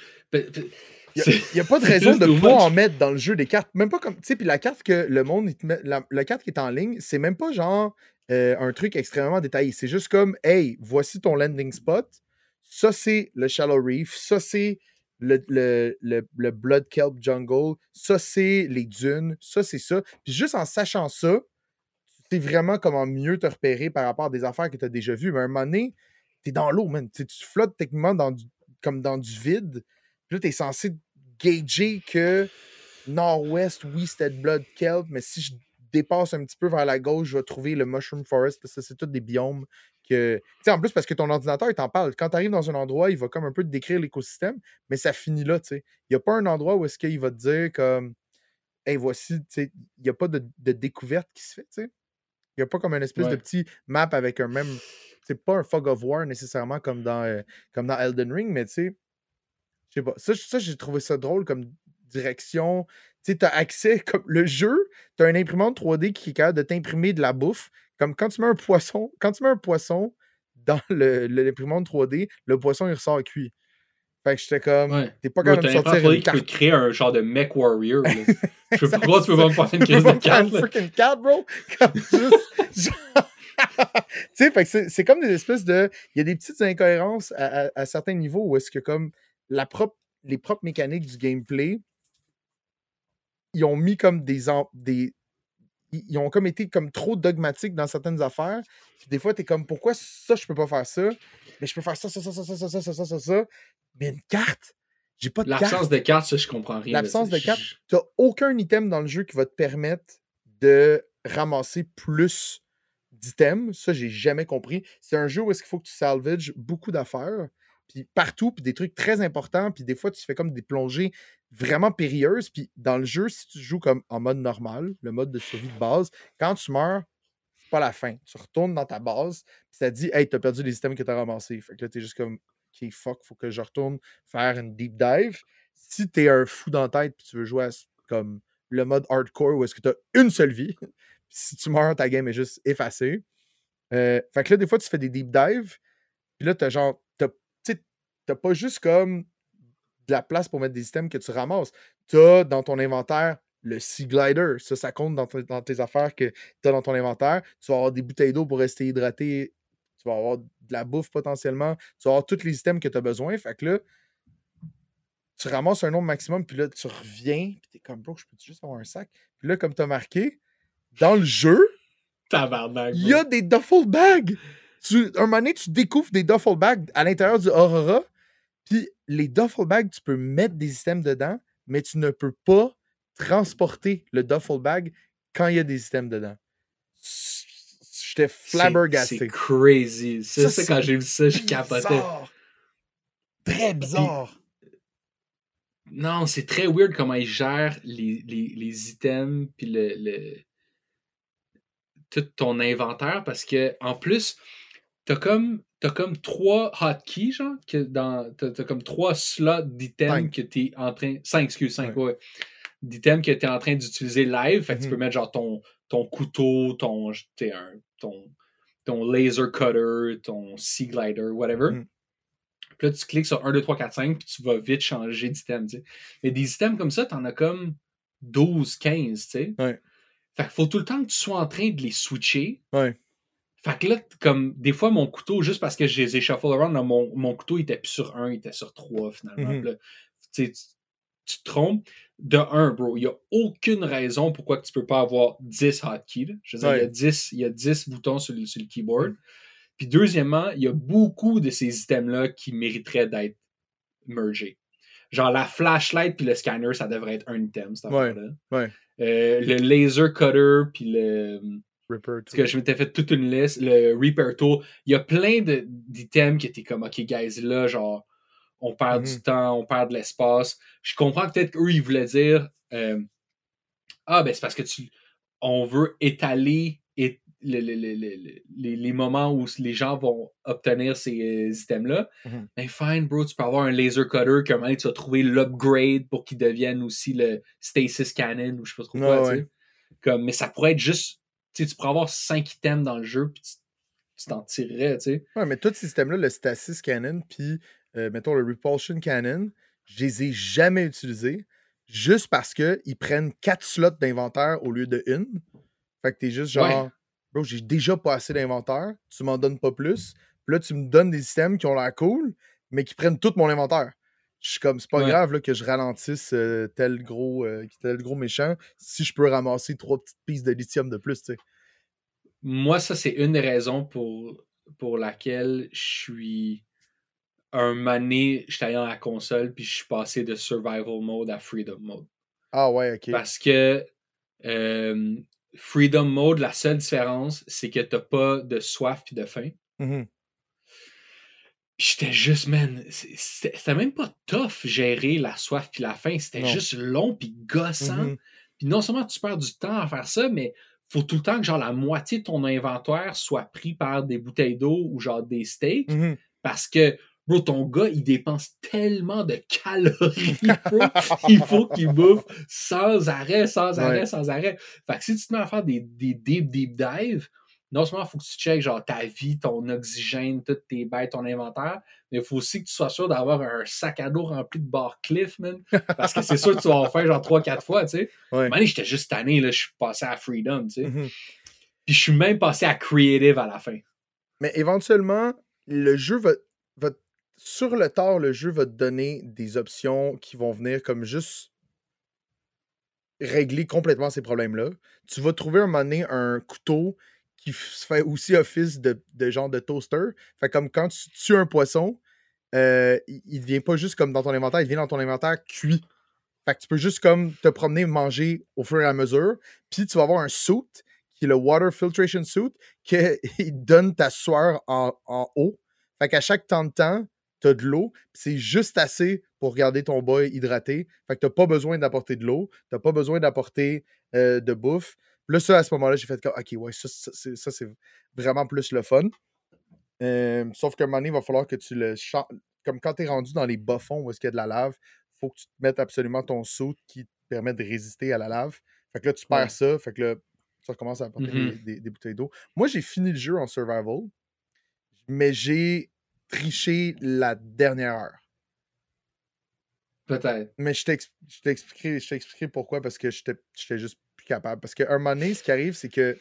n'y a, a pas de raison de pas en mettre dans le jeu des cartes. Même pas comme... Tu sais, puis la carte que le monde... Il te met, la, la carte qui est en ligne, c'est même pas genre euh, un truc extrêmement détaillé. C'est juste comme, hey, voici ton landing spot. Ça, c'est le Shallow Reef. Ça, c'est le, le, le, le Blood Kelp Jungle. Ça, c'est les dunes. Ça, c'est ça. Puis juste en sachant ça, tu sais vraiment comment mieux te repérer par rapport à des affaires que tu as déjà vues. Mais à un moment donné, t'es dans l'eau, man. T'sais, tu flottes techniquement dans du, comme dans du vide. Puis là, t'es censé gager que nord-ouest, oui, c'était de Blood Kelp, mais si je dépasse un petit peu vers la gauche, je vais trouver le Mushroom Forest, parce que c'est tous des biomes que... Tu sais, en plus, parce que ton ordinateur, il t'en parle. Quand tu arrives dans un endroit, il va comme un peu te décrire l'écosystème, mais ça finit là, tu sais. Il n'y a pas un endroit où est-ce qu'il va te dire comme, hey, voici, tu sais, il n'y a pas de, de découverte qui se fait, tu sais. Il n'y a pas comme une espèce Ouais. de petit map avec un même... C'est pas un fog of war nécessairement comme dans, euh, comme dans Elden Ring, mais tu sais, je sais pas. Ça, ça j'ai trouvé ça drôle comme direction. Tu sais, tu as accès, comme le jeu, tu as une imprimante trois D qui est capable de t'imprimer de la bouffe. Comme quand tu mets un poisson, quand tu mets un poisson dans le, le, l'imprimante trois D, le poisson, il ressort cuit. Fait que j'étais comme, ouais. t'es pas capable de sortir une carte. Tu peux créer un genre de mech warrior. Je sais pas pourquoi tu peux pas me faire une crise de carte. Une freaking carte, bro. Comme juste... tu sais, fait que c'est, c'est comme des espèces de... Il y a des petites incohérences à, à, à certains niveaux où est-ce que comme la propre, les propres mécaniques du gameplay, ils ont mis comme des... des ils ont comme été comme trop dogmatiques dans certaines affaires. Puis des fois, t'es comme, pourquoi ça, je peux pas faire ça? Mais je peux faire ça, ça, ça, ça, ça, ça, ça, ça, ça, ça. Mais une carte? J'ai pas de L'absence carte. de carte, ça, je comprends rien. L'absence de, de carte, t'as aucun item dans le jeu qui va te permettre de ramasser plus d'items. Ça, j'ai jamais compris. C'est un jeu où est-ce qu'il faut que tu salvages beaucoup d'affaires, puis partout, puis des trucs très importants, puis des fois, tu fais comme des plongées vraiment périlleuses, puis dans le jeu, si tu joues comme en mode normal, le mode de survie de base, quand tu meurs, c'est pas la fin. Tu retournes dans ta base, puis ça dit « Hey, t'as perdu les items que t'as ramassés. » Fait que là, t'es juste comme « OK, fuck, faut que je retourne faire une deep dive. » Si t'es un fou dans la tête, puis tu veux jouer à comme le mode hardcore où est-ce que t'as une seule vie, si tu meurs, ta game est juste effacée. Euh, fait que là, des fois, tu fais des deep dives, puis là, t'as genre, t'as, t'as pas juste comme de la place pour mettre des items que tu ramasses. T'as dans ton inventaire le Sea Glider. Ça, ça compte dans, t- dans tes affaires que t'as dans ton inventaire. Tu vas avoir des bouteilles d'eau pour rester hydraté. Tu vas avoir de la bouffe potentiellement. Tu vas avoir tous les items que tu as besoin. Fait que là, tu ramasses un nombre maximum, puis là, tu reviens, puis t'es comme, bro, je peux juste avoir un sac? Puis là, comme t'as marqué, dans le jeu, il y a des duffel bags. Tu, un moment donné, tu découvres des duffel bags à l'intérieur du Aurora, puis les duffel bags, tu peux mettre des items dedans, mais tu ne peux pas transporter le duffel bag quand il y a des items dedans. J'étais flabbergasté. C'est crazy. Ça, Ça, ça, c'est quand j'ai vu ça, je capotais. bizarre. Très bizarre. Puis, non, c'est très weird comment ils gèrent les, les, les items puis le, le tout ton inventaire parce que en plus, t'as comme t'as comme trois hotkeys, genre, que dans. T'as, t'as comme trois slots d'items Cinq. que t'es en train. Cinq, excuse, cinq, Ouais. ouais. D'items que t'es en train d'utiliser live. Fait que tu Mhm. peux mettre genre ton, ton couteau, ton, t'sais, un, ton, ton laser cutter, ton sea glider, whatever. Mhm. Puis là, tu cliques sur un, deux, trois, quatre, cinq, puis tu vas vite changer d'item, tu sais. Mais des items comme ça, t'en as comme douze, quinze, tu sais. Ouais. Fait qu'il faut tout le temps que tu sois en train de les switcher. Ouais. Fait que là, comme des fois, mon couteau, juste parce que je les ai shuffle around, là, mon, mon couteau, il était plus sur un, il était sur trois, finalement. Mhm. Puis là, tu sais, tu tu te trompes. De un, bro, il n'y a aucune raison pourquoi tu peux pas avoir dix hotkeys. là. Je veux dire, Ouais. il y a dix, il y a dix boutons sur le, sur le keyboard. Mhm. Puis deuxièmement, il y a beaucoup de ces items-là qui mériteraient d'être mergés. Genre la flashlight puis le scanner, ça devrait être un item, cette Ouais. affaire-là. Ouais. Euh, le laser cutter puis le... Ripper Parce que je m'étais fait toute une liste. Le Reaper Tool. Il y a plein de, d'items qui étaient comme, OK, guys, là, genre, on perd Mhm. du temps, on perd de l'espace. Je comprends peut-être qu'eux, ils voulaient dire, euh, ah, ben, c'est parce que tu, on veut étaler et, le, le, le, le, les, les moments où les gens vont obtenir ces euh, items-là. Mhm. Ben, fine, bro, tu peux avoir un laser cutter, qu'à un moment donné, tu vas trouver l'upgrade pour qu'il devienne aussi le Stasis Cannon ou je sais pas trop quoi, Ouais, tu ouais. sais. Comme, mais ça pourrait être juste, tu sais, tu pourrais avoir cinq items dans le jeu, puis tu tu t'en tirerais, tu sais. Ouais, mais tous ces systèmes-là, le Stasis Cannon, puis, euh, mettons, le Repulsion Cannon, je les ai jamais utilisés juste parce qu'ils prennent quatre slots d'inventaire au lieu de une. Fait que t'es juste Ouais. genre, bro, j'ai déjà pas assez d'inventaire, tu m'en donnes pas plus. Puis là, tu me donnes des systèmes qui ont l'air cool, mais qui prennent tout mon inventaire. Je suis comme, c'est pas Ouais. grave là, que je ralentisse euh, tel, gros, euh, tel gros méchant si je peux ramasser trois petites pistes de lithium de plus, tu sais. Moi, ça, c'est une des raisons pour, pour laquelle je suis. Un mané, j'étais allé dans la console, puis je suis passé de survival mode à freedom mode. Ah ouais, ok. Parce que euh, freedom mode, la seule différence, c'est que t'as pas de soif puis de faim. Mhm. Puis j'étais juste, man, c'est- c'était c'était même pas tough gérer la soif puis la faim. C'était Non. juste long puis gossant. Mhm. Puis non seulement tu perds du temps à faire ça, mais faut tout le temps que genre la moitié de ton inventaire soit pris par des bouteilles d'eau ou genre des steaks. Mhm. Parce que, bro, ton gars, il dépense tellement de calories, bro. Il faut qu'il bouffe sans arrêt, sans arrêt, Ouais. sans arrêt. Fait que si tu te mets à faire des, des deep, deep dives, non seulement il faut que tu checkes genre ta vie, ton oxygène, toutes tes bêtes, ton inventaire, mais il faut aussi que tu sois sûr d'avoir un sac à dos rempli de bar cliff, man. Parce que c'est sûr que tu vas en faire genre trois quatre fois, tu sais. Ouais. Mané, j'étais juste tanné, là, je suis passé à Freedom, tu sais. Mhm. Puis je suis même passé à Creative à la fin. Mais éventuellement, le jeu va, va. Sur le tard, le jeu va te donner des options qui vont venir comme juste régler complètement ces problèmes-là. Tu vas trouver un moment donné un couteau qui f- fait aussi office de, de genre de toaster. Fait comme quand tu tues un poisson, euh, il, il devient pas juste comme dans ton inventaire, il devient dans ton inventaire cuit. Fait que tu peux juste comme te promener, manger au fur et à mesure. Puis tu vas avoir un suit, qui est le Water Filtration Suit, qui donne ta sueur en, en eau. Fait qu'à chaque temps de temps, tu as de l'eau. Puis c'est juste assez pour garder ton boy hydraté. Fait que tu n'as pas besoin d'apporter de l'eau. Tu n'as pas besoin d'apporter euh, de bouffe. Puis là, ça, à ce moment-là, j'ai fait comme, OK, ouais, ça, ça, c'est, ça, c'est vraiment plus le fun. Euh, sauf qu'à un moment donné, il va falloir que tu le changes. Comme quand tu es rendu dans les bas-fonds où est-ce qu'il y a de la lave, faut que tu te mettes absolument ton saut qui te permet de résister à la lave. Fait que là, tu perds Ouais. ça. Fait que là, tu recommences à apporter Mhm. des, des- des bouteilles d'eau. Moi, j'ai fini le jeu en survival, mais j'ai triché la dernière heure. Peut-être. Mais je t'ai ex- je t'ai expliqué, je t'ai expliqué pourquoi, parce que j'étais j'étais juste plus capable. Parce qu'à un moment donné, ce qui arrive, c'est que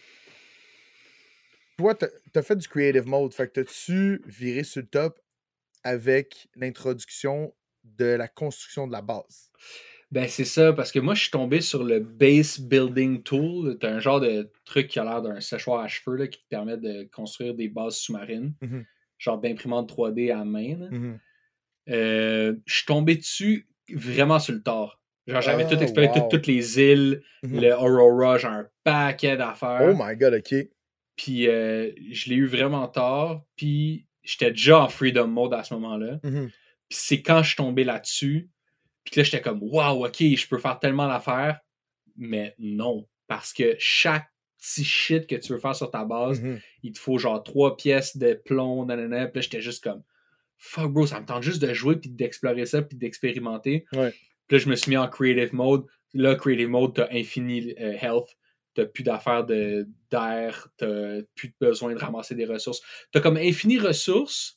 toi, t'as t'as fait du creative mode. Fait que t'as-tu viré sur le top avec l'introduction de la construction de la base? Ben, c'est ça, parce que moi, je suis tombé sur le Base Building Tool. C'est un genre de truc qui a l'air d'un séchoir à cheveux là, qui te permet de construire des bases sous-marines, Mhm, genre d'imprimante trois D à main. là. mhm. Euh, je suis tombé dessus vraiment sur le tard. Genre, j'avais Ah, tout exploré, wow. tout- toutes les îles, Mhm. le Aurora, j'ai un paquet d'affaires. Oh my god, ok. Puis euh, je l'ai eu vraiment tard. Puis j'étais déjà en freedom mode à ce moment-là. Mhm. Puis c'est quand je suis tombé là-dessus. Puis que là, j'étais comme, wow, ok, je peux faire tellement d'affaires. Mais non. Parce que chaque petit shit que tu veux faire sur ta base, Mhm. il te faut genre trois pièces de plomb, nanana. Puis là, j'étais juste comme, fuck bro, ça me tente juste de jouer, puis d'explorer ça, puis d'expérimenter. Ouais. Puis là, je me suis mis en creative mode. Là, creative mode, t'as infini euh, health. T'as plus d'affaires de, d'air. T'as plus besoin de ramasser des ressources. T'as comme infini ressources,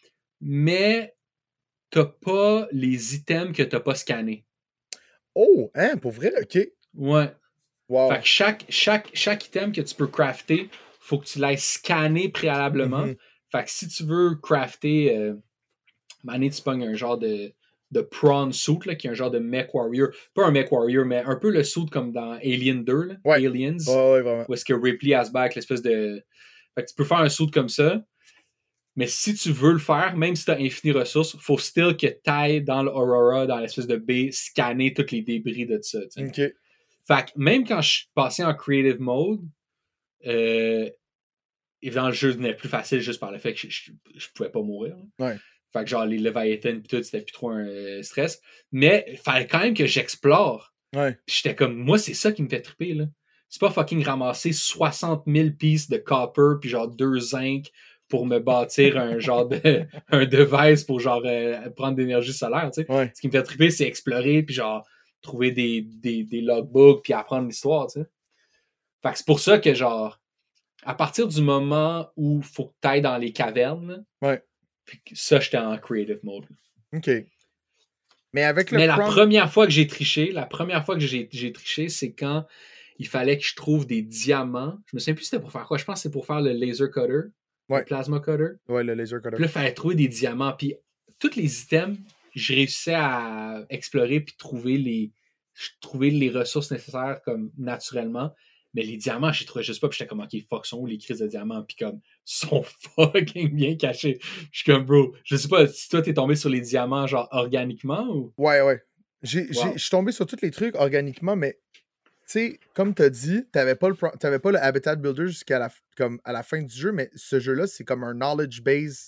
mais t'as pas les items que t'as pas scannés. Oh, hein, pour vrai, ok. Ouais. Wow. Fait que chaque, chaque, chaque item que tu peux crafter, faut que tu l'ailles scanner préalablement. Mhm. Fait que si tu veux crafter, euh, mané, tu pognes un genre de, de prawn suit, là, qui est un genre de mech warrior. Pas un mech warrior, mais un peu le suit comme dans Alien deux, là, Ouais. Aliens, Ouais, ouais, vraiment. où est-ce que Ripley has back l'espèce de... Fait que tu peux faire un suit comme ça, mais si tu veux le faire, même si tu as infini ressources, faut still que tu ailles dans l'Aurora, dans l'espèce de baie, scanner tous les débris de ça. T'sais. Ok. Fait que même quand je suis passé en creative mode, euh, évidemment, le jeu devenait plus facile juste par le fait que je, je, je pouvais pas mourir. Là. Ouais. Fait que genre les Leviathan pis tout, c'était plus trop un euh, stress. Mais il fallait quand même que j'explore. Ouais. Pis j'étais comme, moi, c'est ça qui me fait triper, là. C'est pas fucking ramasser soixante mille pieces de copper puis genre deux zinc pour me bâtir un genre de un device pour genre euh, prendre de l'énergie solaire, tu sais. Ouais. Ce qui me fait triper, c'est explorer puis genre trouver des, des, des logbooks puis apprendre l'histoire, tu sais. Fait que c'est pour ça que genre, à partir du moment où faut que t'ailles dans les cavernes, là, Ouais. puis ça, j'étais en creative mode. Ok. Mais avec le Mais la prompt- première fois que j'ai triché, la première fois que j'ai, j'ai triché, c'est quand il fallait que je trouve des diamants. Je me souviens plus c'était pour faire quoi. Je pense que c'est pour faire le laser cutter, Ouais. le plasma cutter. Ouais, le laser cutter. Puis là, il fallait trouver des diamants. Puis tous les items, je réussissais à explorer puis trouver les, trouver les ressources nécessaires comme naturellement. Mais les diamants, je les trouvais juste pas. Puis j'étais comme, OK, fuck, sont où les crises de diamants? Puis comme, sont fucking bien cachés. Je suis comme, bro, je sais pas si toi, t'es tombé sur les diamants, genre, organiquement ou. Ouais, ouais. J'ai, j'ai- Wow. Je suis tombé sur tous les trucs organiquement, mais tu sais, comme tu as dit, tu n'avais pas, le pro- t'avais pas le Habitat Builder jusqu'à la, f- comme à la fin du jeu, mais ce jeu-là, c'est comme un knowledge base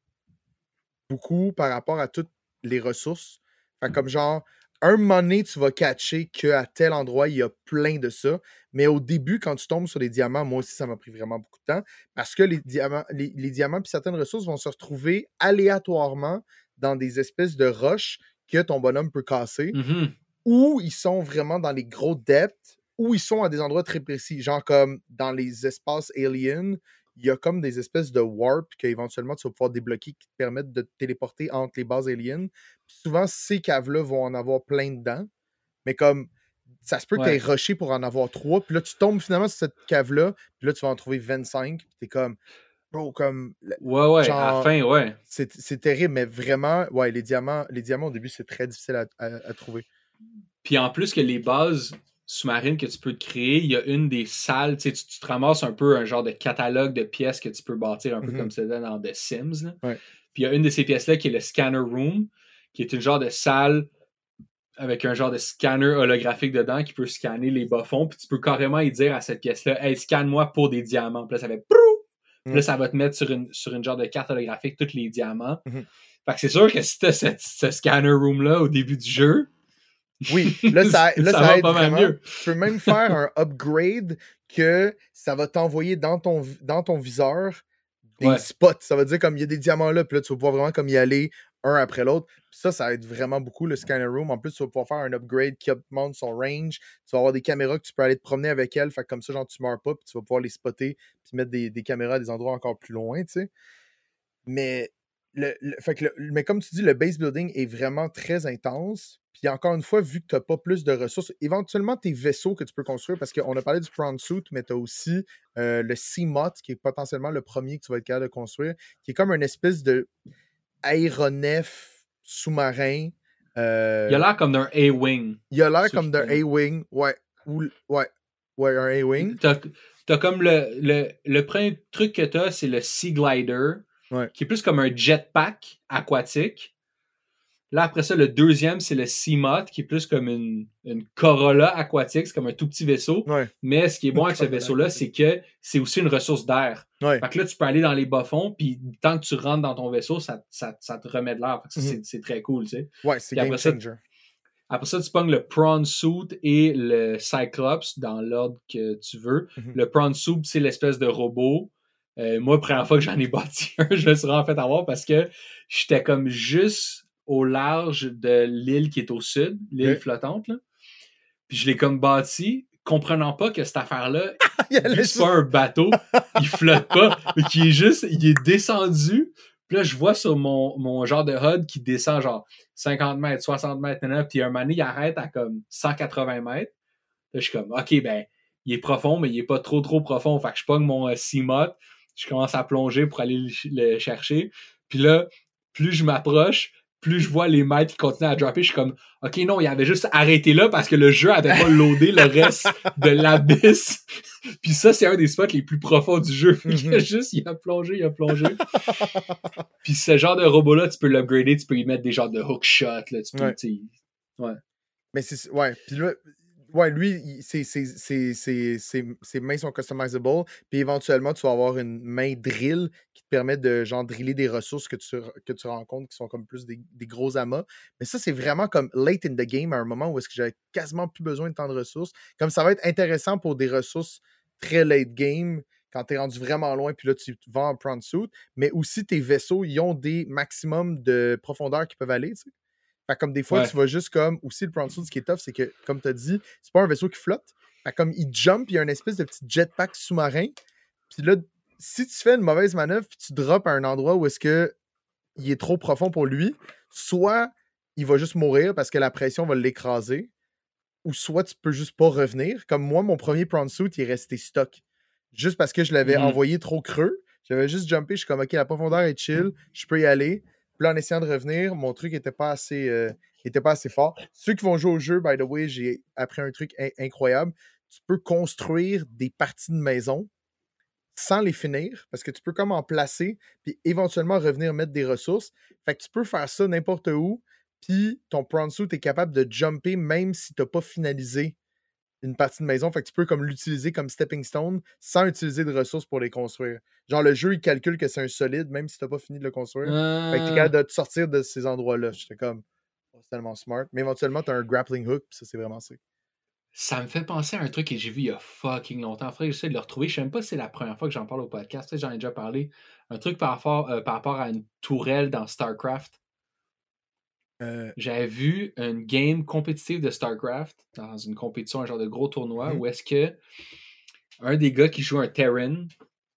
beaucoup par rapport à toutes les ressources. Fait comme genre, un moment donné, tu vas catcher qu'à tel endroit, il y a plein de ça. Mais au début, quand tu tombes sur les diamants, moi aussi, ça m'a pris vraiment beaucoup de temps parce que les diamants, les, les diamants puis certaines ressources vont se retrouver aléatoirement dans des espèces de roches que ton bonhomme peut casser, Mhm. ou ils sont vraiment dans les gros depths, ou ils sont à des endroits très précis. Genre comme dans les espaces aliens, il y a comme des espèces de warp qu'éventuellement tu vas pouvoir débloquer qui te permettent de te téléporter entre les bases aliens. Puis souvent, ces caves-là vont en avoir plein dedans. Mais comme ça se peut que tu Ouais. aies rushé pour en avoir trois, puis là, tu tombes finalement sur cette cave-là, puis là, tu vas en trouver vingt-cinq, puis t'es comme, bro, comme, Ouais, ouais, à la genre, fin, ouais. c'est c'est terrible, mais vraiment, ouais, les diamants, les diamants au début, c'est très difficile à, à- à trouver. Puis en plus que les bases sous-marines que tu peux te créer, il y a une des salles, tu sais, tu, tu te ramasses un peu un genre de catalogue de pièces que tu peux bâtir un peu Mhm. comme c'était dans The Sims. Là. Ouais. Puis il y a une de ces pièces-là qui est le Scanner Room, qui est une genre de salle avec un genre de scanner holographique dedans qui peut scanner les bas-fonds. Puis tu peux carrément y dire à cette pièce-là, hey, scanne-moi pour des diamants. Puis là, ça fait prou! Puis là, Ouais. ça va te mettre sur une, sur une genre de carte holographique tous les diamants. Mhm. Fait que c'est sûr que si t'as cette, ce scanner room-là au début du jeu, Oui, là, ça, là, ça ça, va aide pas mal vraiment. mieux. Tu peux même faire un upgrade que ça va t'envoyer dans ton, vi- dans ton viseur des Ouais. spots. Ça veut dire comme il y a des diamants là, puis là, tu vas pouvoir vraiment comme y aller un après l'autre. Puis ça, ça aide vraiment beaucoup le scanner room. En plus, tu vas pouvoir faire un upgrade qui augmente son range. Tu vas avoir des caméras que tu peux aller te promener avec elles. Fait que comme ça, genre, tu meurs pas, puis tu vas pouvoir les spotter, puis mettre des, des caméras à des endroits encore plus loin, tu sais. Mais, le, le- fait que le- mais comme tu dis, le base building est vraiment très intense. Puis encore une fois, vu que tu n'as pas plus de ressources, éventuellement tes vaisseaux que tu peux construire, parce qu'on a parlé du prawn suit, mais tu as aussi euh, le Seamoth, qui est potentiellement le premier que tu vas être capable de construire, qui est comme une espèce de aéronef sous-marin. euh, Il a l'air comme d'un A-Wing. il a l'air ceux comme qui d'un connaissent. A-Wing, ouais, ou, ouais, ouais, un A-Wing. T'as, t'as comme le, le, le premier truc que t'as, c'est le Sea Glider, Ouais. qui est plus comme un jetpack aquatique. Là, après ça, le deuxième, c'est le Seamoth, qui est plus comme une, une Corolla aquatique. C'est comme un tout petit vaisseau. Ouais. Mais ce qui est bon avec ce vaisseau-là, c'est que c'est aussi une ressource d'air. Ouais. Fait que là, tu peux aller dans les bas-fonds, puis tant que tu rentres dans ton vaisseau, ça, ça, ça te remet de l'air. Fait que ça, Mhm. c'est, c'est très cool, tu sais. Ouais, c'est Puis game après ça, changer. Après ça, tu pognes le Prawn Suit et le Cyclops dans l'ordre que tu veux. Mhm. Le Prawn Suit, c'est l'espèce de robot. Euh, moi, première fois que j'en ai bâti un, je me suis vraiment fait avoir parce que j'étais comme juste au large de l'île qui est au sud, l'île Ouais. flottante, là. Puis je l'ai comme bâti, comprenant pas que cette affaire-là, Il allait vu que c'est pas un bateau, il flotte pas, mais qui est juste, il est descendu. Puis là, je vois sur mon, mon genre de H U D qui descend genre cinquante mètres, soixante mètres, puis un moment donné, il arrête à comme cent quatre-vingts mètres. Là, je suis comme, OK, ben, il est profond, mais il est pas trop, trop profond. Fait que je pogne mon euh, Seamoth, je commence à plonger pour aller le, le chercher. Puis là, plus je m'approche, plus je vois les mètres qui continuent à dropper, je suis comme, OK, non, il avait juste arrêté là parce que le jeu avait pas loadé le reste de l'abysse. Puis ça, c'est un des spots les plus profonds du jeu. Fait que juste, il a plongé, il a plongé. Puis ce genre de robot-là, tu peux l'upgrader, tu peux y mettre des genres de hook shot, là, tu peux, Ouais. tu sais, ouais. Mais c'est. Ouais. Puis là. Ouais, lui, il- ses, ses, ses, ses, ses, ses mains sont customizable. Puis éventuellement, tu vas avoir une main drill qui te permet de genre driller des ressources que tu, que tu rencontres qui sont comme plus des, des gros amas. Mais ça, c'est vraiment comme late in the game à un moment où est-ce que j'avais quasiment plus besoin de tant de ressources. Comme ça va être intéressant pour des ressources très late game quand tu es rendu vraiment loin, puis là, tu vas en prawn suit. Mais aussi, tes vaisseaux, ils ont des maximums de profondeur qui peuvent aller, tu sais. Fait que comme des fois, Ouais. tu vas juste comme. Aussi, le Prawn Suit, ce qui est tough, c'est que, comme tu as dit, c'est pas un vaisseau qui flotte. Fait que comme il jump, il y a une espèce de petit jetpack sous-marin. Puis là, si tu fais une mauvaise manœuvre, puis tu drops à un endroit où est-ce que il est trop profond pour lui, soit il va juste mourir parce que la pression va l'écraser, ou soit tu peux juste pas revenir. Comme moi, mon premier Prawn Suit, il est resté stock. Juste parce que je l'avais Mhm. envoyé trop creux. J'avais juste jumpé, je suis comme, OK, la profondeur est chill, je peux y aller. Puis là, en essayant de revenir, mon truc était pas assez, euh, était pas assez fort. Ceux qui vont jouer au jeu, by the way, j'ai appris un truc in- incroyable. Tu peux construire des parties de maison sans les finir, parce que tu peux comme en placer, puis éventuellement revenir mettre des ressources. Fait que tu peux faire ça n'importe où, puis ton prawn suit est capable de jumper même si tu n'as pas finalisé une partie de maison. Fait que tu peux comme l'utiliser comme stepping stone sans utiliser de ressources pour les construire. Genre, le jeu, il calcule que c'est un solide, même si tu n'as pas fini de le construire. Fait que tu es Euh, capable de te sortir de ces endroits-là. J'étais comme, oh, c'est tellement smart. Mais éventuellement, tu as un grappling hook, puis ça, c'est vraiment sick. Ça me fait penser à un truc que j'ai vu il y a fucking longtemps. Faudrait que j'essaie de le retrouver. Je sais même pas si c'est la première fois que j'en parle au podcast. Peut-être j'en ai déjà parlé. Un truc par rapport, euh, par rapport à une tourelle dans StarCraft. Euh, J'avais vu une game compétitive de StarCraft dans une compétition, un genre de gros tournoi, Mhm. où est-ce que un des gars qui joue un Terran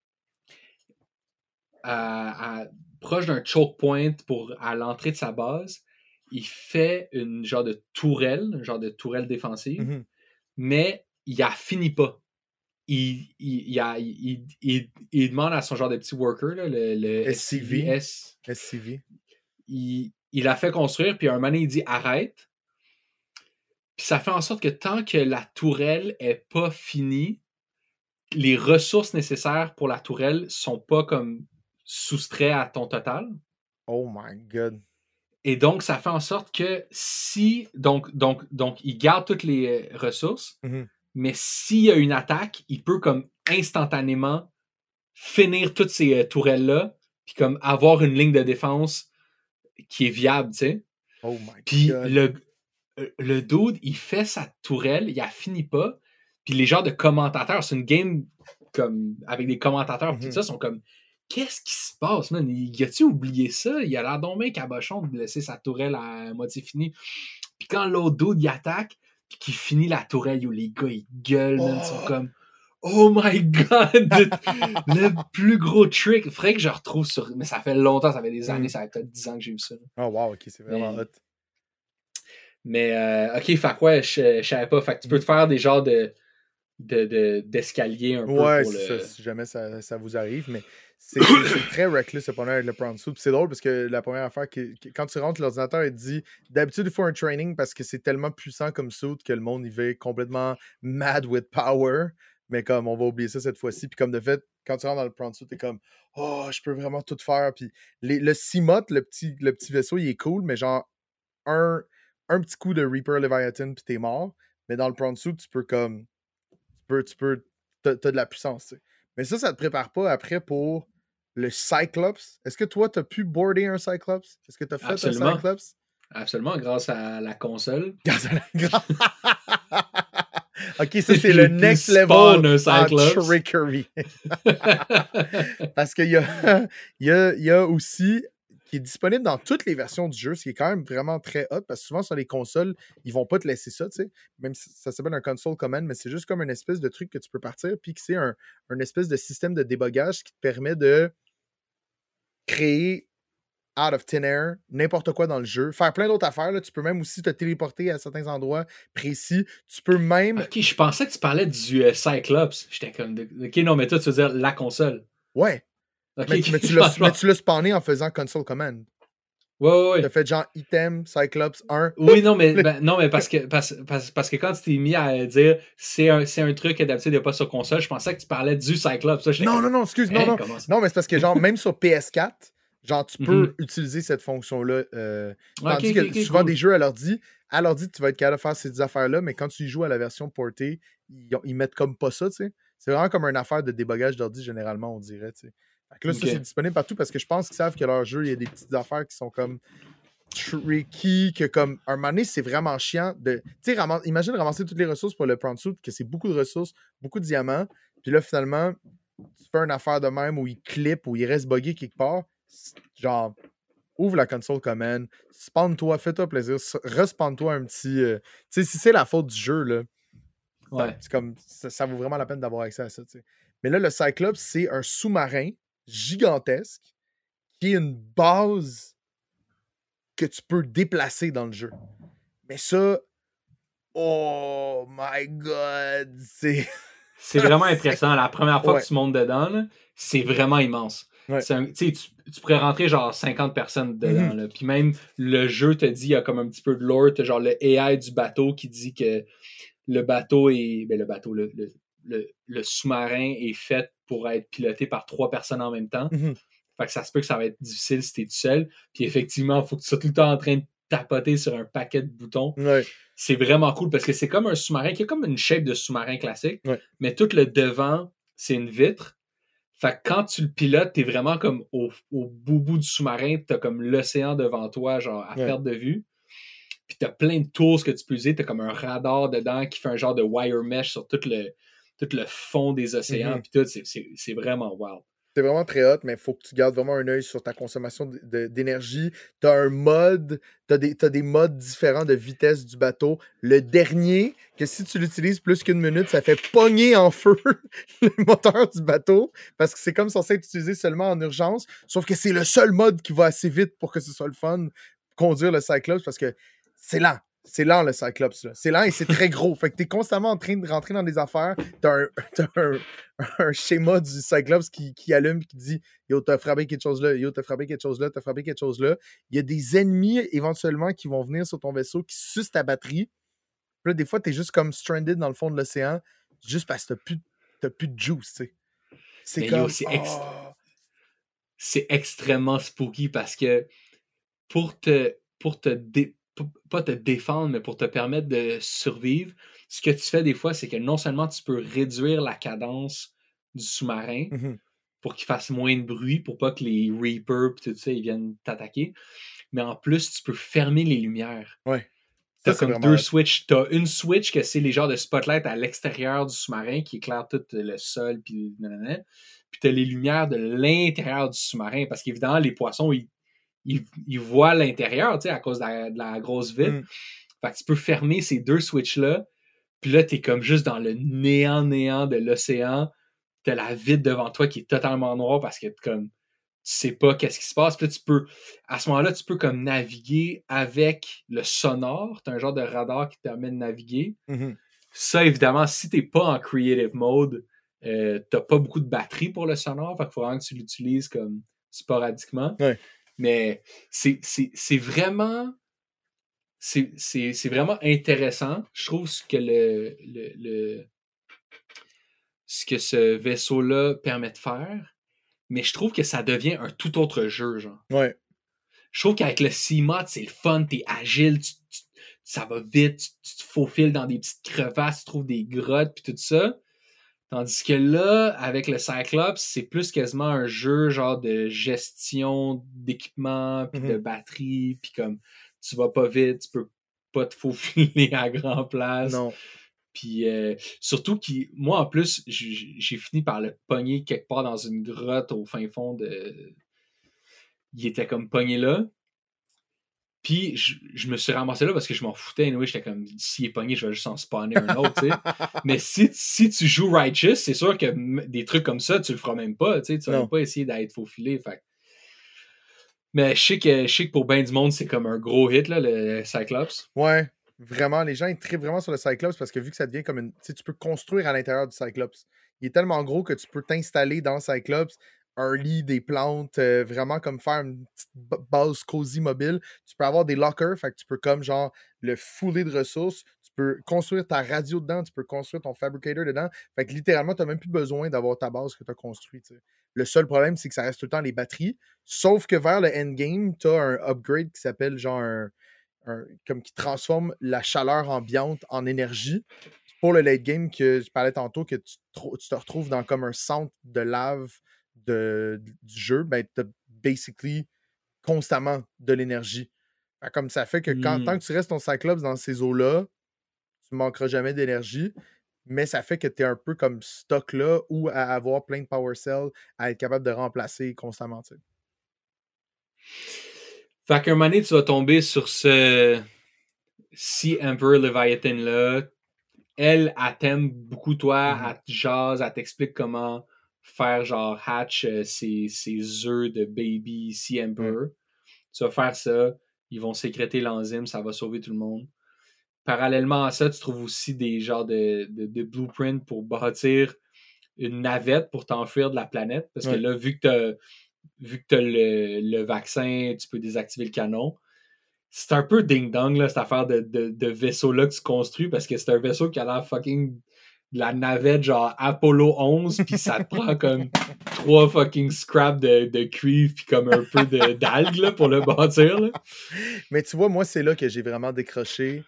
à, à- proche d'un choke point pour, à l'entrée de sa base, il fait une genre de tourelle, un genre de tourelle défensive, mhm. mais il la finit pas. Il, il, il, a- il- il- il demande à son genre de petit worker, là, le, le S C V. S C V, S, S C V. il, il la fait construire, puis un moment donné, il dit arrête. Puis ça fait en sorte que tant que la tourelle est pas finie, les ressources nécessaires pour la tourelle sont pas comme soustraits à ton total. Oh my god. Et donc, ça fait en sorte que si. Donc, donc, donc il garde toutes les euh, ressources, Mhm. mais s'il y a une attaque, il peut comme instantanément finir toutes ces euh, tourelles-là, puis comme avoir une ligne de défense qui est viable, tu sais. Oh my Puis god. le, euh, le dude, il fait sa tourelle, il la finit pas, puis les genres de commentateurs, c'est une game comme avec des commentateurs, Mhm. tout ça, sont comme qu'est-ce qui se passe, man? Il a-tu oublié ça? Il a l'air donc bien cabochon de laisser sa tourelle à moitié finie. Puis quand l'autre dude, il attaque, puis qu'il finit la tourelle, yo, les gars, ils gueulent, man, ils sont Oh! comme oh my god! Le plus gros trick. Faudrait que je retrouve sur. Mais ça fait longtemps, ça fait des années, Mhm. ça fait peut-être dix ans que j'ai vu ça. Oh wow, ok, c'est vraiment Mais- hot. Mais, euh, ok, fait quoi, je, je savais pas. Fait que tu peux te faire des genres de, de, de- d'escalier un peu Ouais, pour c'est le. ça, si jamais ça, ça vous arrive, mais c'est c'est- c'est très reckless cependant avec le prawn suit. Puis c'est drôle parce que la première affaire, que, que- quand tu rentres, l'ordinateur, il te dit d'habitude, il faut un training parce que c'est tellement puissant comme suit que le monde, il va être complètement mad with power. Mais comme on va oublier ça cette fois-ci. Puis comme de fait, quand tu rentres dans le prawn suit, t'es comme oh, je peux vraiment tout faire. Puis les- le Seamoth, le petit, le petit vaisseau, il est cool, mais genre, un, un petit coup de Reaper Leviathan puis t'es mort. Mais dans le Prawn Suit, tu peux comme. Tu peux. Tu peux t'as, t'as de la puissance, tu sais. Mais ça, ça te prépare pas après pour le Cyclops. Est-ce que toi, t'as pu boarder un Cyclops? Est-ce que t'as fait Absolument. un Cyclops? Absolument, grâce à la console. Grâce à la... Ok, ça, c'est le next level en trickery. Parce qu'il y a, il y, a, il y a aussi, qui est disponible dans toutes les versions du jeu, ce qui est quand même vraiment très hot, parce que souvent sur les consoles, ils vont pas te laisser ça, tu sais. Même si ça s'appelle un console command, mais c'est juste comme une espèce de truc que tu peux partir, puis que c'est un, un espèce de système de débogage qui te permet de créer out of thin air, n'importe quoi dans le jeu. Faire plein d'autres affaires. Là. Tu peux même aussi te téléporter à certains endroits précis. Tu peux même... Ok, je pensais que tu parlais du euh, Cyclops. J'étais comme... De... Ok, non, mais toi, tu veux dire la console. Ouais. Okay, mais, okay, mais, tu l'as, mais tu l'as spawné en faisant console command. Ouais, ouais, ouais. T'as fait genre item, Cyclops un. Oui, non, mais, ben, non, mais parce, que, parce, parce, parce que quand tu t'es mis à dire c'est un, c'est un truc que d'habitude il n'y a pas sur console, je pensais que tu parlais du Cyclops. Ça, non, comme... non, non, excuse, non, hein, non. Non, mais c'est parce que genre, même sur P S quatre, genre, tu peux mm-hmm. utiliser cette fonction-là. Euh, tandis okay, que okay, souvent, cool. des jeux à l'ordi, à l'ordi, tu vas être capable de faire ces affaires-là, mais quand tu y joues à la version portée, ils, ils mettent comme pas ça, tu sais. C'est vraiment comme une affaire de débogage d'ordi, généralement, on dirait, tu sais. Fait que là, okay. ça, c'est disponible partout parce que je pense qu'ils savent que leur jeu, il y a des petites affaires qui sont comme tricky, que comme, un moment donné, c'est vraiment chiant de, tu sais, ram- imagine ramasser toutes les ressources pour le Prawn Suit, que c'est beaucoup de ressources, beaucoup de diamants, puis là, finalement, tu fais une affaire de même où il clip, où il reste buggé quelque part, genre, ouvre la console command, spawn-toi, fais-toi plaisir, respawn-toi un petit, euh, tu sais, si c'est la faute du jeu, là, ouais. c'est comme, ça, ça vaut vraiment la peine d'avoir accès à ça, tu sais. Mais là, le Cyclops, c'est un sous-marin gigantesque qui est une base que tu peux déplacer dans le jeu. Mais ça, oh my god, c'est... c'est vraiment impressionnant. La première fois ouais. que tu montes dedans, là, c'est vraiment immense. Ouais. C'est un, tu, tu pourrais rentrer genre cinquante personnes dedans. Mm-hmm. Puis même le jeu te dit, il y a comme un petit peu de lore, t'as genre le A I du bateau qui dit que le bateau est... Ben le bateau, le, le, le, le sous-marin est fait pour être piloté par trois personnes en même temps. Mm-hmm. Fait que ça se peut que ça va être difficile si t'es tout seul. Puis effectivement, il faut que tu sois tout le temps en train de tapoter sur un paquet de boutons. Ouais. C'est vraiment cool parce que c'est comme un sous-marin qui a comme une shape de sous-marin classique, ouais. mais tout le devant, c'est une vitre. Fait que quand tu le pilotes, t'es vraiment comme au, au bout, bout du sous-marin, t'as comme l'océan devant toi, genre à ouais. perte de vue. Puis t'as plein de tools que tu peux utiliser. T'as comme un radar dedans qui fait un genre de wire mesh sur tout le, tout le fond des océans. Mm-hmm. Puis tout, c'est, c'est, c'est vraiment wow. C'est vraiment très hot, mais il faut que tu gardes vraiment un œil sur ta consommation de, de, d'énergie. Tu as un mode, tu as des, t'as des modes différents de vitesse du bateau. Le dernier, que si tu l'utilises plus qu'une minute, ça fait pogner en feu le moteur du bateau, parce que c'est comme censé être utilisé seulement en urgence, sauf que c'est le seul mode qui va assez vite pour que ce soit le fun, conduire le Cyclops, parce que c'est lent. C'est lent, le Cyclops. Là. C'est lent et c'est très gros. Fait que t'es constamment en train de rentrer dans des affaires. T'as un, t'as un, un schéma du Cyclops qui, qui allume et qui dit « Yo, t'as frappé quelque chose là. Yo, t'as frappé quelque chose là. T'as frappé quelque chose là. » Il y a des ennemis, éventuellement, qui vont venir sur ton vaisseau, qui sucent ta batterie. Puis là, des fois, t'es juste comme stranded dans le fond de l'océan, juste parce que t'as plus, t'as plus de juice, tu sais. C'est Mais comme... Yo, c'est, oh. ext... c'est extrêmement spooky parce que pour te... Pour te dé... pas te défendre, mais pour te permettre de survivre, ce que tu fais des fois, c'est que non seulement tu peux réduire la cadence du sous-marin mm-hmm. pour qu'il fasse moins de bruit, pour pas que les Reapers et tout ça, ils viennent t'attaquer, mais en plus, tu peux fermer les lumières. Ouais. T'as ça, comme deux switches. T'as une switch que c'est les genres de spotlight à l'extérieur du sous-marin qui éclaire tout le sol, puis nanana. Puis t'as les lumières de l'intérieur du sous-marin, parce qu'évidemment, les poissons, ils Il, il voit l'intérieur, tu sais, à cause de la, de la grosse vitre. Mm. Fait que tu peux fermer ces deux switches-là, puis là, t'es comme juste dans le néant-néant de l'océan. T'as la vitre devant toi qui est totalement noire parce que comme tu sais pas qu'est-ce qui se passe. Puis là, tu peux, à ce moment-là, tu peux comme naviguer avec le sonore. T'as un genre de radar qui te permet de naviguer. Mm-hmm. Ça, évidemment, si t'es pas en creative mode, euh, t'as pas beaucoup de batterie pour le sonore. Fait qu'il faut vraiment que tu l'utilises comme sporadiquement. Ouais. Mais c'est, c'est, c'est vraiment c'est, c'est, c'est vraiment intéressant. Je trouve ce que le, le, le ce que ce vaisseau-là permet de faire, mais je trouve que ça devient un tout autre jeu, genre. Ouais. je trouve qu'avec le C-Mod, c'est le fun, t'es agile, tu, tu, ça va vite, tu, tu te faufiles dans des petites crevasses, tu trouves des grottes, puis tout ça. Tandis que là, avec le Cyclops, c'est plus quasiment un jeu genre de gestion d'équipement, puis mm-hmm. de batterie, puis comme tu vas pas vite, tu peux pas te faufiler à grand place. Non. Puis euh, surtout, qui, moi en plus, j'ai, j'ai fini par le pogner quelque part dans une grotte au fin fond de... Il était comme pogné là. Puis je, je me suis ramassé là parce que je m'en foutais. Anyway, j'étais comme, s'il est pogné, je vais juste en spawner un autre, tu sais. Mais si, si tu joues Righteous, c'est sûr que m- des trucs comme ça, tu le feras même pas, tu sais. Tu vas même pas essayer d'être faufilé. Fait. Mais je sais, que, je sais que pour ben du monde, c'est comme un gros hit, là, le Cyclops. Ouais, vraiment. Les gens, ils trippent vraiment sur le Cyclops parce que vu que ça devient comme une... Tu sais, tu peux construire à l'intérieur du Cyclops. Il est tellement gros que tu peux t'installer dans le Cyclops un lit, des plantes, euh, vraiment comme faire une petite base cosy mobile. Tu peux avoir des lockers, fait que tu peux comme genre le fouler de ressources. Tu peux construire ta radio dedans, tu peux construire ton fabricator dedans. Fait que littéralement, tu n'as même plus besoin d'avoir ta base que tu as construite. T'sais. Le seul problème, c'est que ça reste tout le temps les batteries. Sauf que vers le endgame, tu as un upgrade qui s'appelle genre un, un, comme qui transforme la chaleur ambiante en énergie. Pour le late game que je parlais tantôt, que tu, tu te retrouves dans comme un centre de lave De, du jeu, ben, tu as basically constamment de l'énergie. Fait comme ça fait que quand, mm. tant que tu restes ton Cyclops dans ces eaux-là, tu manqueras jamais d'énergie, mais ça fait que tu es un peu comme stock là ou à avoir plein de power cells à être capable de remplacer constamment. T'sais. Fait qu'un moment donné, tu vas tomber sur ce Sea Emperor Leviathan-là. Elle, elle t'aime beaucoup, toi, mm-hmm. elle te jase, elle t'explique comment faire genre hatch euh, ses, ses œufs de baby Sea Emperor. Mm. Tu vas faire ça, ils vont sécréter l'enzyme, ça va sauver tout le monde. Parallèlement à ça, tu trouves aussi des genres de, de, de blueprints pour bâtir une navette pour t'enfuir de la planète. Parce ouais. que là, vu que t'as, vu que t'as le, le vaccin, tu peux désactiver le canon. C'est un peu ding-dong, là, cette affaire de, de, de vaisseau-là que tu construis, parce que c'est un vaisseau qui a l'air fucking de la navette, genre Apollo onze, puis ça te prend comme trois fucking scraps de, de cuivre, puis comme un peu de, d'algues, là, pour le bâtir, là. Mais tu vois, moi, c'est là que j'ai vraiment décroché.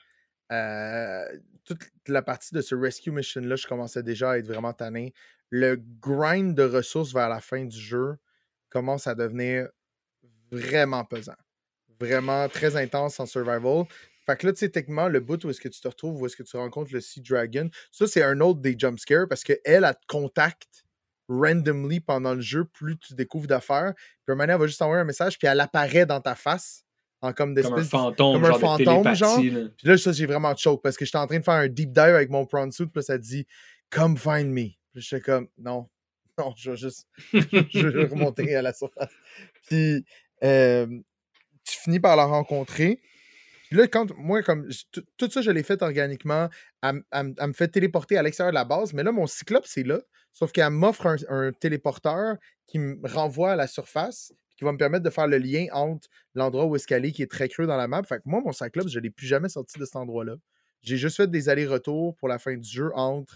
Euh, toute la partie de ce rescue mission-là, je commençais déjà à être vraiment tanné. Le grind de ressources vers la fin du jeu commence à devenir vraiment pesant. Vraiment très intense en survival. Fait que là, tu sais, techniquement, le bout où est-ce que tu te retrouves, où est-ce que tu rencontres le Sea Dragon, ça, c'est un autre des jumpscares parce qu'elle, elle te contacte randomly pendant le jeu, plus tu découvres d'affaires. Puis maintenant, elle va juste envoyer un message, puis elle apparaît dans ta face. En comme, comme un fantôme, comme un genre fantôme, de genre. Là. Puis là, ça, j'ai vraiment choke parce que j'étais en train de faire un deep dive avec mon prawn suit, puis là, ça dit « Come find me ». Puis j'étais comme « Non, non, je vais juste je vais remonter à la surface. » Puis euh, tu finis par la rencontrer. Puis là, quand moi, comme tout, tout ça, je l'ai fait organiquement. Elle, elle, elle me fait téléporter à l'extérieur de la base, mais là, mon Cyclope, c'est là. Sauf qu'elle m'offre un, un téléporteur qui me renvoie à la surface, qui va me permettre de faire le lien entre l'endroit où est-ce qu'elle est, qui est très creux dans la map. Fait que moi, mon Cyclope, je ne l'ai plus jamais sorti de cet endroit-là. J'ai juste fait des allers-retours pour la fin du jeu entre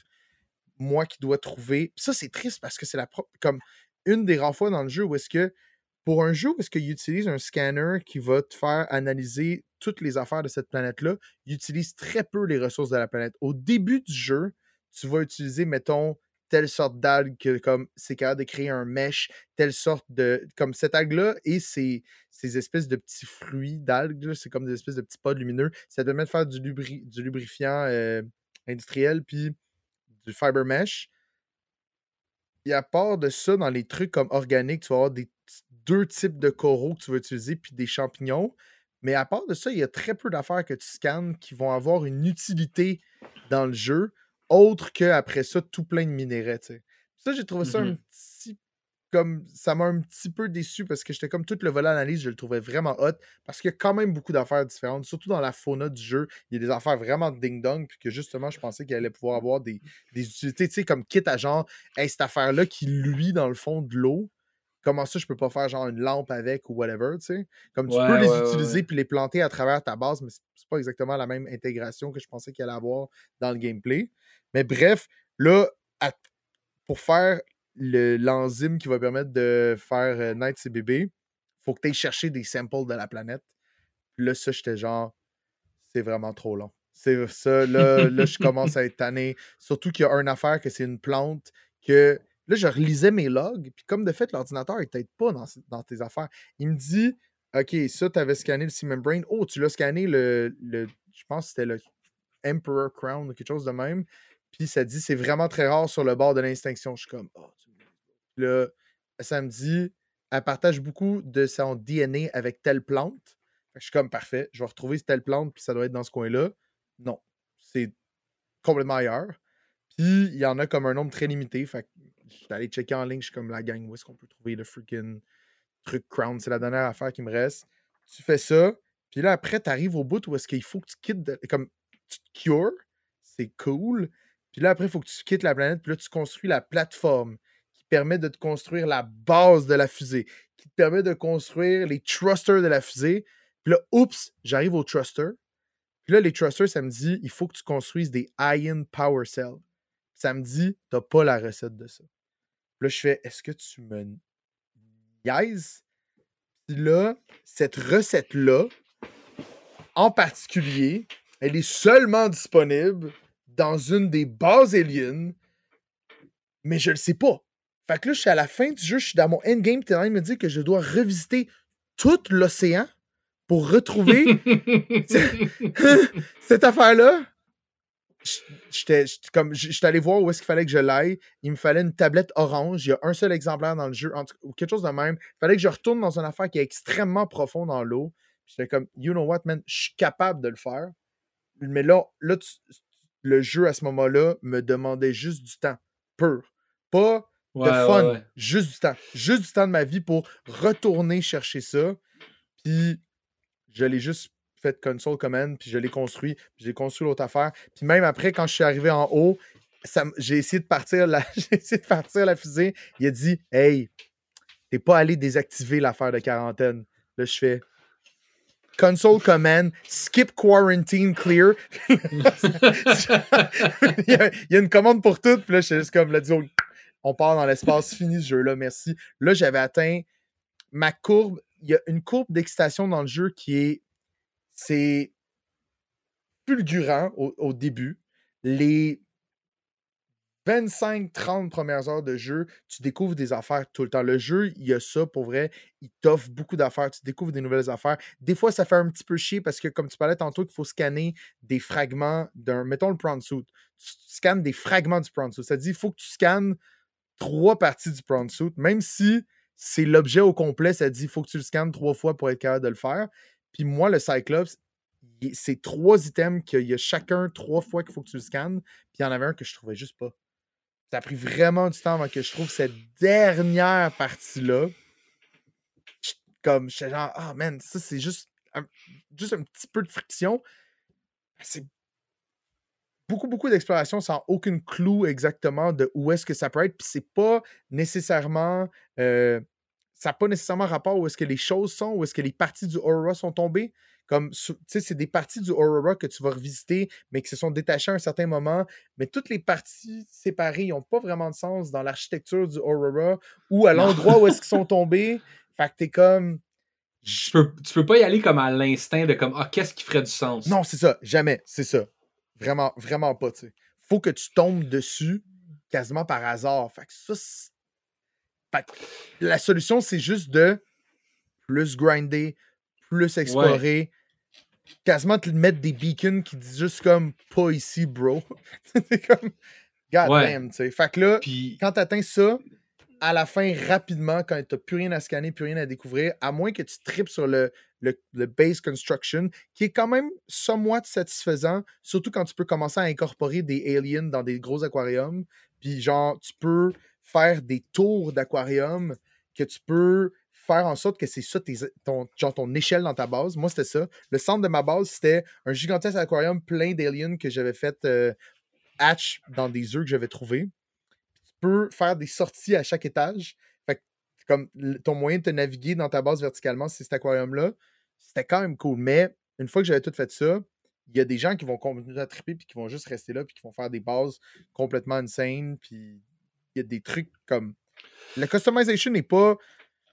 moi qui dois trouver. Puis ça, c'est triste parce que c'est la pro... comme une des rares fois dans le jeu où est-ce que pour un jeu où est-ce qu'il utilise un scanner qui va te faire analyser toutes les affaires de cette planète-là, il utilise très peu les ressources de la planète. Au début du jeu, tu vas utiliser, mettons, telle sorte d'algue que comme c'est capable de créer un mesh, telle sorte de... Comme cette algue-là et ces, ces espèces de petits fruits d'algues, c'est comme des espèces de petits pods lumineux. Ça te permet de faire du, lubri... du lubrifiant euh, industriel puis du fiber mesh. Et à part de ça, dans les trucs comme organiques, tu vas avoir des deux types de coraux que tu vas utiliser, puis des champignons. Mais à part de ça, il y a très peu d'affaires que tu scannes qui vont avoir une utilité dans le jeu, autre qu'après ça, tout plein de minéraux. T'sais. Ça, j'ai trouvé ça mm-hmm. un petit... comme ça m'a un petit peu déçu parce que j'étais comme tout le volet analyse, je le trouvais vraiment hot parce qu'il y a quand même beaucoup d'affaires différentes, surtout dans la fauna du jeu. Il y a des affaires vraiment ding-dong, puis que justement, je pensais qu'il allait pouvoir avoir des, des utilités, tu sais, comme quitte à genre, hey, cette affaire-là qui luit dans le fond de l'eau. Comment ça, je peux pas faire genre une lampe avec ou whatever, tu sais? Comme tu ouais, peux les ouais, utiliser ouais. puis les planter à travers ta base, mais c'est pas exactement la même intégration que je pensais qu'il allait avoir dans le gameplay. Mais bref, là, à, pour faire le, l'enzyme qui va permettre de faire euh, naître ses bébés, faut que tu ailles chercher des samples de la planète. Puis là, ça, j'étais genre, c'est vraiment trop long. C'est ça, là, là je commence à être tanné. Surtout qu'il y a une affaire que c'est une plante que... Là, je relisais mes logs, puis comme de fait, l'ordinateur, il t'aide pas dans, dans tes affaires. Il me dit, OK, ça, tu avais scanné le Sea Membrane. Oh, tu l'as scanné le, le... Je pense que c'était le Emperor Crown ou quelque chose de même. Puis ça dit, c'est vraiment très rare sur le bord de l'extinction. Je suis comme, oh, tu me... Là, ça me dit, elle partage beaucoup de son D N A avec telle plante. Fait que je suis comme, parfait, je vais retrouver telle plante, puis ça doit être dans ce coin-là. Non, c'est complètement ailleurs. Puis il y en a comme un nombre très limité. Fait que je suis allé checker en ligne, je suis comme, la gang, où est-ce qu'on peut trouver le freaking truc Crown? C'est la dernière affaire qui me reste. Tu fais ça, puis là, après, tu arrives au bout où est-ce qu'il faut que tu quittes, de... comme, tu te cures, c'est cool. Puis là, après, il faut que tu quittes la planète, puis là, tu construis la plateforme qui permet de te construire la base de la fusée, qui te permet de construire les thrusters de la fusée. Puis là, oups, j'arrive au thruster. Puis là, les thrusters, ça me dit, il faut que tu construises des Ion Power Cells. Ça me dit, t'as pas la recette de ça. Puis là, je fais, est-ce que tu me niaises? Puis là, cette recette-là, en particulier, elle est seulement disponible dans une des bases aliens, mais je le sais pas. Fait que là, je suis à la fin du jeu, je suis dans mon endgame, t'es en train de me dire que je dois revisiter tout l'océan pour retrouver cette affaire-là. J'étais comme j'étais allé voir où est-ce qu'il fallait que je l'aille. Il me fallait une tablette orange. Il y a un seul exemplaire dans le jeu, ou quelque chose de même. Il fallait que je retourne dans une affaire qui est extrêmement profonde dans l'eau. J'étais comme, you know what, man, je suis capable de le faire. Mais là, là tu, le jeu à ce moment-là me demandait juste du temps pur. Pas ouais, de fun, ouais, ouais. juste du temps. Juste du temps de ma vie pour retourner chercher ça. Puis je l'ai juste fait console command, puis je l'ai construit, puis j'ai construit l'autre affaire. Puis même après, quand je suis arrivé en haut, ça, j'ai essayé de partir la, j'ai essayé de partir la fusée. Il a dit, hey, t'es pas allé désactiver l'affaire de quarantaine. Là, je fais console command, skip quarantine clear. il, y a, il y a une commande pour tout, puis là, je suis juste comme, let's go, on part dans l'espace, fini ce jeu-là, merci. Là, j'avais atteint ma courbe. Il y a une courbe d'excitation dans le jeu qui est c'est fulgurant au, au début. Les vingt-cinq trente premières heures de jeu, tu découvres des affaires tout le temps. Le jeu, il y a ça, pour vrai, il t'offre beaucoup d'affaires, tu découvres des nouvelles affaires. Des fois, ça fait un petit peu chier parce que, comme tu parlais tantôt, qu'il faut scanner des fragments d'un... Mettons le prawn suit. Tu scannes des fragments du prawn suit. Ça dit, il faut que tu scannes trois parties du prawn suit, même si c'est l'objet au complet, ça dit, il faut que tu le scannes trois fois pour être capable de le faire. Puis moi, le Cyclops, c'est trois items qu'il y a chacun trois fois qu'il faut que tu le scannes. Puis il y en avait un que je trouvais juste pas. Ça a pris vraiment du temps avant que je trouve cette dernière partie-là. Comme, j'étais genre, ah oh man, ça c'est juste un, juste un petit peu de friction. C'est beaucoup, beaucoup d'exploration sans aucune clou exactement de où est-ce que ça peut être. Puis c'est pas nécessairement... Euh, ça n'a pas nécessairement rapport où est-ce que les choses sont, où est-ce que les parties du Aurora sont tombées. Comme, tu sais, c'est des parties du Aurora que tu vas revisiter, mais qui se sont détachées à un certain moment. Mais toutes les parties séparées n'ont pas vraiment de sens dans l'architecture du Aurora ou à l'endroit où est-ce qu'ils sont tombés. Fait que t'es comme... Tu peux, tu peux pas y aller comme à l'instinct de comme, ah, qu'est-ce qui ferait du sens? Non, c'est ça. Jamais. C'est ça. Vraiment, vraiment pas, tu sais. Faut que tu tombes dessus quasiment par hasard. Fait que ça, c'est... Fait que la solution, c'est juste de plus grinder, plus explorer, ouais. Quasiment te mettre des beacons qui disent juste comme pas ici, bro. C'est comme god ouais. damn, tu sais. Fait que là, Puis... quand t'atteins ça, à la fin, rapidement, quand t'as plus rien à scanner, plus rien à découvrir, à moins que tu tripes sur le, le, le base construction, qui est quand même somewhat satisfaisant, surtout quand tu peux commencer à incorporer des aliens dans des gros aquariums. Puis genre, tu peux faire des tours d'aquarium que tu peux faire en sorte que c'est ça tes, ton, genre ton échelle dans ta base. Moi, c'était ça. Le centre de ma base, c'était un gigantesque aquarium plein d'aliens que j'avais fait euh, hatch dans des œufs que j'avais trouvés. Tu peux faire des sorties à chaque étage. Fait que, comme ton moyen de te naviguer dans ta base verticalement, c'est cet aquarium-là. C'était quand même cool. Mais une fois que j'avais tout fait ça, il y a des gens qui vont continuer à triper puis qui vont juste rester là puis qui vont faire des bases complètement insane. Puis il y a des trucs comme... La customization n'est pas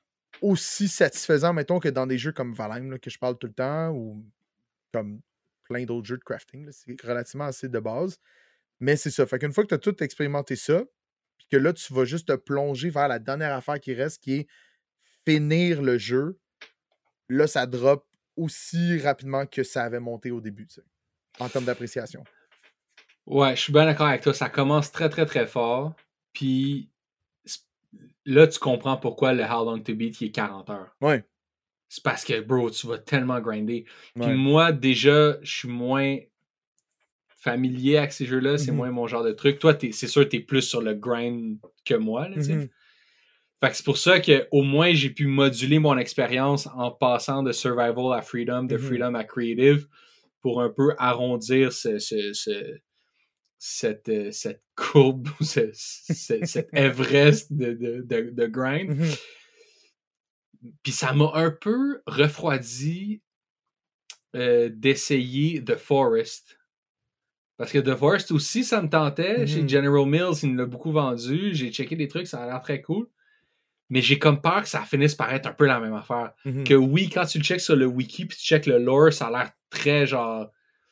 aussi satisfaisant, mettons, que dans des jeux comme Valheim, là, que je parle tout le temps, ou comme plein d'autres jeux de crafting. Là, c'est relativement assez de base. Mais c'est ça. Fait qu'une fois que tu as tout expérimenté ça, puis que là, tu vas juste te plonger vers la dernière affaire qui reste, qui est finir le jeu, là, ça drop aussi rapidement que ça avait monté au début, tu sais, en termes d'appréciation. Ouais, je suis bien d'accord avec toi. Ça commence très, très, très fort. Puis là, tu comprends pourquoi le How Long to Beat il est quarante heures. Ouais. C'est parce que, bro, tu vas tellement grinder. Puis Ouais. moi, déjà, je suis moins familier avec ces jeux-là. C'est Mhm. moins mon genre de truc. Toi, t'es- c'est sûr que tu es plus sur le grind que moi, là, tu sais. Mhm. Fait que c'est pour ça qu'au moins, j'ai pu moduler mon expérience en passant de survival à freedom, de Mhm. freedom à creative, pour un peu arrondir ce, ce, ce- cette, euh, cette courbe, ou ce, ce- cet Everest de, de, de, de grind. Mhm. Puis ça m'a un peu refroidi euh, d'essayer The Forest. Parce que The Forest aussi, ça me tentait. Mhm. Chez General Mills, il me l'a beaucoup vendu. J'ai checké des trucs, ça a l'air très cool. Mais j'ai comme peur que ça finisse par être un peu la même affaire. Mhm. Que oui, quand tu le checkes sur le wiki puis tu checkes le lore, ça a l'air très genre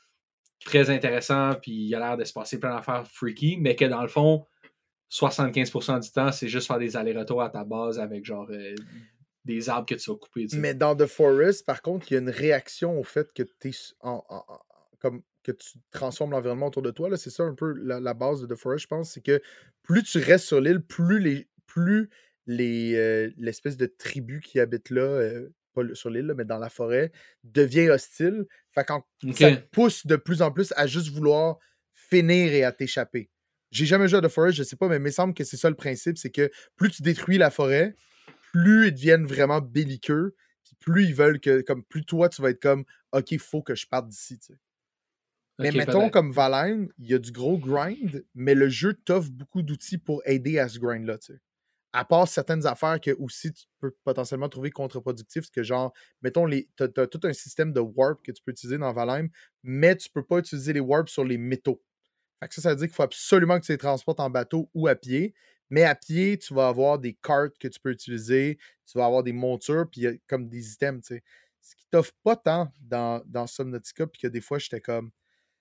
très intéressant puis il a l'air de se passer plein d'affaires freaky, mais que dans le fond, soixante-quinze pour cent du temps, c'est juste faire des allers-retours à ta base avec genre euh, des arbres que tu vas couper. Tu sais. Mais dans The Forest, par contre, il y a une réaction au fait que tu en, en- en- comme que tu transformes l'environnement autour de toi. Là, c'est ça un peu la, la base de The Forest, je pense. C'est que plus tu restes sur l'île, plus les plus les euh, l'espèce de tribu qui habite là, euh, pas le- sur l'île, là, mais dans la forêt, devient hostile. Fait quand Ok. ça te pousse de plus en plus à juste vouloir finir et à t'échapper. J'ai jamais joué à The Forest, je sais pas, mais il me semble que c'est ça le principe, c'est que plus tu détruis la forêt, plus ils deviennent vraiment belliqueux, puis plus ils veulent que, comme, plus toi, tu vas être comme, OK, il faut que je parte d'ici, tu sais. Mais Ok, mettons, peut-être. comme Valheim, il y a du gros grind, mais le jeu t'offre beaucoup d'outils pour aider à ce grind-là, tu sais. À part certaines affaires que aussi tu peux potentiellement trouver contre-productifs, que genre, mettons, les, t'as, t'as tout un système de warp que tu peux utiliser dans Valheim, mais tu peux pas utiliser les warps sur les métaux. Fait que ça, ça veut dire qu'il faut absolument que tu les transportes en bateau ou à pied. Mais à pied, tu vas avoir des cartes que tu peux utiliser, tu vas avoir des montures, puis il y a comme des items, tu sais. Ce qui t'offre pas tant dans, dans Subnautica, puis que des fois, j'étais comme.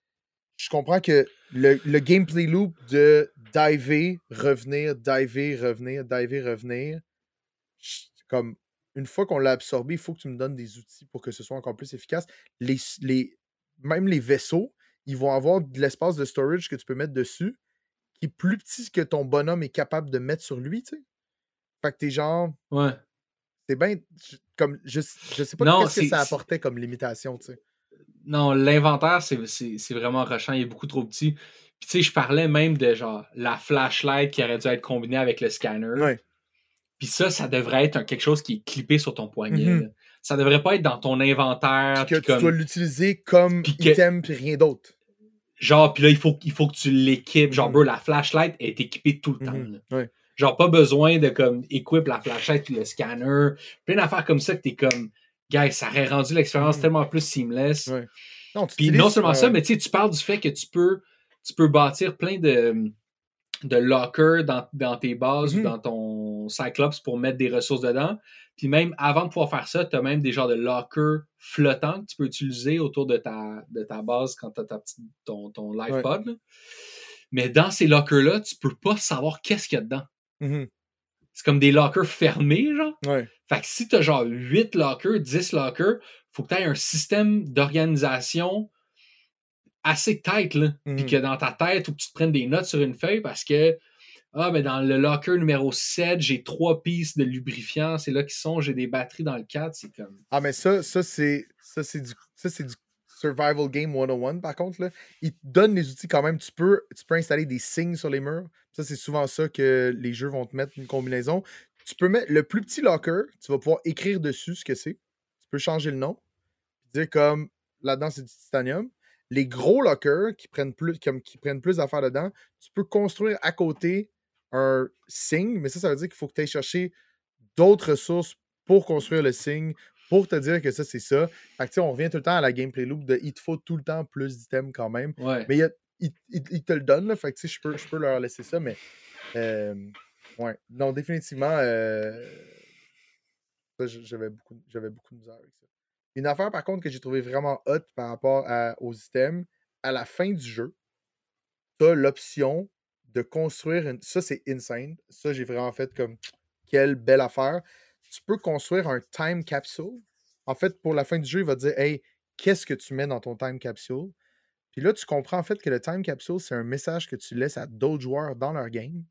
Je comprends que le, le gameplay loop de diver, revenir, diver, revenir, diver, revenir, je- comme une fois qu'on l'a absorbé, il faut que tu me donnes des outils pour que ce soit encore plus efficace. Les, les, même les vaisseaux, ils vont avoir de l'espace de storage que tu peux mettre dessus qui est plus petit que ton bonhomme est capable de mettre sur lui, tu sais. Fait que t'es genre, Ouais. c'est bien, comme, je, je sais pas Non, qu'est-ce que c'est. ça c'est- apportait comme limitation, tu sais. Non, l'inventaire, c'est, c'est, c'est vraiment rushant. Il est beaucoup trop petit. Puis tu sais, je parlais même de genre la flashlight qui aurait dû être combinée avec le scanner. Ouais. Puis ça, ça devrait être un- quelque chose qui est clippé sur ton poignet. Mhm. Là. Ça devrait pas être dans ton inventaire. Puis que Puis tu dois comme. l'utiliser comme Puis que. item, puis rien d'autre. Genre, puis là, il faut, il faut que tu l'équipes. Genre, Mhm. bro, la flashlight est équipée tout le temps. Mhm. Là. Ouais. Genre, pas besoin de comme équipe la flashlight puis le scanner. Plein d'affaires comme ça que t'es comme. Guys, ça aurait rendu l'expérience Mhm. tellement plus seamless. Ouais. Non, tu Puis utilises. non seulement Ouais, ça, ouais. mais tu sais, tu parles du fait que tu peux, tu peux bâtir plein de, de lockers dans, dans tes bases Mhm. ou dans ton Cyclops pour mettre des ressources dedans. Puis même avant de pouvoir faire ça, tu as même des genres de lockers flottants que tu peux utiliser autour de ta, de ta base quand tu as ta petite, ton, ton live Ouais. pod. Là. Mais dans ces lockers-là, tu peux pas savoir qu'est-ce qu'il y a dedans. Mhm. C'est comme des lockers fermés, genre. Ouais. Fait que si tu as genre huit lockers, dix lockers, faut que tu aies un système d'organisation assez tight, là. Mhm. Puis que dans ta tête, ou que tu te prennes des notes sur une feuille parce que, ah, mais dans le locker numéro sept, j'ai trois pistes de lubrifiant, c'est là qu'ils sont, j'ai des batteries dans le quatre, c'est comme. Ah, mais ça, ça c'est ça, c'est du, ça, c'est du Survival Game cent un, par contre. Là. Il te donne les outils quand même. Tu peux, tu peux installer des signes sur les murs. Ça, c'est souvent ça que les jeux vont te mettre une combinaison. Tu peux mettre le plus petit locker, tu vas pouvoir écrire dessus ce que c'est. Tu peux changer le nom. Dire comme là-dedans, c'est du titanium. Les gros lockers qui prennent plus, comme, qui prennent plus d'affaires dedans, tu peux construire à côté un signe, mais ça, ça veut dire qu'il faut que tu ailles chercher d'autres ressources pour construire le signe, pour te dire que ça, c'est ça. Fait que, tu sais, on revient tout le temps à la gameplay loop de il te faut tout le temps plus d'items quand même. Ouais. Mais il, y a- il- il- il te le donne, là. Fait que, tu sais, je peux, je peux leur laisser ça, mais. euh, ouais. Non, définitivement. euh, Ça, j'avais beaucoup, j'avais beaucoup de misère avec ça. Une affaire, par contre, que j'ai trouvé vraiment hot par rapport à, aux items, à la fin du jeu, tu as l'option de construire une. Ça, c'est insane. Ça, j'ai vraiment fait comme quelle belle affaire. Tu peux construire un time capsule. En fait, pour la fin du jeu, il va te dire hey, qu'est-ce que tu mets dans ton time capsule? Puis là, tu comprends en fait que le time capsule, c'est un message que tu laisses à d'autres joueurs dans leur game,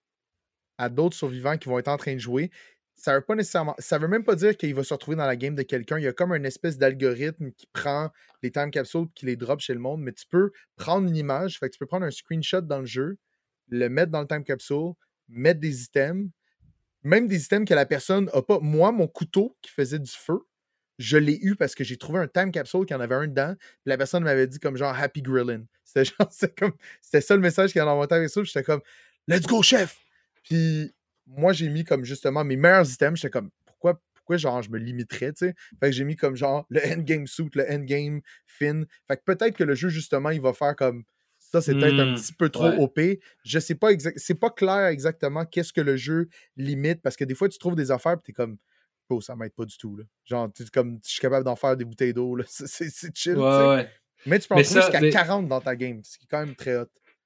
à d'autres survivants qui vont être en train de jouer. Ça veut pas nécessairement. Ça veut même pas dire qu'il va se retrouver dans la game de quelqu'un. Il y a comme une espèce d'algorithme qui prend les time capsules et qui les drop chez le monde, mais tu peux prendre une image, fait que tu peux prendre un screenshot dans le jeu, le mettre dans le time capsule, mettre des items, même des items que la personne n'a pas. Moi, mon couteau qui faisait du feu, je l'ai eu parce que j'ai trouvé un time capsule qui en avait un dedans. Puis la personne m'avait dit comme genre Happy Grillin. C'était genre, c'était comme. C'était ça le message qu'il y avait dans mon time capsule. J'étais comme Let's go, chef! Puis moi, j'ai mis comme justement mes meilleurs items. J'étais comme pourquoi, pourquoi genre je me limiterais, tu sais? Fait que j'ai mis comme genre le endgame suit, le endgame fin. Fait que peut-être que le jeu, justement, il va faire comme ça, c'est peut-être un Hmm, petit peu trop ouais. O P. Je sais pas exact. C'est pas clair exactement qu'est-ce que le jeu limite parce que des fois, tu trouves des affaires et t'es comme oh, ça m'aide pas du tout. Là. Genre, tu comme je suis capable d'en faire des bouteilles d'eau. Là. C'est, c'est, c'est chill, Ouais, tu sais. ouais. Mais tu peux en Mais trouver ça, jusqu'à mais- quarante dans ta game, ce qui est quand même très hot.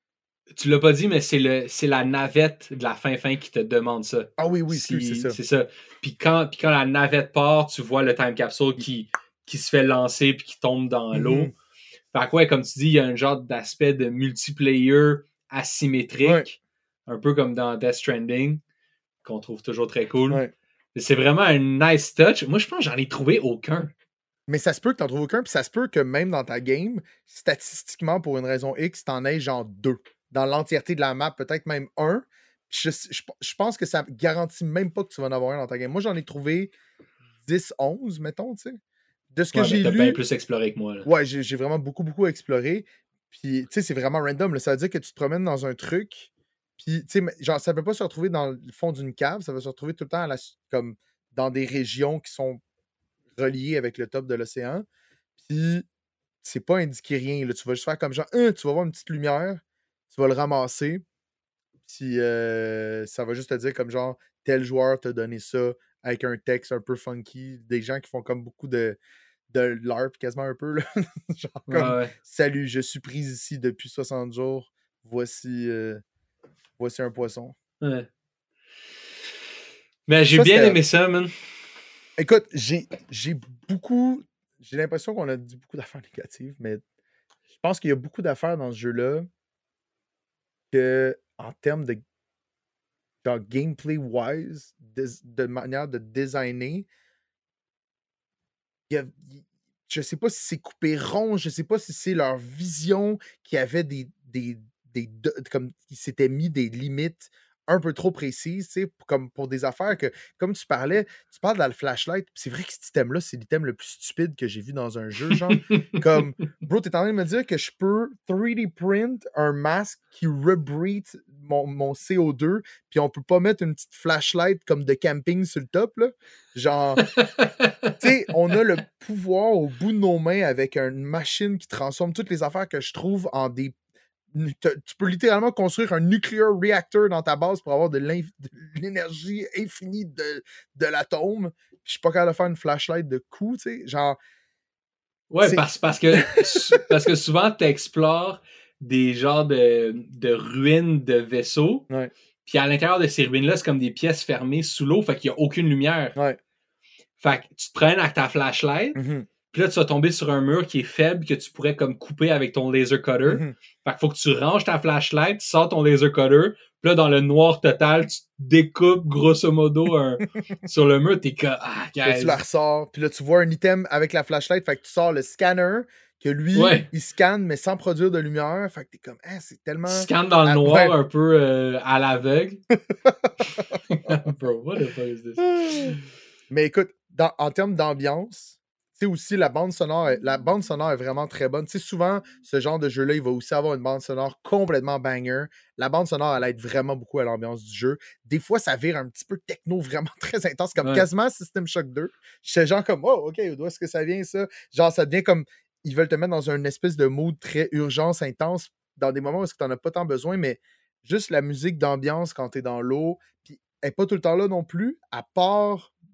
Tu l'as pas dit, mais c'est le c'est la navette de la fin-fin qui te demande ça. Ah oui, oui, Si- excuse, c'est ça. C'est ça. Puis quand, puis quand la navette part, tu vois le time capsule qui, qui se fait lancer puis qui tombe dans Mhm. l'eau. Fait que ouais, comme tu dis, il y a un genre d'aspect de multiplayer asymétrique, Ouais. un peu comme dans Death Stranding, qu'on trouve toujours très cool. Ouais. C'est vraiment un nice touch. Moi, je pense que j'en ai trouvé aucun. Mais ça se peut que t'en trouves aucun, puis ça se peut que même dans ta game, statistiquement, pour une raison X, t'en aies genre deux. Dans l'entièreté de la map, peut-être même un. Puis Je, je, je pense que ça garantit même pas que tu vas en avoir un dans ta game. Moi, j'en ai trouvé dix, onze, mettons, tu sais. De ce que Ouais, mais j'ai t'as lu. bien plus exploré que moi. Là. Ouais, j'ai, j'ai vraiment beaucoup, beaucoup exploré. Puis, tu sais, c'est vraiment random. Là. Ça veut dire que tu te promènes dans un truc. Puis, tu sais, mais, genre, ça ne peut pas se retrouver dans le fond d'une cave. Ça va se retrouver tout le temps à la, comme dans des régions qui sont reliées avec le top de l'océan. Puis, c'est pas indiqué rien. Là. Tu vas juste faire comme genre, Hein, tu vas voir une petite lumière. Tu vas le ramasser. Puis, euh, ça va juste te dire comme genre, tel joueur t'a donné ça avec un texte un peu funky. Des gens qui font comme beaucoup de de LARP quasiment un peu. Là. Genre Ouais, comme ouais. Salut, je suis prise ici depuis soixante jours. Voici, euh, voici un poisson. Ouais. Mais j'ai Ça, bien c'était- aimé ça, man. Écoute, j'ai, j'ai beaucoup. J'ai l'impression qu'on a dit beaucoup d'affaires négatives, mais je pense qu'il y a beaucoup d'affaires dans ce jeu-là que, en termes de genre gameplay-wise, de, de manière de designer, il y a, il- je sais pas si c'est coupé rond, je sais pas si c'est leur vision qui avait des, des, des de- comme qui s'était mis des limites un peu trop précises, tu sais, comme pour des affaires que, comme tu parlais, tu parles de la flashlight, puis c'est vrai que cet item-là, c'est l'item le plus stupide que j'ai vu dans un jeu, genre, comme, bro, t'es en train de me dire que je peux trois D print un masque qui rebreathe mon, mon C O deux, puis on peut pas mettre une petite flashlight comme de camping sur le top, là, genre... Tu sais, on a le pouvoir au bout de nos mains avec une machine qui transforme toutes les affaires que je trouve en des. nu- te- Tu peux littéralement construire un nuclear reactor dans ta base pour avoir de l'in- de l'énergie infinie de, de l'atome. Puis Je suis pas capable de faire une flashlight de coup, tu sais. Genre, Ouais, C'est- parce, parce, que, su- parce que souvent, tu explores des genres de, de ruines de vaisseaux. ouais, Puis à l'intérieur de ces ruines-là, c'est comme des pièces fermées sous l'eau, fait qu'il n'y a aucune lumière. ouais. Fait que tu te prends avec ta flashlight, mhm, puis là, tu vas tomber sur un mur qui est faible, que tu pourrais comme couper avec ton laser cutter. mhm. Fait qu'il faut que tu ranges ta flashlight, tu sors ton laser cutter, puis là, dans le noir total, tu découpes grosso modo un, sur le mur, t'es comme, ah, Là, guys. tu la ressors, puis là, tu vois un item avec la flashlight, fait que tu sors le scanner, que lui, Ouais. il scanne, mais sans produire de lumière. Fait que t'es comme, ah, c'est tellement. Scanne dans le Ah, noir ouais. un peu euh, à l'aveugle. Bro, what the fuck is this? Mais écoute, dans- en termes d'ambiance, tu sais aussi, la bande sonore, est- la bande sonore est vraiment très bonne. Tu sais, souvent, ce genre de jeu-là, il va aussi avoir une bande sonore complètement banger. La bande sonore, elle aide vraiment beaucoup à l'ambiance du jeu. Des fois, ça vire un petit peu techno vraiment très intense, comme Ouais. quasiment System Shock deux. J'étais genre comme, oh, OK, d'où est-ce que ça vient, ça? Genre, ça devient comme, ils veulent te mettre dans une espèce de mood très urgence, intense, dans des moments où tu n'en as pas tant besoin, mais juste la musique d'ambiance quand tu es dans l'eau, puis elle n'est pas tout le temps là non plus, à part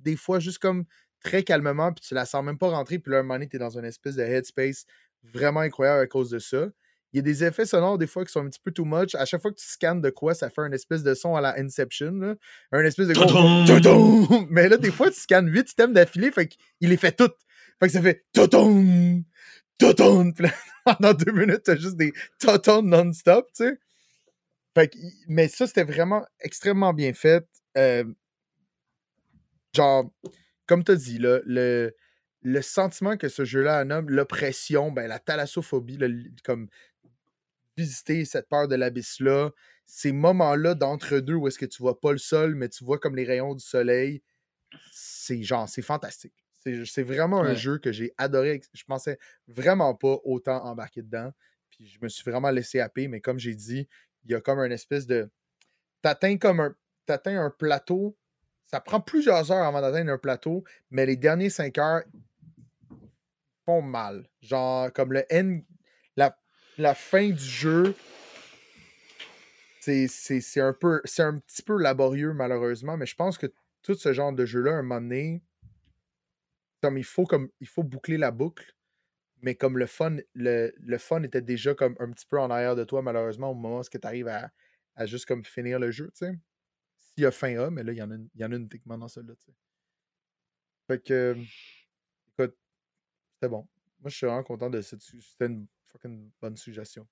des fois juste comme très calmement, puis tu la sens même pas rentrer, puis là, un moment donné, t'es dans une espèce de headspace vraiment incroyable à cause de ça. Il y a des effets sonores des fois qui sont un petit peu too much. À chaque fois que tu scannes de quoi, ça fait un espèce de son à la Inception, là. Un espèce de gros... Tudum! Mais là, des fois, tu scannes huit items d'affilée, fait qu'il les fait toutes. Fait que ça fait Tudum! Tudum! Puis là, pendant deux minutes, t'as juste des Tudum non-stop, tu sais. Fait que, mais ça, c'était vraiment extrêmement bien fait. Euh, genre, comme t'as dit, là, le, le sentiment que ce jeu-là a nomme, l'oppression, ben, la thalassophobie, le, comme visiter cette peur de l'abysse-là, ces moments-là d'entre-deux où est-ce que tu vois pas le sol, mais tu vois comme les rayons du soleil, c'est genre, c'est fantastique. C'est, c'est vraiment un Ouais. jeu que j'ai adoré. Je pensais vraiment pas autant embarquer dedans. Puis je me suis vraiment laissé happer, mais comme j'ai dit, il y a comme une espèce de... T'atteins comme un... T'atteins un plateau. Ça prend plusieurs heures avant d'atteindre un plateau, mais les derniers cinq heures font mal. Genre, comme le end... La, la fin du jeu... C'est, c'est, c'est un peu... C'est un petit peu laborieux, malheureusement, mais je pense que tout ce genre de jeu-là, à un moment donné, comme il faut, comme, il faut boucler la boucle, mais comme le fun, le, le fun était déjà comme un petit peu en arrière de toi, malheureusement, au moment où tu arrives à, à juste comme finir le jeu, tu sais. S'il y a fin A, mais là, il y en a une, il y en a une techniquement dans celui-là, tu sais. Fait que, écoute, c'était bon. Moi, je suis vraiment content de cette... C'était une fucking bonne suggestion.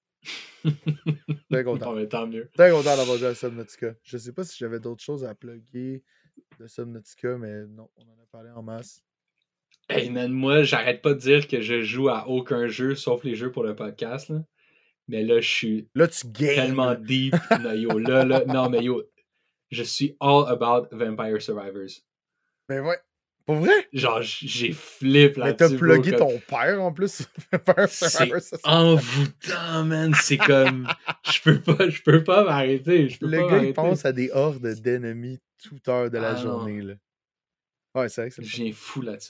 Très content. Non, mais tant mieux. Très content d'avoir joué à Subnautica. Je sais pas si j'avais d'autres choses à plugger de Subnautica, mais non, on en a parlé en masse. Hey man, moi, j'arrête pas de dire que je joue à aucun jeu sauf les jeux pour le podcast, là. Mais là, je suis Là, tu games. tellement deep. Non, yo, là, là, non, mais yo, je suis all about Vampire Survivors. Mais ouais. Pour vrai? Genre, j'ai flip Mais t'as là-dessus. plugué bro, ton père en plus. C'est envoûtant, man. C'est comme. Je peux pas, je peux pas m'arrêter. Je peux Le pas gars, m'arrêter. il pense à des hordes d'ennemis toute heure de la Ah, journée. Là. Ouais, c'est vrai que c'est le Je fun. viens fou là-dessus.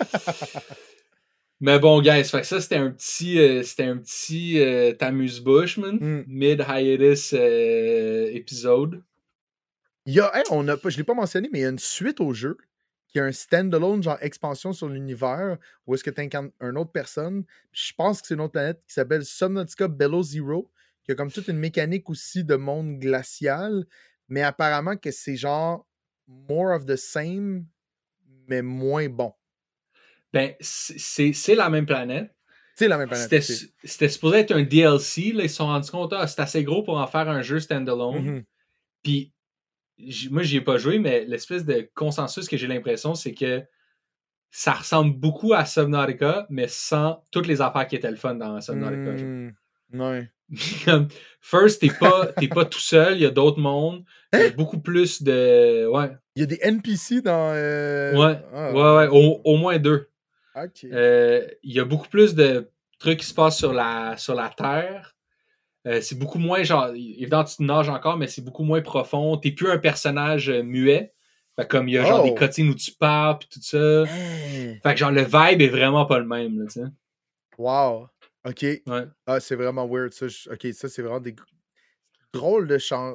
Mais bon, guys, fait que ça, c'était un petit, euh, c'était un petit euh, t'amuse-bouche, man. Mm. Mid-hiatus euh, épisode. Il y a, hey, on a pas, je l'ai pas mentionné, mais il y a une suite au jeu qui a un standalone, genre expansion sur l'univers, où est-ce que tu incarnes une autre personne. Puis je pense que c'est une autre planète qui s'appelle Subnautica Below Zero, qui a comme toute une mécanique aussi de monde glacial, mais apparemment que c'est genre more of the same, mais moins bon. Ben, c'est, c'est la même planète. C'est la même planète. C'était, okay. c'était supposé être un D L C. Là, ils se sont rendus compte, ah, c'est assez gros pour en faire un jeu standalone. Mm-hmm. Puis, j- moi, j'y ai pas joué, mais l'espèce de consensus que j'ai l'impression, c'est que ça ressemble beaucoup à Subnautica, mais sans toutes les affaires qui étaient le fun dans Subnautica. Mm, ouais. First, t'es pas, t'es pas tout seul, il y a d'autres mondes. Il y a beaucoup plus de. Ouais. Il y a des N P C dans. Euh... Ouais, ah, ouais, ouais, au, au moins deux. Ok. Euh, il y a beaucoup plus de trucs qui se passent sur la, sur la Terre. Euh, c'est beaucoup moins, genre, évidemment, tu nages encore, mais c'est beaucoup moins profond. T'es plus un personnage euh, muet. Fait comme il y a genre Oh. des cutscenes où tu parles pis tout ça. Hey. Fait que genre le vibe est vraiment pas le même, là, tu sais. Wow. Ok. Ouais. Ah, c'est vraiment weird. Ça. Ok, ça, c'est vraiment des drôles de chants.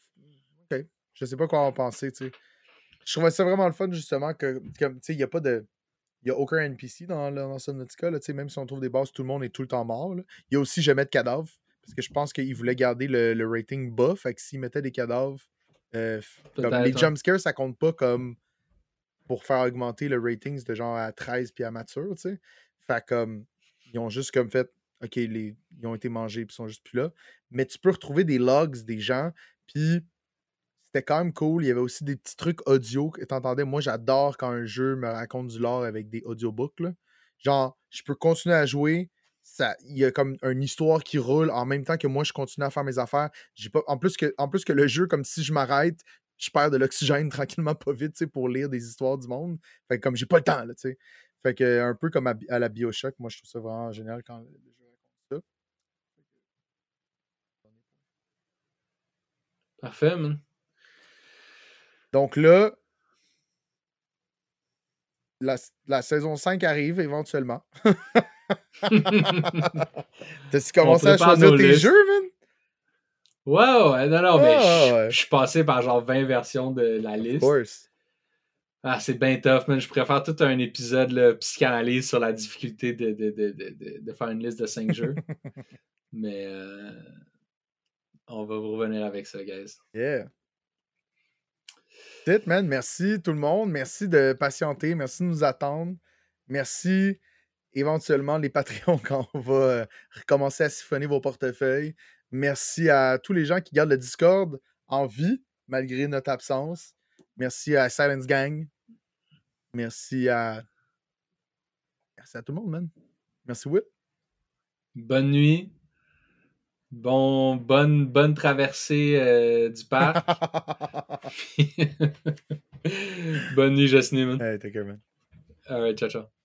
Ok. Je sais pas quoi en penser, tu sais. Je trouvais ça vraiment le fun, justement, que, comme, tu sais, il n'y a pas de. Il n'y a aucun N P C dans, dans Subnautica, là, tu sais, même si on trouve des bases, tout le monde est tout le temps mort, là. Il y a aussi jamais de cadavres, parce que je pense qu'ils voulaient garder le, le rating bas, fait que s'ils mettaient des cadavres, euh, comme les jumpscares, ça compte pas comme pour faire augmenter le rating de genre à treize puis à mature, tu sais. Fait comme, ils ont juste comme fait, ok, les, ils ont été mangés puis ils sont juste plus là. Mais tu peux retrouver des logs des gens, puis c'était quand même cool. Il y avait aussi des petits trucs audio que t'entendais. Moi, j'adore quand un jeu me raconte du lore avec des audiobooks, là. Genre, je peux continuer à jouer. Ça, il y a comme une histoire qui roule en même temps que moi, je continue à faire mes affaires. J'ai pas, en, plus que, en plus que le jeu, comme si je m'arrête, je perds de l'oxygène tranquillement, pas vite, tu sais, pour lire des histoires du monde. Fait que comme j'ai pas le temps, là, tu sais. Fait que un peu comme à, à la BioShock, moi, je trouve ça vraiment génial quand le jeu raconte ça. Parfait, man. Donc là, la, la saison cinq arrive éventuellement. T'as-tu commencé à choisir tes listes. jeux, man? Ouais, ouais, non, non, oh, mais je ouais. suis passé par genre vingt versions de la of liste. Course. Ah, c'est bien tough, man. Je pourrais faire tout un épisode là, psychanalyse sur la difficulté de, de, de, de, de faire une liste de cinq jeux. Mais euh, on va vous revenir avec ça, guys. Yeah. That's it, man. Merci tout le monde. Merci de patienter. Merci de nous attendre. Merci éventuellement les Patreons quand on va euh, recommencer à siphonner vos portefeuilles. Merci à tous les gens qui gardent le Discord en vie malgré notre absence. Merci à Silence Gang. Merci à... Merci à tout le monde, man. Merci, Will. Bonne nuit. Bon, bonne, bonne traversée euh, du parc. Bonne nuit, Jasmine. Hey, take care, man. All right, ciao, ciao.